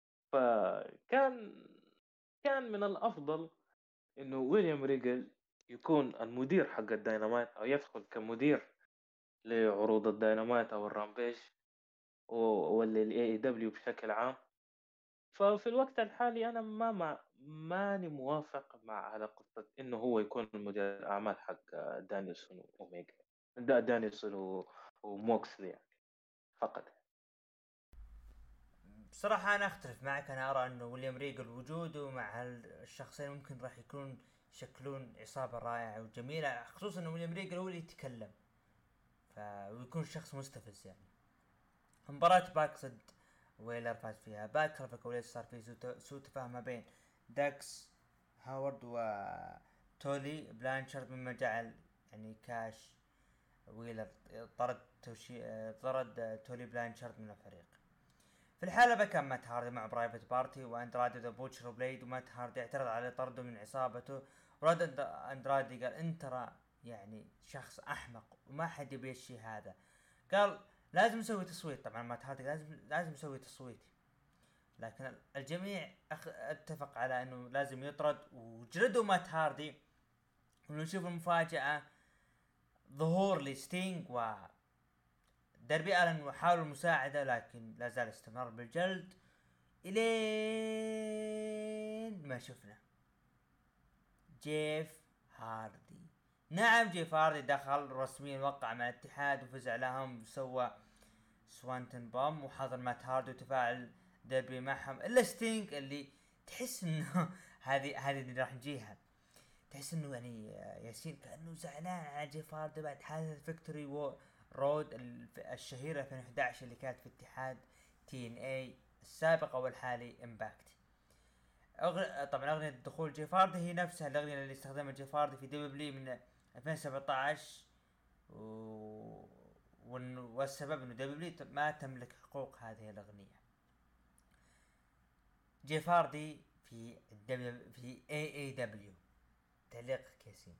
فكان كان من الأفضل إنه ويليام ريجل يكون المدير حق الديناميت، أو يدخل كمدير لعروض الديناميت أو الرامبيج ولا الاي اي دبليو بشكل عام. ففي الوقت الحالي انا ما ما ماني موافق مع على قصة انه هو يكون مدير اعمال حق دانيelson واوميجا، دا دانيelson و- وموكسلي يعني فقط. بصراحة أنا أختلف معك. أنا أرى أنه ويليام ريجل وجوده مع الشخصين ممكن راح يكون يشكلون عصابة رائعة وجميلة، خصوصا أنه ويليام ريجل هو اللي يتكلم، فيكون شخص مستفز يعني. مباراة باك ضد ويلر فاز فيها. باك رفق وليس صار في سوء سوء تفاهم ما بين داكس هاورد وتولي بلانشارد، مما جعل يعني كاش ويلر طرد توشي طرد تولي بلانشارد من الفريق. في الحلبة كان مات هاردي مع برايفت بارتي واندرادي ذا بوتشر بليد، ومات هاردي اعترض على طرده من عصابته، ورد اندرادي قال انت ترى يعني شخص احمق وما حد يبي الشي هذا. قال لازم نسوي تصويت. طبعا مات هاردي لازم لازم نسوي تصويت، لكن الجميع أخ... اتفق على انه لازم يطرد، وجلدوا مات هاردي. ونشوف المفاجأة، ظهور لستينج و دربي الن، وحاولوا المساعدة لكن لا زال استمر بالجلد الين ما شفنا جيف هاردي. نعم جيف هاردي دخل رسميا، وقع مع الاتحاد وفز عليهم، وسوى سوانتن بوم وحضر مات هاردي وتفاعل دربي معهم، الا ستينج اللي تحس انه هذه هذه اللي راح نجيها. تحس انه يعني ياسين كانه زعلان على جيف هاردي بعد حادثة فيكتوري و رود الشهيرة ألفين وأحد عشر اللي كانت في اتحاد تي ان اي السابق او الحالي امباكت. أغ... طبعا اغنية دخول جيف هاردي هي نفسها الاغنية اللي استخدمها جيف هاردي في دبليو من ألفين وسبعة عشر، و... ون- والسبب انه دبليو ما تملك حقوق هذه الاغنية. جيف هاردي في الدبليو في اي اي دبليو، تعليقك ياسين؟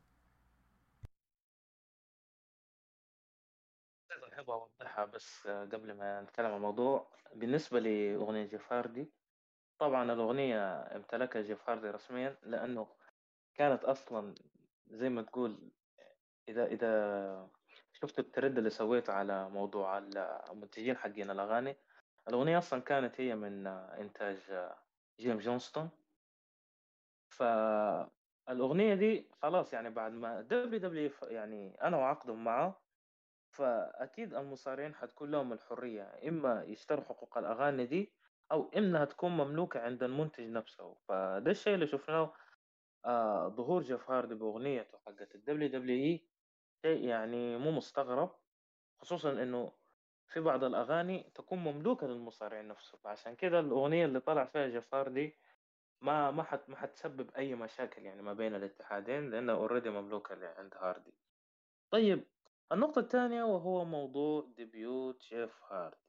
أحب أوضحها بس قبل ما نتكلم عن الموضوع. بالنسبة لأغنية جيف هاردي، طبعا الأغنية امتلكها جيف هاردي رسميا، لأنه كانت أصلا زي ما تقول، إذا إذا شفت الترند اللي سويته على موضوع المنتجين حقين الأغاني، الأغنية أصلا كانت هي من إنتاج جيم جونستون. فالأغنية دي خلاص يعني بعد ما دبليو دبليو يعني أنا وعقدهم معه، فأكيد المصارعين حتكون لهم الحرية إما يشتروا حقوق الأغاني دي، أو إنها تكون مملوكة عند المنتج نفسه. فده الشيء اللي شفناه. آه ظهور جيف هاردي بأغنيته حقت الدبليو دبليو إي شيء يعني مو مستغرب، خصوصا إنه في بعض الأغاني تكون مملوكة للمصارع نفسه. فعشان كده الأغنية اللي طلع فيها جيف هاردي ما ما حت ما حتسبب أي مشاكل يعني ما بين الاتحادين، لأنها أوريدي مملوكة اللي عند هاردي. طيب، النقطة الثانية وهو موضوع ديبيوت جيف هاردي.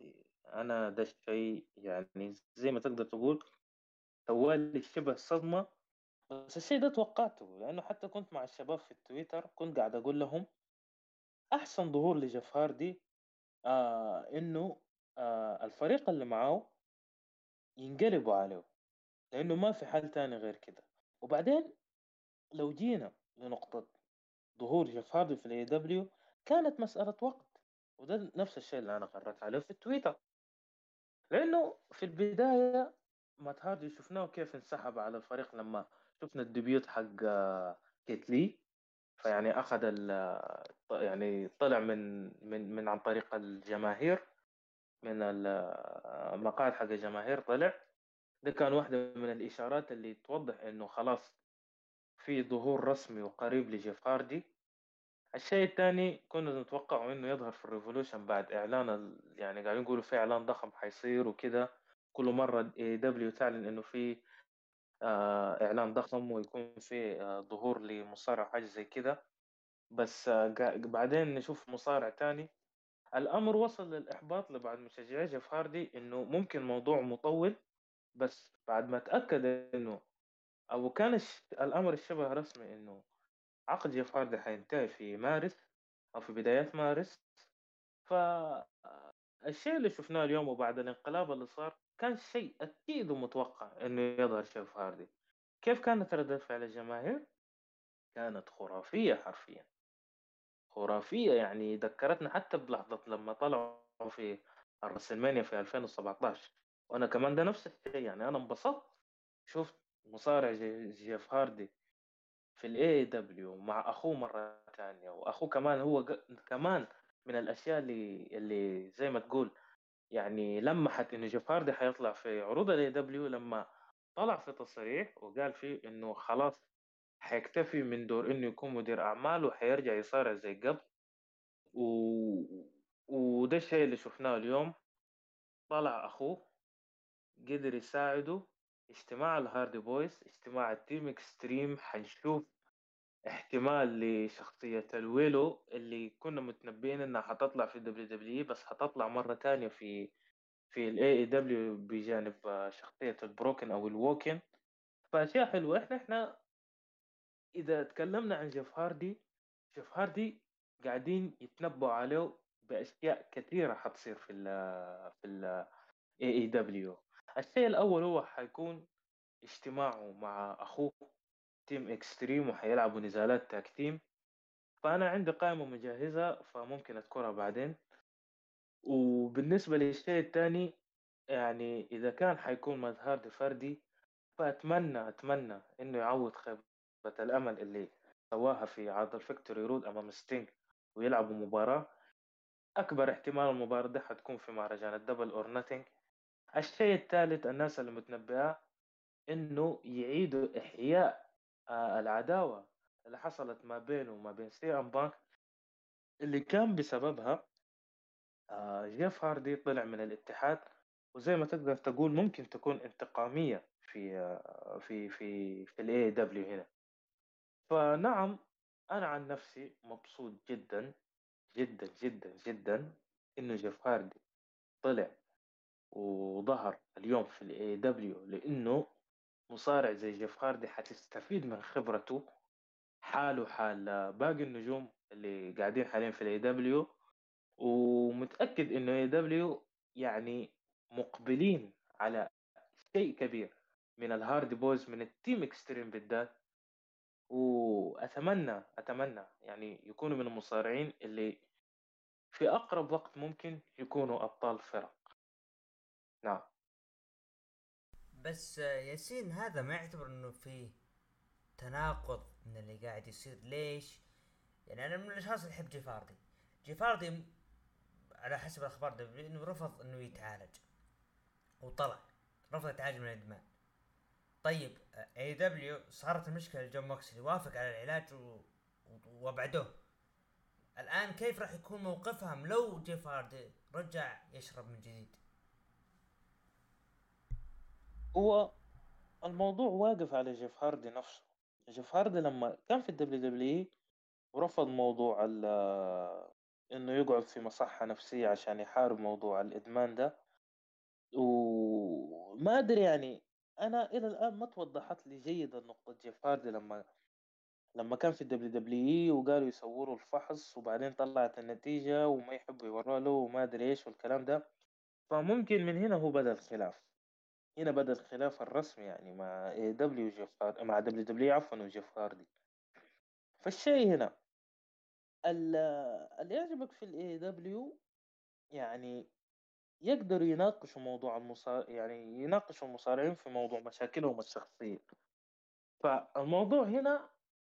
أنا ده الشيء يعني زي ما تقدر تقول سوالي شبه صدمة. بس الشيء ده توقعته، لأنه حتى كنت مع الشباب في التويتر كنت قاعد أقول لهم أحسن ظهور لجيف هاردي آه إنه آه الفريق اللي معاه ينقلبوا عليه، لأنه ما في حل تاني غير كده. وبعدين لو جينا لنقطة ظهور جيف هاردي في الاي دبليو، كانت مسألة وقت. وده نفس الشيء اللي أنا قررت عليه في التويتر، لأنه في البداية مات هاردي شفناه كيف انسحب على الفريق لما شفنا الديبيوت حق آه، كيت لي. فيعني أخذ ال يعني طلع من من من عن طريق الجماهير، من المقاعد حق الجماهير طلع. ده كان واحدة من الإشارات اللي توضح إنه خلاص في ظهور رسمي وقريب لجيف هاردي. الشيء الثاني كنا نتوقع انه يظهر في الريفولوشن بعد اعلان ال... يعني قاعدين يقولوا في اعلان ضخم حيصير وكده. كل مره اي دبليو تعلن انه في آه اعلان ضخم ويكون في آه ظهور لمصارع حاجه زي كده. بس آه قا- بعدين نشوف مصارع تاني. الامر وصل للاحباط لبعض مشجعي جيف هاردي انه ممكن موضوع مطول. بس بعد ما تاكد انه او كان الش... الامر الشبه رسمي انه عقد جيف هاردي حينتهي في مارس أو في بدايات مارس. فالشيء اللي شفناه اليوم وبعد الانقلاب اللي صار كان شيء أكيد ومتوقع إنه يظهر جيف هاردي. كيف كانت ردة فعل الجماهير؟ كانت خرافية حرفيا، خرافية. يعني ذكرتنا حتى بلحظة لما طلعوا في الرسلمانيا في ألفين وسبعتاشر. وأنا كمان ده نفس الشيء، يعني أنا انبسطت. شفت مصارع جي- جيف هاردي في الاي دبليو مع اخوه مره ثانيه، واخوه كمان هو ج- كمان من الاشياء اللي اللي زي ما تقول يعني لمحت انه جيف هاردي حيطلع في عروض الاي دبليو. لما طلع في تصريح وقال فيه انه خلاص حيكتفي من دور انه يكون مدير اعمال وحيرجع يصارع زي قبل. و... وده الشيء اللي شفناه اليوم. طلع اخوه قدر يساعده. اجتماع الهاردي بويز، اجتماع التيم اكستريم، حنشوف احتمال لشخصية الويلو اللي كنا متنبئين انها حتطلع في دبليو دبليو، بس حتطلع مرة تانية في في الاي اي دبليو بجانب آه، شخصية البروكن او الووكن. فاشياء حلوة. احنا احنا اذا تكلمنا عن جيف هاردي، جيف هاردي قاعدين يتنبؤوا عليه باشياء كثيرة حتصير في ال في ال اي اي دبليو. الشيء الاول هو حيكون اجتماعه مع اخوه تيم اكستريم، وحيلعبوا نزالات تاك تيم. فأنا عندي قائمة مجهزة فممكن أذكرها بعدين. وبالنسبة للشيء الثاني، يعني إذا كان حيكون مظهر فردي، فأتمنى أتمنى إنه يعوض خيبة الأمل اللي سواها في عرض الفيكتوري رود أمام ستينج ويلعبوا مباراة. أكبر احتمال المباراة دي حتكون في مهرجان الدبل أور ناتينج. الشيء الثالث الناس اللي متنبئة إنه يعيدوا إحياء آه، العداوة اللي حصلت ما بينه وما بين سي أم بانك، اللي كان بسببها آه، جيف هاردي طلع من الاتحاد. وزي ما تقدر تقول ممكن تكون انتقامية في آه، في في في الاي دبليو هنا. فنعم، انا عن نفسي مبسوط جدا جدا جدا جدا انه جيف هاردي طلع وظهر اليوم في الاي دبليو، لانه مصارع زي جيف هاردي حتستفيد من خبرته حاله حال آه، باقي النجوم اللي قاعدين حاليا في الاي دبليو. ومتأكد إنه اي دبليو يعني مقبلين على شيء كبير من الهارد بويز، من التيم اكستريم بالذات. وأتمنى أتمنى يعني يكونوا من المصارعين اللي في أقرب وقت ممكن يكونوا أبطال فرق. نعم. بس آه، ياسين، هذا ما يعتبر انه في تناقض من اللي قاعد يصير؟ ليش؟ يعني انا من الاشخاص اللي يحب جيفاردي. جيفاردي م- على حسب الاخبار ده انه رفض انه يتعالج وطلع، رفض يتعالج من الادمان. طيب اي دبليو صارت المشكله لجون موكسلي، وافق على العلاج و... و... وابعدوه. الان كيف راح يكون موقفهم لو جيف هاردي رجع يشرب من جديد؟ هو الموضوع واقف على جيف هاردي نفسه. جيف هاردي لما كان في الدبليو دبليو ورفض موضوع ال- انه يقعد في مصحة نفسية عشان يحارب موضوع الادمان ده. وما ادري يعني، انا الى الان ما توضحت لي جيدا نقطة جيف هاردي لما لما كان في الدبليو دبليو اي وقالوا يصوروا الفحص وبعدين طلعت النتيجة وما يحبوا يوروها له وما ادري ايش والكلام ده. فممكن من هنا هو بدأ الخلاف. هنا بدأ الخلاف الرسمي يعني مع اي دبليو جيف هاردي، مع دبليو دبليو عفوا وجيف هاردي. فالشيء هنا ال- اللي يعجبك في الاي دبليو يعني يقدروا يناقشوا موضوع المصارع، يعني يناقشوا المصارعين في موضوع مشاكلهم الشخصية. فالموضوع هنا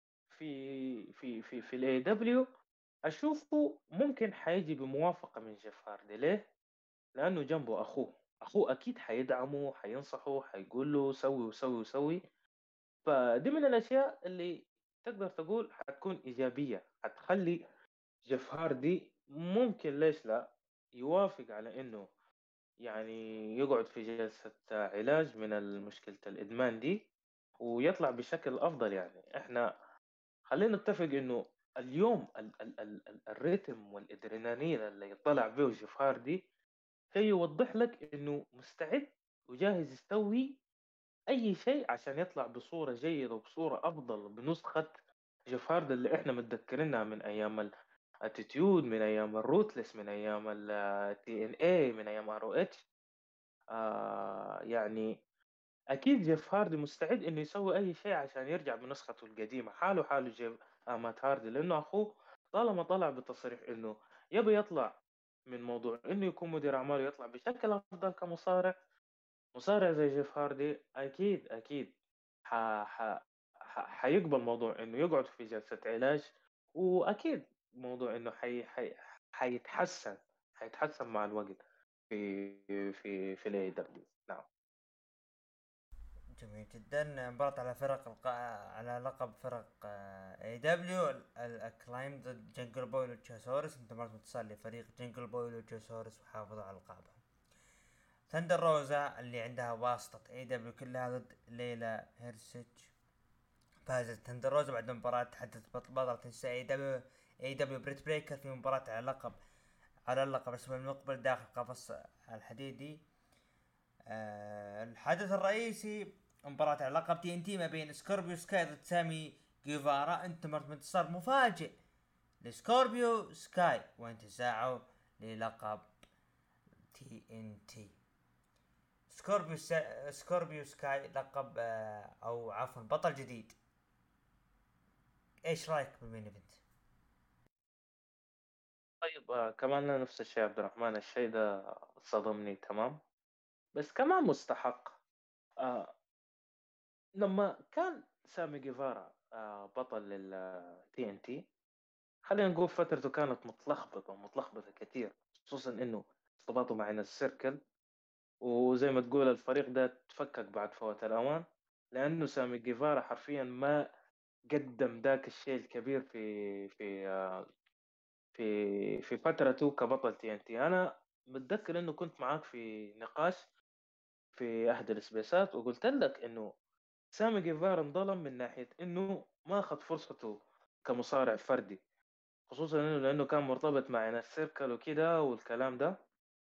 في في في في الاي دبليو اشوفه ممكن حيجي بموافقة من جيف هاردي. ليه؟ لانه جنبه اخوه. اخوه اكيد حيدعمه، حينصحه، حيقول له سوي وسوي وسوي. فدي من الاشياء اللي تقدر تقول حتكون ايجابية، حتخلي جيف هاردي ممكن ليش لا يوافق على انه يعني يقعد في جلسة علاج من مشكلة الإدمان دي ويطلع بشكل أفضل. يعني إحنا خلينا نتفق إنه اليوم ال ال ال ال الريتم والإدرينالين اللي يطلع به جيف هاردي شيء يوضح لك إنه مستعد وجاهز يسوي أي شيء عشان يطلع بصورة جيدة وبصورة أفضل بنسخة جيف هاردي اللي إحنا متذكرينها من أيام الاتيتيود، من أيام الروتلس، من أيام التي إن إيه، من أيام ار او اتش. آه يعني أكيد جيف هاردي مستعد إنه يسوي أي شيء عشان يرجع بنسخته القديمة. حاله حاله جيف آه مات هاردي، لأنه أخوه طالما طلع بتصريح إنه يبي يطلع من موضوع إنه يكون مدير أعمال ويطلع بشكل أفضل كمصارع. مصارع زي جيف هاردي أكيد أكيد ح... ح... ح... حيقبل موضوع إنه يقعد في جلسة علاج. وأكيد موضوع إنه حي... حي... حيتحسن حيتحسن مع الوقت في في في الاي دبليو. نعم. جميل جدا. مباراة على فرق الق... على لقب فرق اي دبليو، الاكلايم ضد جنجل بوي وتشاسورس. انت مرات متصل لفريق جنجل بوي وتشاسورس وحافظوا على القابهم. ثندر روزا اللي عندها واسطة اي دبليو كلها ضد ليلى هيرسج. فازت ثندر روزا بعد مباراة تحدث بطل بطلة نساء اي دبليو اي دبليو بريت بريكر في مباراة على لقب على اللقب الاسبوع المقبل داخل قفص الحديدي. آه الحدث الرئيسي مباراة على لقب تي ان تي ما بين سكوربيو سكاي ضد سامي جيفارا. انت مرت انتصار مفاجئ لسكوربيو سكاي وانتزاعه للقب تي ان تي. سكوربيو سا... سكوربيو سكاي لقب آه او عفوا بطل جديد. ايش رايك بالمين ايفنت؟ طيب آه كمان نفس الشيء يا عبد الرحمن، الشيء ده صدمني تمام، بس كمان مستحق. آه لما كان سامي جيفارا آه بطل لل تي ان تي، خلينا نقول فترته كانت متلخبطة متلخبطة كثير، خصوصا انه ارتباطه مع السيركل. وزي ما تقول الفريق ده تفكك بعد فوات الأوان، لأنه سامي جيفارا حرفيا ما قدم ذاك الشيء الكبير في في آه، في في فترته كبطل تي ان تي. أنا متذكر إنه كنت معاك في نقاش في أحد السبيسات وقلت لك إنه سامي جيفارا انظلم من ناحية إنه ما أخذ فرصته كمصارع فردي، خصوصا إنه لأنه كان مرتبط مع ناس سيركل وكده والكلام ده.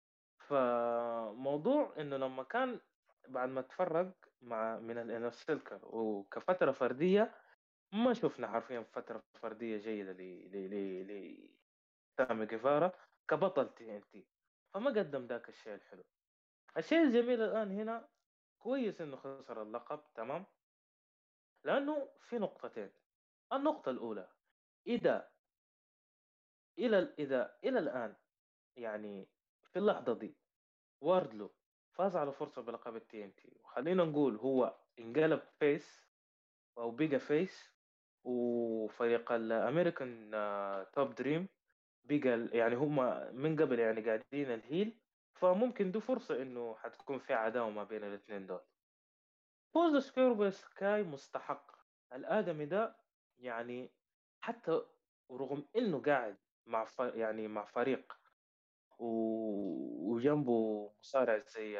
فموضوع انه لما كان بعد ما تفرق مع من الانر سيركل وكفتره فرديه، ما شفنا حرفيا فتره فرديه جيده ل ل ل لسامي جيفارا كبطل تي ان تي. فما قدم ذاك الشيء الحلو. الشيء الجميل الان هنا كويس انه خسر اللقب تمام، لانه في نقطتين. النقطه الاولى، اذا الى اذا الى الان يعني في اللحظه دي واردلو فاز على فرصة بلقب التي ان تي، وخلينا نقول هو انقلب فيس او بيجا فيس، وفريق الامريكان توب دريم بقى ال- يعني هم من قبل يعني قاعدين الهيل. فممكن دي فرصة انه حتكون في عداوة ما بين الاثنين دول. فوز سكوربو سكاي مستحق. الادمي ده يعني حتى ورغم انه قاعد مع ف... يعني مع فريق و... وجنبه مصارع زي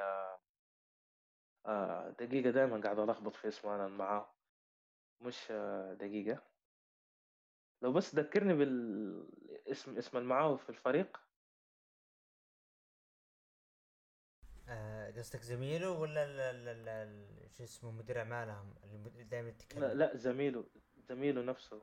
آه دقيقة، دائما قاعد ألخبط في اسمه أنا معاه. مش آه دقيقة، لو بس ذكرني بالاسم، اسم المعاو في الفريق. آه، قصدك زميله ولا ال- ال- ال- ال- شو اسمه مدير اعمالهم اللي دائما لا, يتكلم؟ لا زميله، زميله نفسه.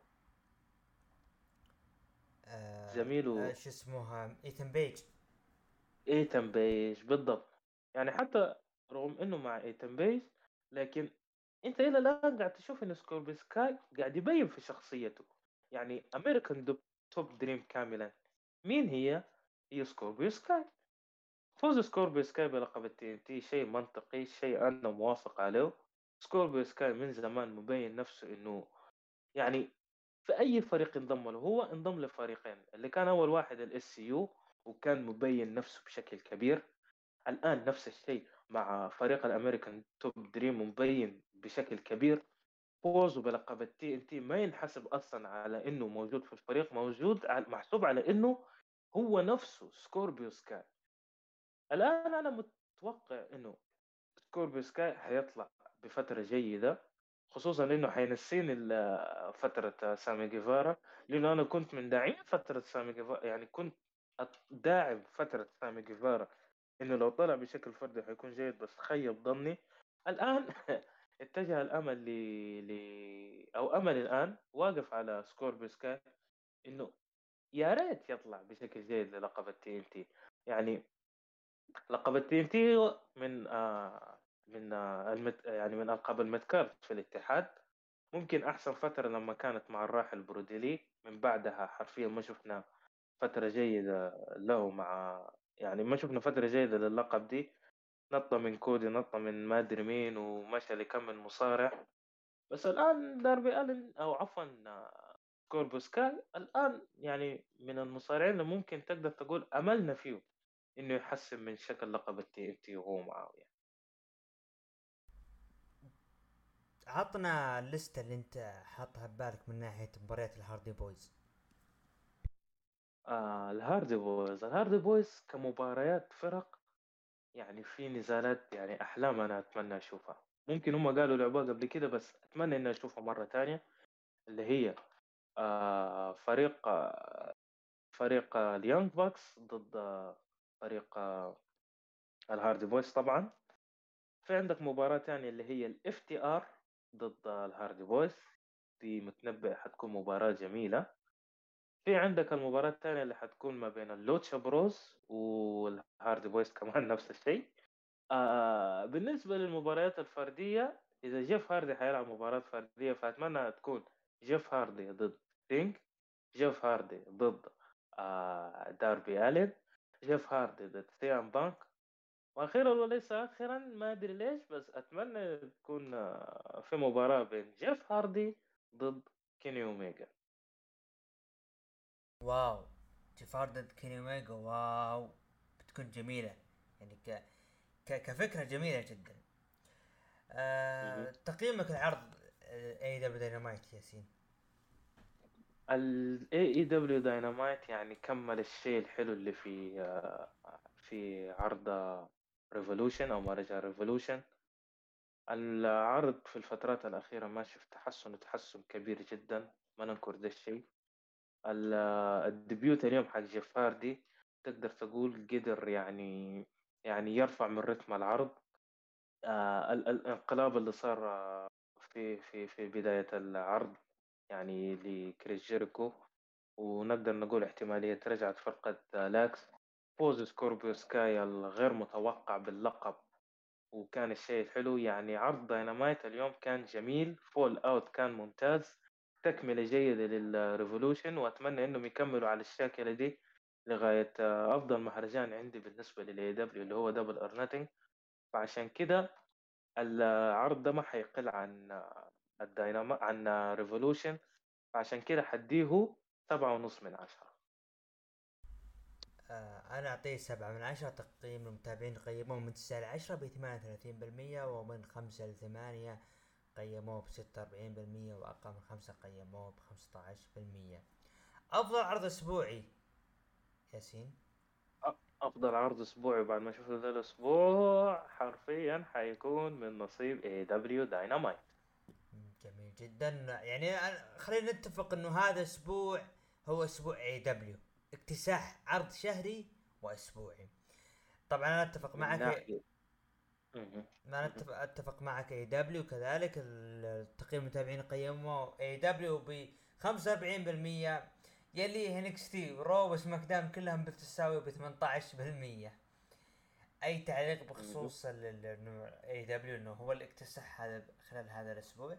آه آه زميله شو اسمه ايثن بيج. ايتن بيج بالضبط. يعني حتى رغم انه مع ايتن بيج، لكن انت الى الان قاعد تشوف ان سكوربي سكاي قاعد يبين في شخصيته. يعني امريكان توب دريم كاملا، مين هي؟ هي سكوربي سكاي. فوز سكوربيو سكاي بلقب التي ان تي شيء منطقي، شيء انا موافق عليه. سكوربيو سكاي من زمان مبين نفسه انه يعني في اي فريق انضم له، هو انضم لفريقين، اللي كان اول واحد الاس سي يو، وكان مبين نفسه بشكل كبير. الان نفس الشيء مع فريق الامريكان توب دريم، مبين بشكل كبير. فوزه بلقب التي ان تي ما ينحسب اصلا على انه موجود في الفريق، موجود على- محسوب على انه هو نفسه سكوربيو سكاي. الان انا متوقع انه سكوربيو سكاي هيطلع بفترة جيدة، خصوصا انه حينسيني ال- فترة سامي جيفارا، لانه انا كنت من داعمين فترة سامي جيفارا. يعني كنت أت- داعم فترة سامي جيفارا انه لو طلع بشكل فردي حيكون جيد، بس خيب ظني. الان اتجه الامل ل... ل... او امل الان واقف على سكوربيو سكاي، انه يا ريت يطلع بشكل جيد للقب التي ان تي. يعني لقب التي ان تي من آه من آه المت يعني من القاب المتكارت في الاتحاد. ممكن احسن فتره لما كانت مع الراحل بروديلي، من بعدها حرفيا ما شفنا فتره جيده له. مع يعني ما شفنا فتره جيده للقب دي. نطة من كودي، نطة من ما ادري مين، ومشى لكم من مصارع. بس الان داربي الن، او عفوا آه، كوربوسكاي الان يعني من المصارعين اللي ممكن تقدر تقول املنا فيه انه يحسن من شكل لقب التي ان تي وهو معاه يعني. عطنا اللستة اللي انت حاطها ببالك من ناحية مباريات الهاردي بويز. آه الهاردي بويز، الهاردي بويز كمباريات فرق، يعني في نزالات يعني احلام انا اتمنى اشوفها. ممكن هم قالوا لعبوها قبل كده، بس اتمنى اني اشوفها مرة تانية. اللي هي آه فريق آه فريق آه اليونج باكس ضد آه فريق آه الهاردي بويز طبعا. في عندك مباراة تانية اللي هي الاف تي ار ضد آه الهاردي بويز. دي متنبئ حتكون مباراة جميلة. في عندك المباراة الثانية اللي حتكون ما بين اللوتشا بروز والهاردي بويز كمان نفس الشيء. آه بالنسبة للمباريات الفردية، إذا جيف هاردي حيلعب مباراة فردية، فأتمنى تكون جيف هاردي ضد ستينج، جيف هاردي ضد آه داربي ألين، جيف هاردي ضد سيام بانك. وأخيرا وليس آخرا، ما أدري ليش بس أتمنى تكون آه في مباراة بين جيف هاردي ضد كيني أوميجا. واو، جيفار ضد كيني اوميجا، واو، بتكون جميلة. يعني ك... ك... كفكرة جميلة جدا. مهم. آه... تقييمك العرض اي دبليو داينامايت ياسين؟ ال إيه إي دبليو Dynamite يعني كمل الشيء الحلو اللي في آه، في عرض ريفولوشن أو مهرجان ريفولوشن. العرض في الفترات الأخيرة ما شفت تحسن، وتحسن كبير جدا، ما ننكر ده الشيء. ال- الديبيوت اليوم حق جيف هاردي تقدر تقول قدر يعني يعني يرفع من رتم العرض. آه، ال- ال- الانقلاب اللي صار آه، في في في بداية العرض يعني لكريس جيريكو، ونقدر نقول احتمالية رجعة فرقة آه، لاكس. فوز سكوربيو سكاي الغير متوقع باللقب، وكان الشيء الحلو يعني عرض داينامايت اليوم كان جميل. فول اوت كان ممتاز، تكملة جيدة للريفولوشن، واتمنى انهم يكملوا على الشاكلة دي لغاية آه، افضل مهرجان عندي بالنسبة للاي دبليو اللي هو دبل اور ناتنج. فعشان كده العرض ده ما حيقل عن آه، الدايناما عن ريفولوشن. فعشان كده حديه سبعة ونص من عشرة. آه انا اعطيه سبعة من عشرة. تقييم المتابعين قيموه من تسعة لعشرة بثمانية وثلاثين بالمية، ومن خمسة لثمانية قيموه بستة وأربعين بالمية، وأقل من خمسة قيموه بخمسة عشر بالمية. أفضل عرض أسبوعي ياسين؟ أ- افضل عرض اسبوعي بعد ما شفته ذا الاسبوع حرفيا حيكون من نصيب اي دبليو داينامايت. جميل جدا. يعني أنا- خلينا نتفق انه هذا اسبوع هو اسبوع اي دبليو، اكتساح عرض شهري واسبوعي. طبعا انا اتفق من معك. ناحية مهم. ما مهم. نتفق اتفق معك. اي دبليو كذلك التقييم المتابعين قيموا اي دبليو ب خمسة وأربعين بالمية، يليه انكس تي ورو وسماك داون كلهم بالتساوي ب ثمانية عشر بالمية. اي تعليق مهم. بخصوص اي دبليو انه هو اللي اكتسح هذا خلال هذا الاسبوع؟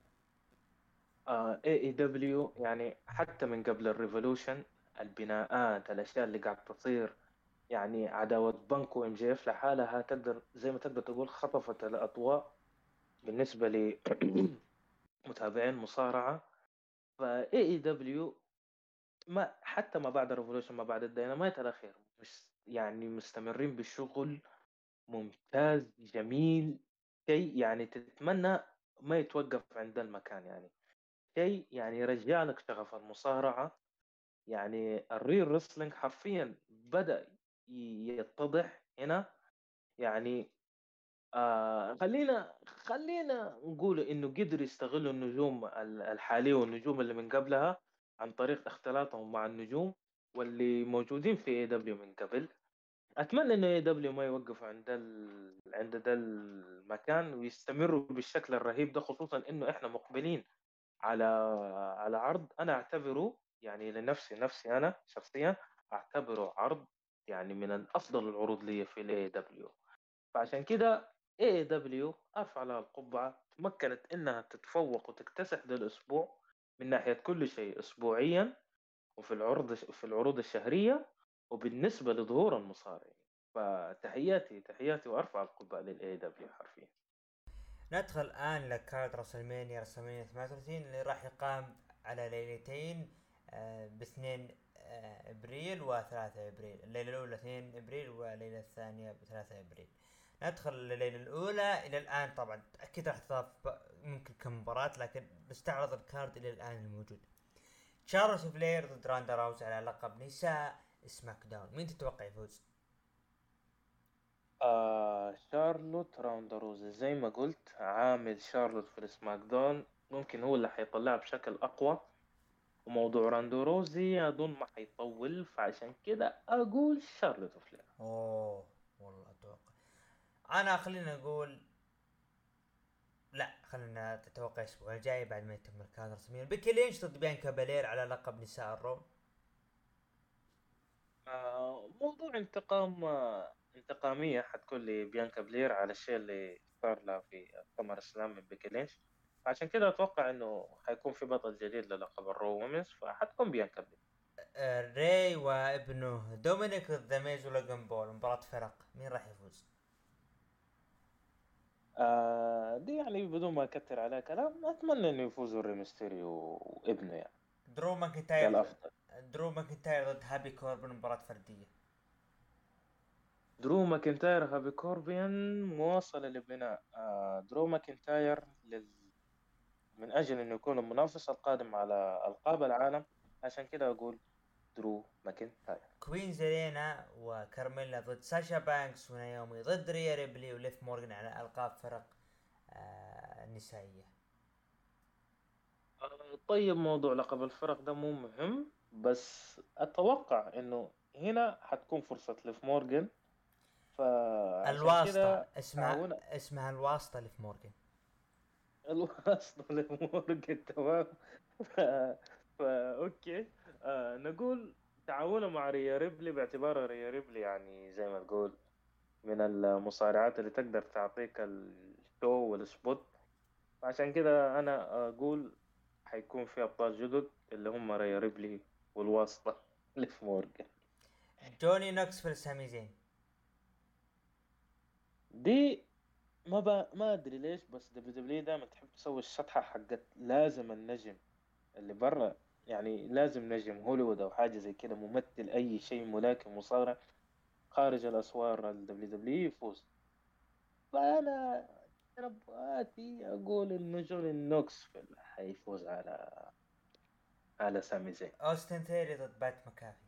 آه اي اي دبليو يعني حتى من قبل الريفولوشن، البناءات، الاشياء اللي قاعد تصير، يعني عداوة بنك وام جي اف لحالها تقدر زي ما تقدر تقول خطفت الاضواء بالنسبة لمتابعين مصارعة. فاي اي دبليو ما حتى ما بعد الريفولوشن، ما بعد الديناميت الاخير، مش يعني مستمرين بالشغل ممتاز جميل. شيء يعني تتمنى ما يتوقف عند المكان، يعني شيء يعني يرجع لك شغف المصارعة. يعني الريل رسلينج حرفيا بدأ يتضح هنا. يعني آه خلينا خلينا نقول انه قدروا يستغلوا النجوم ال- الحالية والنجوم اللي من قبلها عن طريق اختلاطهم مع النجوم واللي موجودين في اي دبليو من قبل. اتمنى انه اي دبليو ما يوقفوا عند ال... عند ده المكان ويستمروا بالشكل الرهيب ده، خصوصا انه احنا مقبلين على على عرض انا اعتبره يعني لنفسي نفسي انا شخصيا اعتبره عرض يعني من الافضل العروض لي في الاي دبليو. فعشان كده اي دبليو ارفع لها القبعه، تمكنت انها تتفوق وتكتسح ذا الاسبوع من ناحيه كل شيء اسبوعيا، وفي العروض في العروض الشهريه، وبالنسبه لظهور المصارعين. فتحياتي تحياتي وارفع القبعه للاي دبليو حرفيا. ندخل الان لكارد راسلمانيا راسلمانيا ثمانية وثلاثين اللي راح يقام على ليلتين، آه ب اثنين آه ابريل و ثلاثة ابريل. الليله الاولى اثنين ابريل والليله الثانيه ب ثلاثة ابريل. ندخل الليله الاولى. الى الان طبعا اكيد راح تضاف ب- ممكن كم مباراه، لكن نستعرض الكارد الى الان الموجود. تشارلز فلير ضد راندا راوز على لقب نساء سماك داون. مين تتوقع يفوز؟ آه شارلوت راوندروزي زي ما قلت، عامل شارلوت في السماك داون ممكن هو اللي حيطلعها بشكل أقوى. وموضوع راندوروزي أظن ما حيطول، فعشان كده أقول شارلوت فلير. اوه، والله اتوقع. انا خلينا نقول لا، خلينا نتوقع الاسبوع الجاي بعد ما يتم الكادر رسميا. بيكي لينش ضد بيانكا بالير على لقب نساء الرو. آه موضوع انتقام، آه انتقامية حتكون لبيانكا بلير على الشيء اللي صار لها في سمر سلام من بيكي لينش. عشان كده أتوقع إنه حيكون في بطل جديد للقب الرو وومنز، فحتكون بيانكا بلير. آه، ري وابنه دومينيك ضد ذا ميز ولوجان بول. مباراة فرق، مين راح يفوز؟ آه دي يعني بدون ما أكتر عليها كلام، أتمنى إنه يفوزوا ريمستيريو وابنه يعني. درو ده ماكنتاير. الأفضل. درو ماكنتاير ضد هابي كوربن. مباراة فردية. درو ماكنتاير هابي كوربيان مواصلة لبناء آه درو ماكنتاير لل... من أجل إنه يكون المنافس القادم على ألقاب العالم. عشان كده أقول درو ماكنتاير. كوين زيلينا وكارميلا ضد ساشا بانكس ونايومي ضد ريا ريبلي وليف مورغان على القاب فرق آه نسائية. آه طيب، موضوع لقب الفرق ده مو مهم، بس أتوقع إنه هنا حتكون فرصة ليف مورجان. فعشان الواسطة كده اسمها تعاون اسمها الواسطة ليف مورغان. الواسطة لمورجان. تمام. ف... فا اوكي. آه نقول تعاونه مع ريا ريبلي، باعتبار ريا ريبلي يعني زي ما تقول من المصارعات اللي تقدر تعطيك الشو والسبوت. عشان كده انا اقول حيكون في ابطال جدد اللي هم ريا ريبلي والواسطة ليف مورجان. جوني نوكس في سامي زين. دي ما ب... ما ادري ليش، بس دبليو دبليو دائما تحب تسوي الشطحة حقت لازم النجم اللي برا، يعني لازم نجم هوليوود او حاجه زي كده، ممثل اي شيء ملاكم مصارع خارج الاسوار الدبليو دبليو يفوز. فانا رباتي اقول انه جوني نوكسفيل حيفوز على على سامي زين. اوستن ثيري ضد بات مكافي.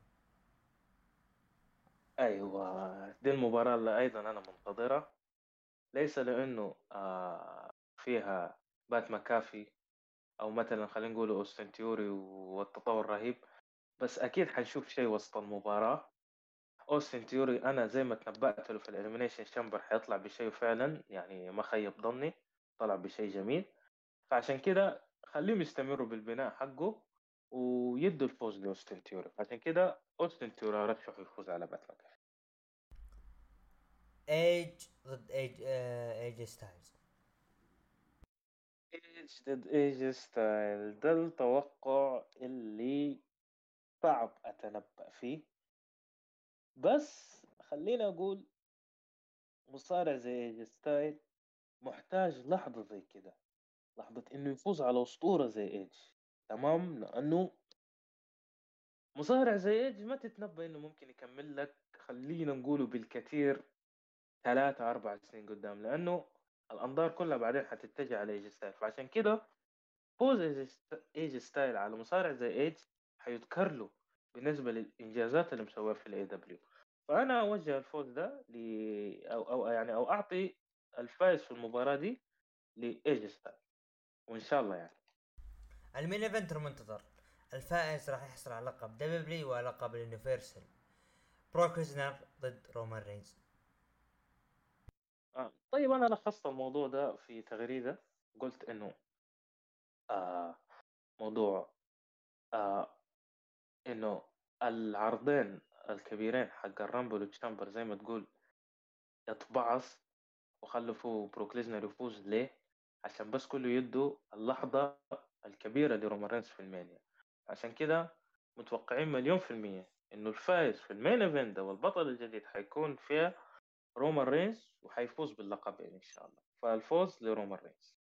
ايوه، دي المباراه اللي ايضا انا منتظرها. ليس لانه آه فيها بات مكافي، او مثلا خلينا نقول اوستن تيوري والتطور الرهيب، بس اكيد حنشوف شيء وسط المباراه. اوستن تيوري انا زي ما تنبأت له في الاليمينيشن شامبر حيطلع بشيء فعلا، يعني ما خيب ظني، طلع بشيء جميل. فعشان كده خليهم يستمروا بالبناء حقه ويدوا الفوز لاوستن تيوري. عشان كده اوستن تيوري ارشح يفوز على باتمان. ايج ضد ايج آه ايج ستايلز. ايج ضد ايج ستايل، ده التوقع اللي صعب اتنبأ فيه، بس خليني اقول مصارع زي ايج ستايل محتاج لحظة زي كده، لحظة انه يفوز على اسطورة زي ايج. تمام، لانه مصارع زي ايج ما تتنبأ انه ممكن يكمل لك، خلينا نقوله بالكثير ثلاثة أربع سنين قدام، لأنه الأنظار كلها بعدين حتتجه على ايج ستايل. فعشان كده فوز ايج ست- إيج ستايل على مصارع زي ايج حيذكر له بالنسبة للإنجازات اللي مسويها في الاي دبليو. فأنا أوجه الفوز ده ل أو أو يعني أو أعطي الفائز في المباراة دي لإيج ستايل، وإن شاء الله يعني. المين ايفنت المنتظر، الفائز راح يحصل على لقب دبليو ولقب اليونيفرسال، بروك ليزنر ضد رومان رينز. آه. طيب أنا لخصت الموضوع ده في تغريدة، قلت إنه آه موضوع آه إنه العرضين الكبيرين حق الرامبل والتشامبر زي ما تقول يتبعص، وخلوا فيه بروك ليزنر يفوز ليه؟ عشان بس كله يدوا اللحظة الكبيرة لرومان رينز في المانيا. عشان كده متوقعين مليون في المية إنه الفائز في المين ايفنت ده والبطل الجديد حيكون فيها رومان رينز، وحيفوز باللقبين إن شاء الله. فالفوز لرومان رينز.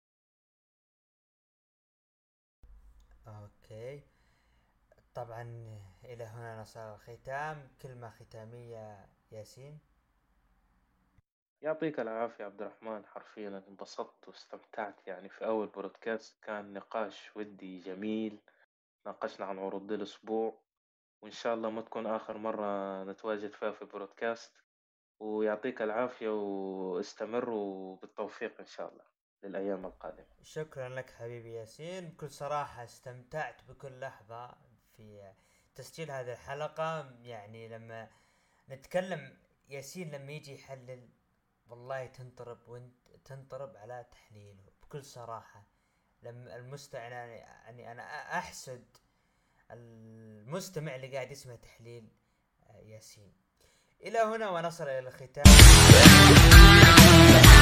اوكي، طبعا الى هنا نصل ختام. كلمة ختامية ياسين. يعطيك العافية يا عبد الرحمن، حرفيا أنا انبسطت واستمتعت، يعني في أول بودكاست كان نقاش ودي جميل، ناقشنا عن عروض دي الأسبوع، وإن شاء الله ما تكون آخر مرة نتواجد فيها في بودكاست. ويعطيك العافية واستمر وبالتوفيق إن شاء الله للأيام القادمة. شكرا لك حبيبي ياسين، بكل صراحة استمتعت بكل لحظة في تسجيل هذه الحلقة. يعني لما نتكلم ياسين لما يجي يحلل والله تنطرب، وانت تنطرب على تحليله بكل صراحة. لما المستمع يعني, يعني انا احسد المستمع اللي قاعد يسمع تحليل ياسين. الى هنا ونصل الى الختام.